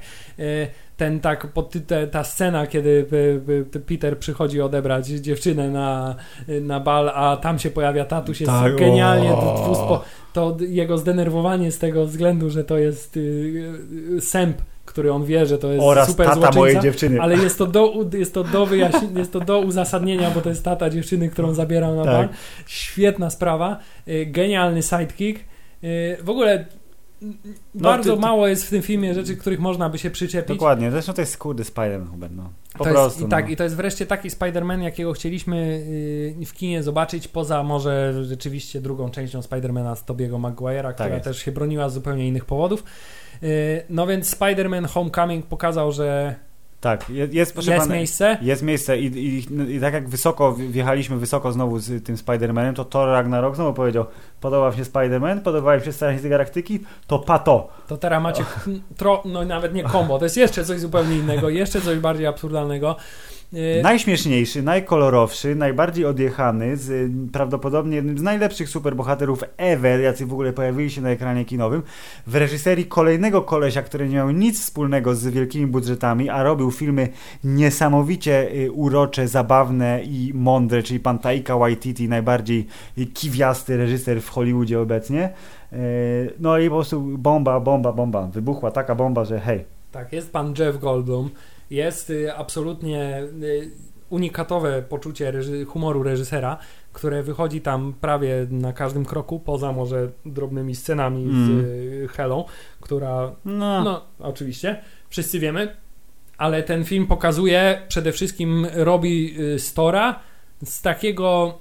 Ta scena, kiedy Peter przychodzi odebrać dziewczynę na bal, a tam się pojawia tatuś, jest genialnie. To jego zdenerwowanie z tego względu, że to jest sęp, który on wie, że to jest
oraz
super
tata
złoczyńca,
mojej dziewczyny.
ale jest to do uzasadnienia, bo to jest tata dziewczyny, którą zabierał na bal. Świetna sprawa. Genialny sidekick. W ogóle bardzo mało jest w tym filmie rzeczy, których można by się przyczepić.
Dokładnie, zresztą to jest kurde Spider-Man, Hubert,
I to jest wreszcie taki Spider-Man, jakiego chcieliśmy w kinie zobaczyć, poza może rzeczywiście drugą częścią Spider-Mana z Tobiego Maguire'a, która też się broniła z zupełnie innych powodów. No więc Spider-Man Homecoming pokazał, że
tak, jest
miejsce.
Jest miejsce i tak jak wjechaliśmy wysoko znowu z tym Spider-Manem, to Thor Ragnarok znowu powiedział, podoba mi się Spider-Man, podobały mi się Strażnicy Galaktyki, to pato.
To teraz macie no nawet nie combo, to jest jeszcze coś zupełnie innego, jeszcze coś bardziej absurdalnego.
Najśmieszniejszy, najkolorowszy, najbardziej odjechany, prawdopodobnie jednym z najlepszych superbohaterów ever, jacy w ogóle pojawili się na ekranie kinowym, w reżyserii kolejnego kolesia, który nie miał nic wspólnego z wielkimi budżetami, a robił filmy niesamowicie urocze, zabawne i mądre, czyli pan Taika Waititi, najbardziej kiwiasty reżyser w Hollywoodzie obecnie. No i po prostu bomba. Wybuchła taka bomba, że hej.
Tak, jest pan Jeff Goldblum. Jest absolutnie unikatowe poczucie humoru reżysera, które wychodzi tam prawie na każdym kroku, poza może drobnymi scenami z Helą, która, no oczywiście, wszyscy wiemy, ale ten film pokazuje, przede wszystkim robi Stora z takiego,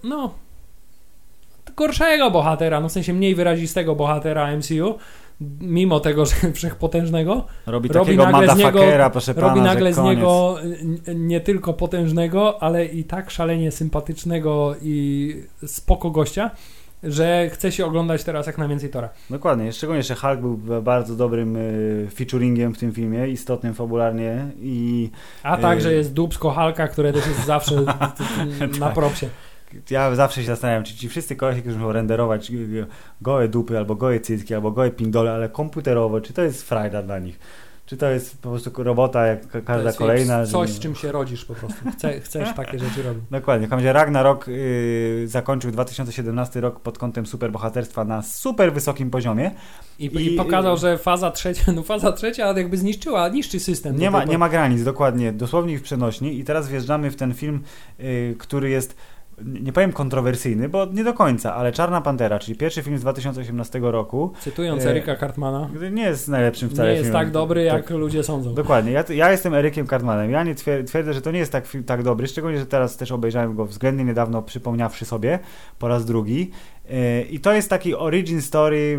gorszego bohatera, w sensie mniej wyrazistego bohatera MCU, mimo tego, że wszechpotężnego,
robi takiego motherfuckera, proszę pana,
robi nagle z niego nie tylko potężnego, ale i tak szalenie sympatycznego i spoko gościa. że chce się oglądać teraz jak najwięcej Tora.
Dokładnie, szczególnie, że Hulk był bardzo dobrym featuringiem w tym filmie, istotnym fabularnie i...
A także jest dupsko Hulka, które też jest zawsze na propsie.
Ja zawsze się zastanawiam, czy ci wszyscy kolesie, którzy muszą renderować gołe dupy, albo gołe cycki, albo gołe pindole, ale komputerowo, czy to jest frajda dla nich? Czy to jest po prostu robota jak każda kolejna?
Coś, z czym się rodzisz po prostu. Chcesz takie rzeczy robić.
Dokładnie. W każdym razie Ragnarok zakończył 2017 rok pod kątem superbohaterstwa na super wysokim poziomie.
I pokazał, że faza trzecia jakby niszczy system.
Nie ma granic, dokładnie. Dosłownie w przenośni. I teraz wjeżdżamy w ten film, który jest, nie powiem kontrowersyjny, bo nie do końca, ale Czarna Pantera, czyli pierwszy film z 2018 roku.
Cytując Eryka Cartmana.
Nie jest najlepszym wcale
filmem. Nie jest
filmem.
tak dobry, jak ludzie sądzą.
Dokładnie. Ja jestem Erykiem Cartmanem. Ja nie twierdzę, że to nie jest tak dobry, szczególnie, że teraz też obejrzałem go względnie niedawno, przypomniawszy sobie po raz drugi. I to jest taki origin story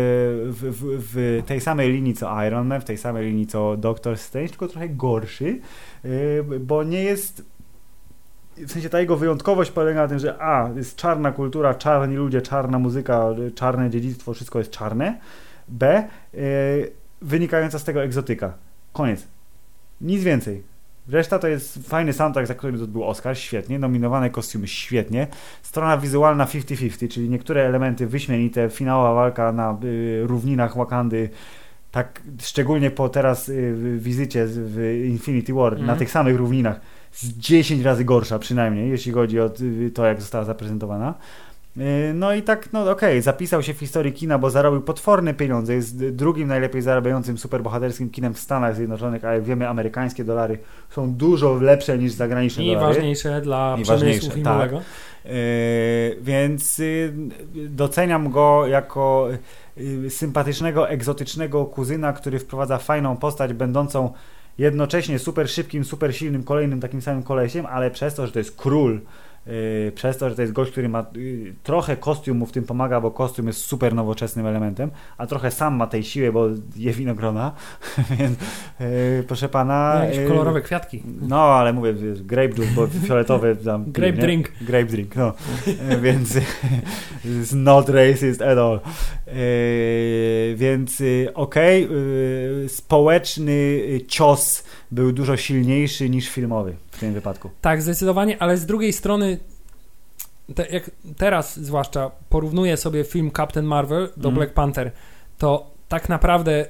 w tej samej linii co Iron Man, w tej samej linii co Doctor Strange, tylko trochę gorszy, bo nie jest... W sensie ta jego wyjątkowość polega na tym, że jest czarna kultura, czarni ludzie, czarna muzyka, czarne dziedzictwo, wszystko jest czarne. B, wynikająca z tego egzotyka. Koniec. Nic więcej. Reszta to jest fajny soundtrack, za który zdobył Oscar, świetnie, nominowane kostiumy, świetnie. Strona wizualna 50-50, czyli niektóre elementy wyśmienite, finałowa walka na równinach Wakandy, tak szczególnie po teraz wizycie w Infinity War, na tych samych równinach, z 10 razy gorsza przynajmniej, jeśli chodzi o to, jak została zaprezentowana. No i tak, zapisał się w historii kina, bo zarobił potworne pieniądze, jest drugim najlepiej zarabiającym superbohaterskim kinem w Stanach Zjednoczonych, a jak wiemy, amerykańskie dolary są dużo lepsze niż zagraniczne dolary.
I ważniejsze dla przemysłu filmowego.
Tak. Więc doceniam go jako sympatycznego, egzotycznego kuzyna, który wprowadza fajną postać, będącą jednocześnie super szybkim, super silnym, kolejnym takim samym kolesiem, ale przez to, że to jest król, przez to, że to jest gość, który ma trochę kostium mu w tym pomaga, bo kostium jest super nowoczesnym elementem, a trochę sam ma tej siły, bo je winogrona, więc proszę pana...
Jakieś kolorowe kwiatki.
No, ale mówię, grape juice, bo fioletowy tam...
Grape drink.
Grape drink, no. Więc it's not racist at all. Więc społeczny cios był dużo silniejszy niż filmowy w tym wypadku.
Tak, zdecydowanie, ale z drugiej strony jak teraz zwłaszcza porównuję sobie film Captain Marvel do Black Panther, to tak naprawdę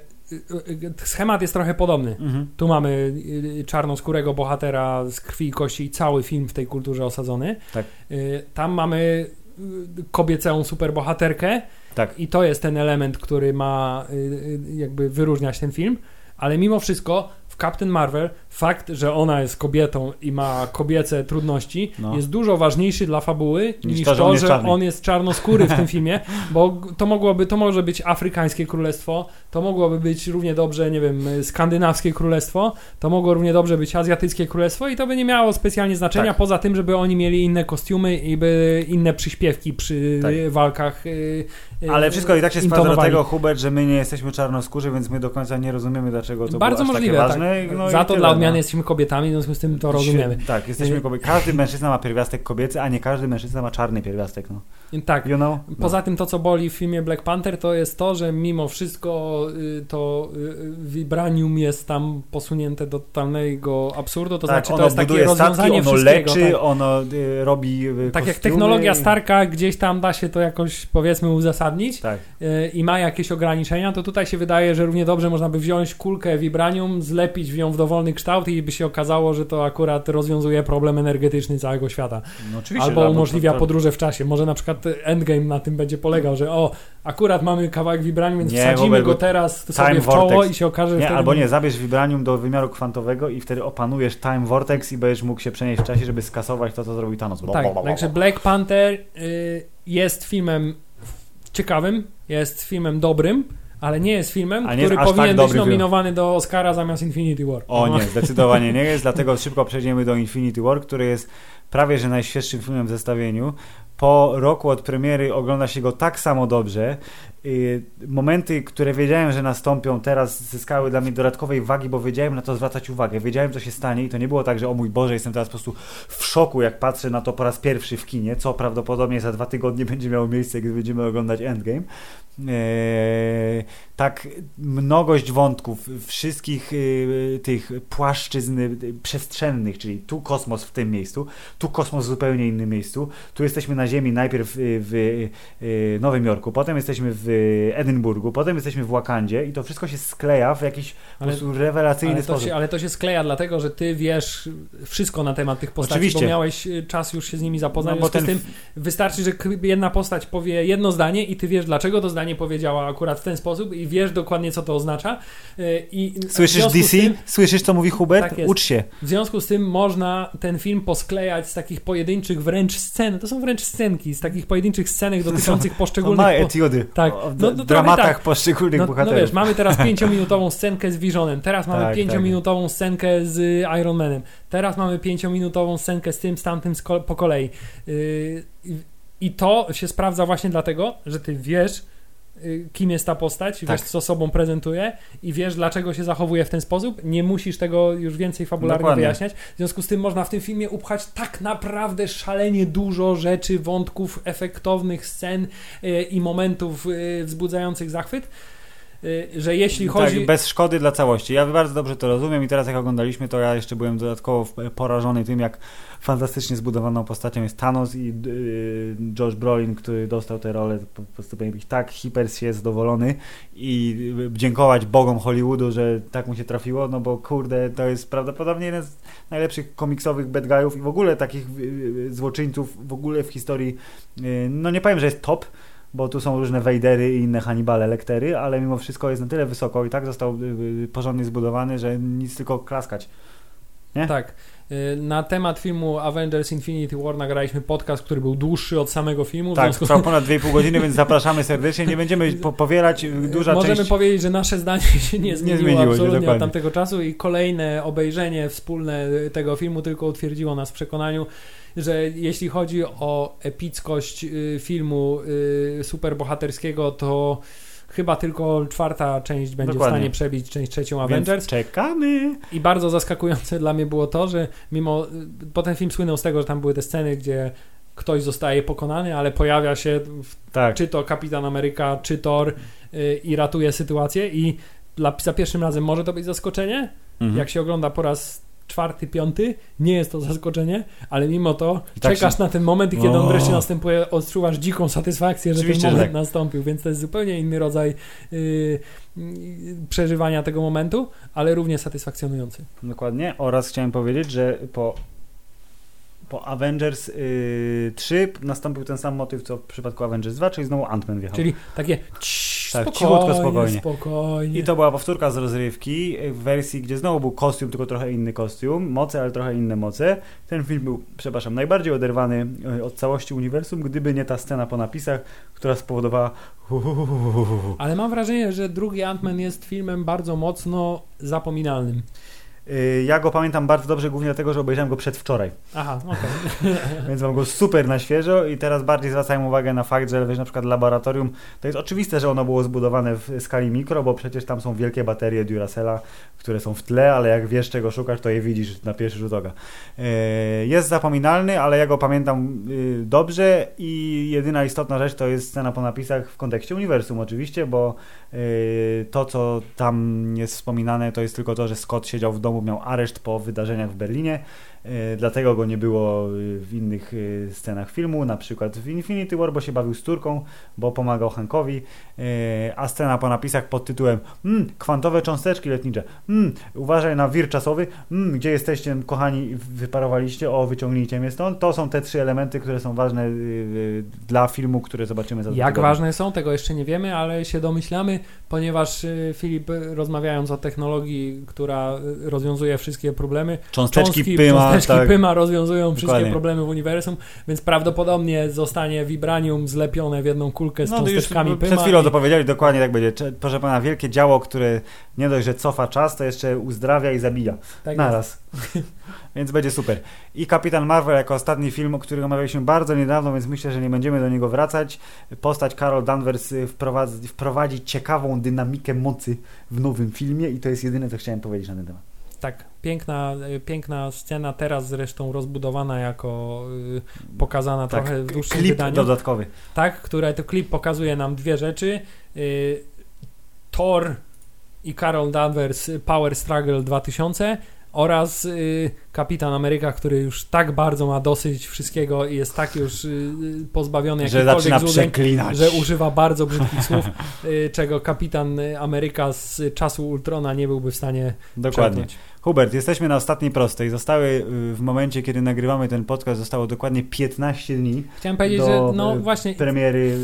schemat jest trochę podobny. Tu mamy czarnoskórego bohatera z krwi i kości i cały film w tej kulturze osadzony.
Tak.
Tam mamy kobiecą superbohaterkę.
Tak.
I to jest ten element, który ma jakby wyróżniać ten film, ale mimo wszystko w Captain Marvel fakt, że ona jest kobietą i ma kobiece trudności, jest dużo ważniejszy dla fabuły niż to, że on jest czarnoskóry w tym filmie, bo to może być afrykańskie królestwo, to mogłoby być równie dobrze, nie wiem, skandynawskie królestwo, to mogło równie dobrze być azjatyckie królestwo i to by nie miało specjalnie znaczenia, poza tym, żeby oni mieli inne kostiumy i by inne przyśpiewki przy walkach.
Ale wszystko i tak się sprowadza do tego, Hubert, że my nie jesteśmy czarnoskórzy, więc my do końca nie rozumiemy, dlaczego to
bardzo
było aż
możliwe,
takie ważne. No
za to dla odmiany jesteśmy kobietami, w związku z tym to rozumiemy.
Tak, jesteśmy kobietami. Każdy mężczyzna ma pierwiastek kobiecy, a nie każdy mężczyzna ma czarny pierwiastek. No.
Tak. Poza tym to, co boli w filmie Black Panther, to jest to, że mimo wszystko to vibranium jest tam posunięte do totalnego absurdu, to znaczy to jest takie rozwiązanie
ono
wszystkiego.
Leczy, ono robi
tak jak technologia Starka gdzieś tam da się to jakoś, powiedzmy, uzasadnić i ma jakieś ograniczenia, to tutaj się wydaje, że równie dobrze można by wziąć kulkę vibranium, zlepić w ją w dowolny kształt i by się okazało, że to akurat rozwiązuje problem energetyczny całego świata.
No oczywiście,
albo umożliwia podróże w czasie. Może na przykład Endgame na tym będzie polegał, że akurat mamy kawałek vibranium, więc wsadzimy go teraz sobie w czoło i się okaże, że
albo zabierz vibranium do wymiaru kwantowego i wtedy opanujesz time vortex i będziesz mógł się przenieść w czasie, żeby skasować to, co zrobił Thanos.
Tak, także Black Panther jest filmem ciekawym, jest filmem dobrym, ale nie jest filmem, który powinien być nominowany do Oscara zamiast Infinity War.
Nie, zdecydowanie nie jest, dlatego szybko przejdziemy do Infinity War, który jest prawie że najświeższym filmem w zestawieniu. Po roku od premiery ogląda się go tak samo dobrze momenty, które wiedziałem, że nastąpią, teraz zyskały dla mnie dodatkowej wagi, bo wiedziałem na to zwracać uwagę. Wiedziałem, co się stanie i to nie było tak, że o mój Boże, jestem teraz po prostu w szoku, jak patrzę na to po raz pierwszy w kinie, co prawdopodobnie za 2 tygodnie będzie miało miejsce, gdy będziemy oglądać Endgame. Tak, mnogość wątków, wszystkich tych płaszczyzn przestrzennych, czyli tu kosmos w tym miejscu, tu kosmos w zupełnie innym miejscu, tu jesteśmy na Ziemi najpierw w Nowym Jorku, potem jesteśmy w Edynburgu, potem jesteśmy w Wakandzie i to wszystko się skleja w jakiś po prostu rewelacyjny sposób.
Ale to się skleja dlatego, że ty wiesz wszystko na temat tych postaci,
Oczywiście.
bo miałeś czas już się z nimi zapoznać,
No, bo
w związku z tym wystarczy, że jedna postać powie jedno zdanie i ty wiesz, dlaczego to zdanie powiedziała akurat w ten sposób i wiesz dokładnie, co to oznacza.
Słyszysz DC? Słyszysz, co mówi Hubert?
Tak jest.
Ucz się.
W związku z tym można ten film posklejać z takich pojedynczych wręcz scen, to są wręcz scenki, z takich pojedynczych scenek dotyczących poszczególnych...
Małe etiudy
tak.
o
No,
dramatach
tak.
poszczególnych bohaterów.
No wiesz, mamy teraz 5-minutową scenkę z Visionem, teraz mamy 5-minutową scenkę z Iron Manem, teraz mamy 5-minutową scenkę z tym, z tamtym po kolei. I to się sprawdza właśnie dlatego, że ty wiesz, kim jest ta postać, wiesz, co sobą prezentuje i wiesz, dlaczego się zachowuje w ten sposób. Nie musisz tego już więcej fabularnie wyjaśniać. W związku z tym można w tym filmie upchać tak naprawdę szalenie dużo rzeczy, wątków, efektownych scen i momentów wzbudzających zachwyt, że jeśli chodzi...
Tak, bez szkody dla całości. Ja bardzo dobrze to rozumiem i teraz jak oglądaliśmy, to ja jeszcze byłem dodatkowo porażony tym, jak fantastycznie zbudowaną postacią jest Thanos i Josh Brolin, który dostał tę rolę, po prostu powinien być tak się zadowolony i dziękować Bogom Hollywoodu, że tak mu się trafiło, no bo kurde, to jest prawdopodobnie jeden z najlepszych komiksowych bad guyów i w ogóle takich złoczyńców w ogóle w historii, no nie powiem, że jest top, bo tu są różne Vadery i inne Hannibale Lectery, ale mimo wszystko jest na tyle wysoko i tak został porządnie zbudowany, że nic tylko klaskać. Nie?
Tak. Na temat filmu Avengers Infinity War nagraliśmy podcast, który był dłuższy od samego filmu.
Tak, trwał ponad 2,5 godziny, więc zapraszamy serdecznie. Nie będziemy powielać. Możemy
powiedzieć, że nasze zdanie się nie zmieniło absolutnie
się,
od tamtego czasu i kolejne obejrzenie wspólne tego filmu tylko utwierdziło nas w przekonaniu, że jeśli chodzi o epickość filmu superbohaterskiego, to chyba tylko 4. część będzie w stanie przebić część 3 Avengers.
Więc czekamy.
I bardzo zaskakujące dla mnie było to, że bo ten film słynął z tego, że tam były te sceny, gdzie ktoś zostaje pokonany, ale pojawia się czy to Kapitan Ameryka, czy Thor i ratuje sytuację i za pierwszym razem może to być zaskoczenie. Jak się ogląda po raz 4., 5, nie jest to zaskoczenie, ale mimo to czekasz na ten moment i kiedy on wreszcie następuje, odczuwasz dziką satysfakcję, że ten moment nastąpił, więc to jest zupełnie inny rodzaj przeżywania tego momentu, ale równie satysfakcjonujący.
Dokładnie. Oraz chciałem powiedzieć, że po Avengers 3 nastąpił ten sam motyw, co w przypadku Avengers 2, czyli znowu Ant-Man wjechał.
Czyli takie spokojnie.
I to była powtórka z rozrywki w wersji, gdzie znowu był kostium, tylko trochę inny kostium, moce, ale trochę inne moce. Ten film był, najbardziej oderwany od całości uniwersum, gdyby nie ta scena po napisach, która spowodowała
Ale mam wrażenie, że drugi Ant-Man jest filmem bardzo mocno zapominalnym.
Ja go pamiętam bardzo dobrze, głównie dlatego, że obejrzałem go przedwczoraj.
Aha, okej.
Więc mam go super na świeżo i teraz bardziej zwracałem uwagę na fakt, że wiesz, na przykład laboratorium, to jest oczywiste, że ono było zbudowane w skali mikro, bo przecież tam są wielkie baterie Duracella, które są w tle, ale jak wiesz, czego szukasz, to je widzisz na pierwszy rzut oka. Jest zapominalny, ale ja go pamiętam dobrze i jedyna istotna rzecz to jest scena po napisach w kontekście uniwersum oczywiście, bo to, co tam jest wspominane, to jest tylko to, że Scott siedział w domu, miał areszt po wydarzeniach w Berlinie, dlatego go nie było w innych scenach filmu, na przykład w Infinity War, bo się bawił z córką, bo pomagał Hankowi, a scena po napisach pod tytułem kwantowe cząsteczki lotnicze, uważaj na wir czasowy, gdzie jesteście, kochani, wyparowaliście, wyciągnijcie mnie stąd. To są te 3 elementy, które są ważne dla filmu, które zobaczymy za 2 tygodnie.
Jak ważne są, tego jeszcze nie wiemy, ale się domyślamy, ponieważ Filip, rozmawiając o technologii, która rozwiązuje rozwiązuje wszystkie problemy.
Cząsteczki
pyma rozwiązują wszystkie
Dokładnie.
problemy w uniwersum, więc prawdopodobnie zostanie Vibranium zlepione w jedną kulkę z cząsteczkami pyma.
Przed chwilą to powiedzieli, dokładnie tak będzie. Proszę pana, wielkie działo, które nie dość, że cofa czas, to jeszcze uzdrawia i zabija.
Tak
naraz. Więc będzie super. I Kapitan Marvel jako ostatni film, o którym omawialiśmy bardzo niedawno, więc myślę, że nie będziemy do niego wracać. Postać Carol Danvers wprowadzi ciekawą dynamikę mocy w nowym filmie i to jest jedyne, co chciałem powiedzieć na ten temat.
Tak, piękna scena, teraz zresztą rozbudowana jako pokazana
Tak,
trochę w dłuższym
klip
wydaniu.
dodatkowy.
Tak, który to klip pokazuje nam dwie rzeczy. Thor i Carol Danvers Power Struggle 2000 oraz Kapitan Ameryka, który już tak bardzo ma dosyć wszystkiego i jest tak już pozbawiony
że
jakichkolwiek
zaczyna
złudzeń,
przeklinać.
że używa bardzo brzydkich słów, czego Kapitan Ameryka z czasu Ultrona nie byłby w stanie
Dokładnie.
przełknąć.
Hubert, jesteśmy na ostatniej prostej. Zostały w momencie, kiedy nagrywamy ten podcast, zostało dokładnie 15 dni
Chciałem powiedzieć,
do
że no właśnie
premiery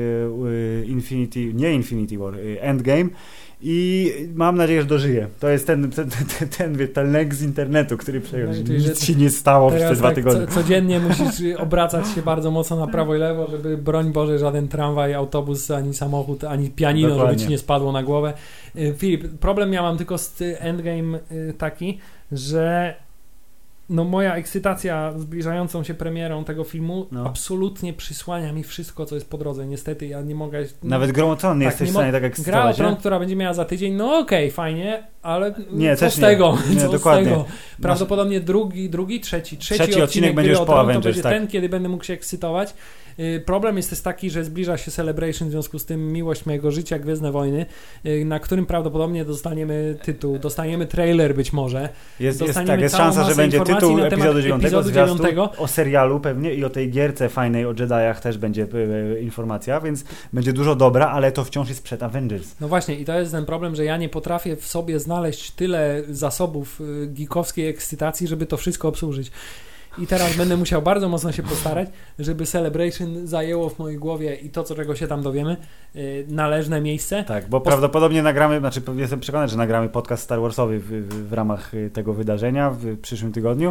Infinity War, Endgame i mam nadzieję, że dożyję. To jest ten lek z internetu, który przejął.
No i
No,
czyli,
nic się nie stało przez te
teraz
2
tak
tygodnie.
codziennie musisz obracać się bardzo mocno na prawo i lewo, żeby broń Boże żaden tramwaj, autobus, ani samochód, ani pianino,
Dokładnie.
żeby ci nie spadło na głowę. Filip, problem ja mam tylko z Endgame taki, że no moja ekscytacja zbliżającą się premierą tego filmu absolutnie przysłania mi wszystko, co jest po drodze. Niestety ja nie mogę...
Nawet Grą o Tron nie jesteś w stanie tak
Gra o
ekscytować,
Tron,
nie?
która będzie miała za tydzień, no okej, fajnie, ale
Nie,
co
też
z
nie.
tego?
Nie,
Co
dokładnie.
z tego? Prawdopodobnie trzeci odcinek
będzie już
Gry o
po
Tron, to
Avengers,
będzie
tak.
ten, kiedy będę mógł się ekscytować. Problem jest też taki, że zbliża się Celebration, w związku z tym Miłość mojego życia, Gwiezdne Wojny, na którym prawdopodobnie dostaniemy tytuł, dostaniemy trailer być może.
Jest
Dostaniemy całą
szansa, że
masę
będzie
informacji
tytuł
na temat
epizodu 9,
epizodu
zwiastun,
9.
o serialu pewnie i o tej gierce fajnej o Jediach też będzie informacja, więc będzie dużo dobra, ale to wciąż jest przed Avengers.
No właśnie i to jest ten problem, że ja nie potrafię w sobie znaleźć tyle zasobów geekowskiej ekscytacji, żeby to wszystko obsłużyć. I teraz będę musiał bardzo mocno się postarać, żeby Celebration zajęło w mojej głowie i to, czego się tam dowiemy, należne miejsce.
Tak, bo prawdopodobnie nagramy, znaczy jestem przekonany, że nagramy podcast Star Warsowy w ramach tego wydarzenia w przyszłym tygodniu,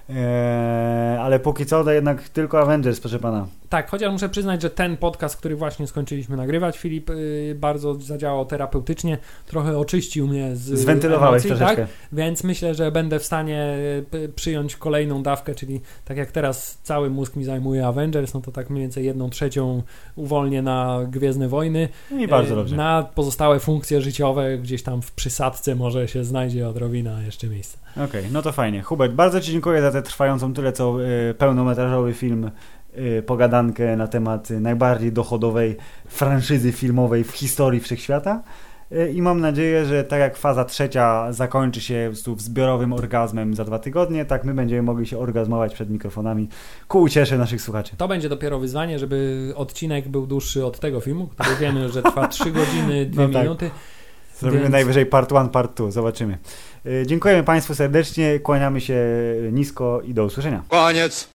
ale póki co to jednak tylko Avengers, proszę pana.
Tak, chociaż muszę przyznać, że ten podcast, który właśnie skończyliśmy nagrywać, Filip, bardzo zadziałał terapeutycznie, trochę oczyścił mnie z
Zwentylowałeś
emocji,
troszeczkę.
tak? Więc myślę, że będę w stanie przyjąć kolejną dawkę, czyli tak jak teraz cały mózg mi zajmuje Avengers, no to tak mniej więcej 1/3 uwolnię na Gwiezdne Wojny.
I bardzo dobrze.
Na pozostałe funkcje życiowe gdzieś tam w przysadce może się znajdzie odrobina jeszcze miejsca.
Okej, no to fajnie. Hubert, bardzo ci dziękuję za tę trwającą tyle co pełnometrażowy film, pogadankę na temat najbardziej dochodowej franszyzy filmowej w historii wszechświata. I mam nadzieję, że tak jak faza 3 zakończy się po prostu zbiorowym orgazmem za 2 tygodnie, tak my będziemy mogli się orgazmować przed mikrofonami ku uciesze naszych słuchaczy.
To będzie dopiero wyzwanie, żeby odcinek był dłuższy od tego filmu, który wiemy, że trwa 3 godziny, 2
No tak.
minuty.
Zrobimy
Więc-
najwyżej part 1, part 2. Zobaczymy. Dziękujemy Państwu serdecznie, kłaniamy się nisko i do usłyszenia.
Koniec.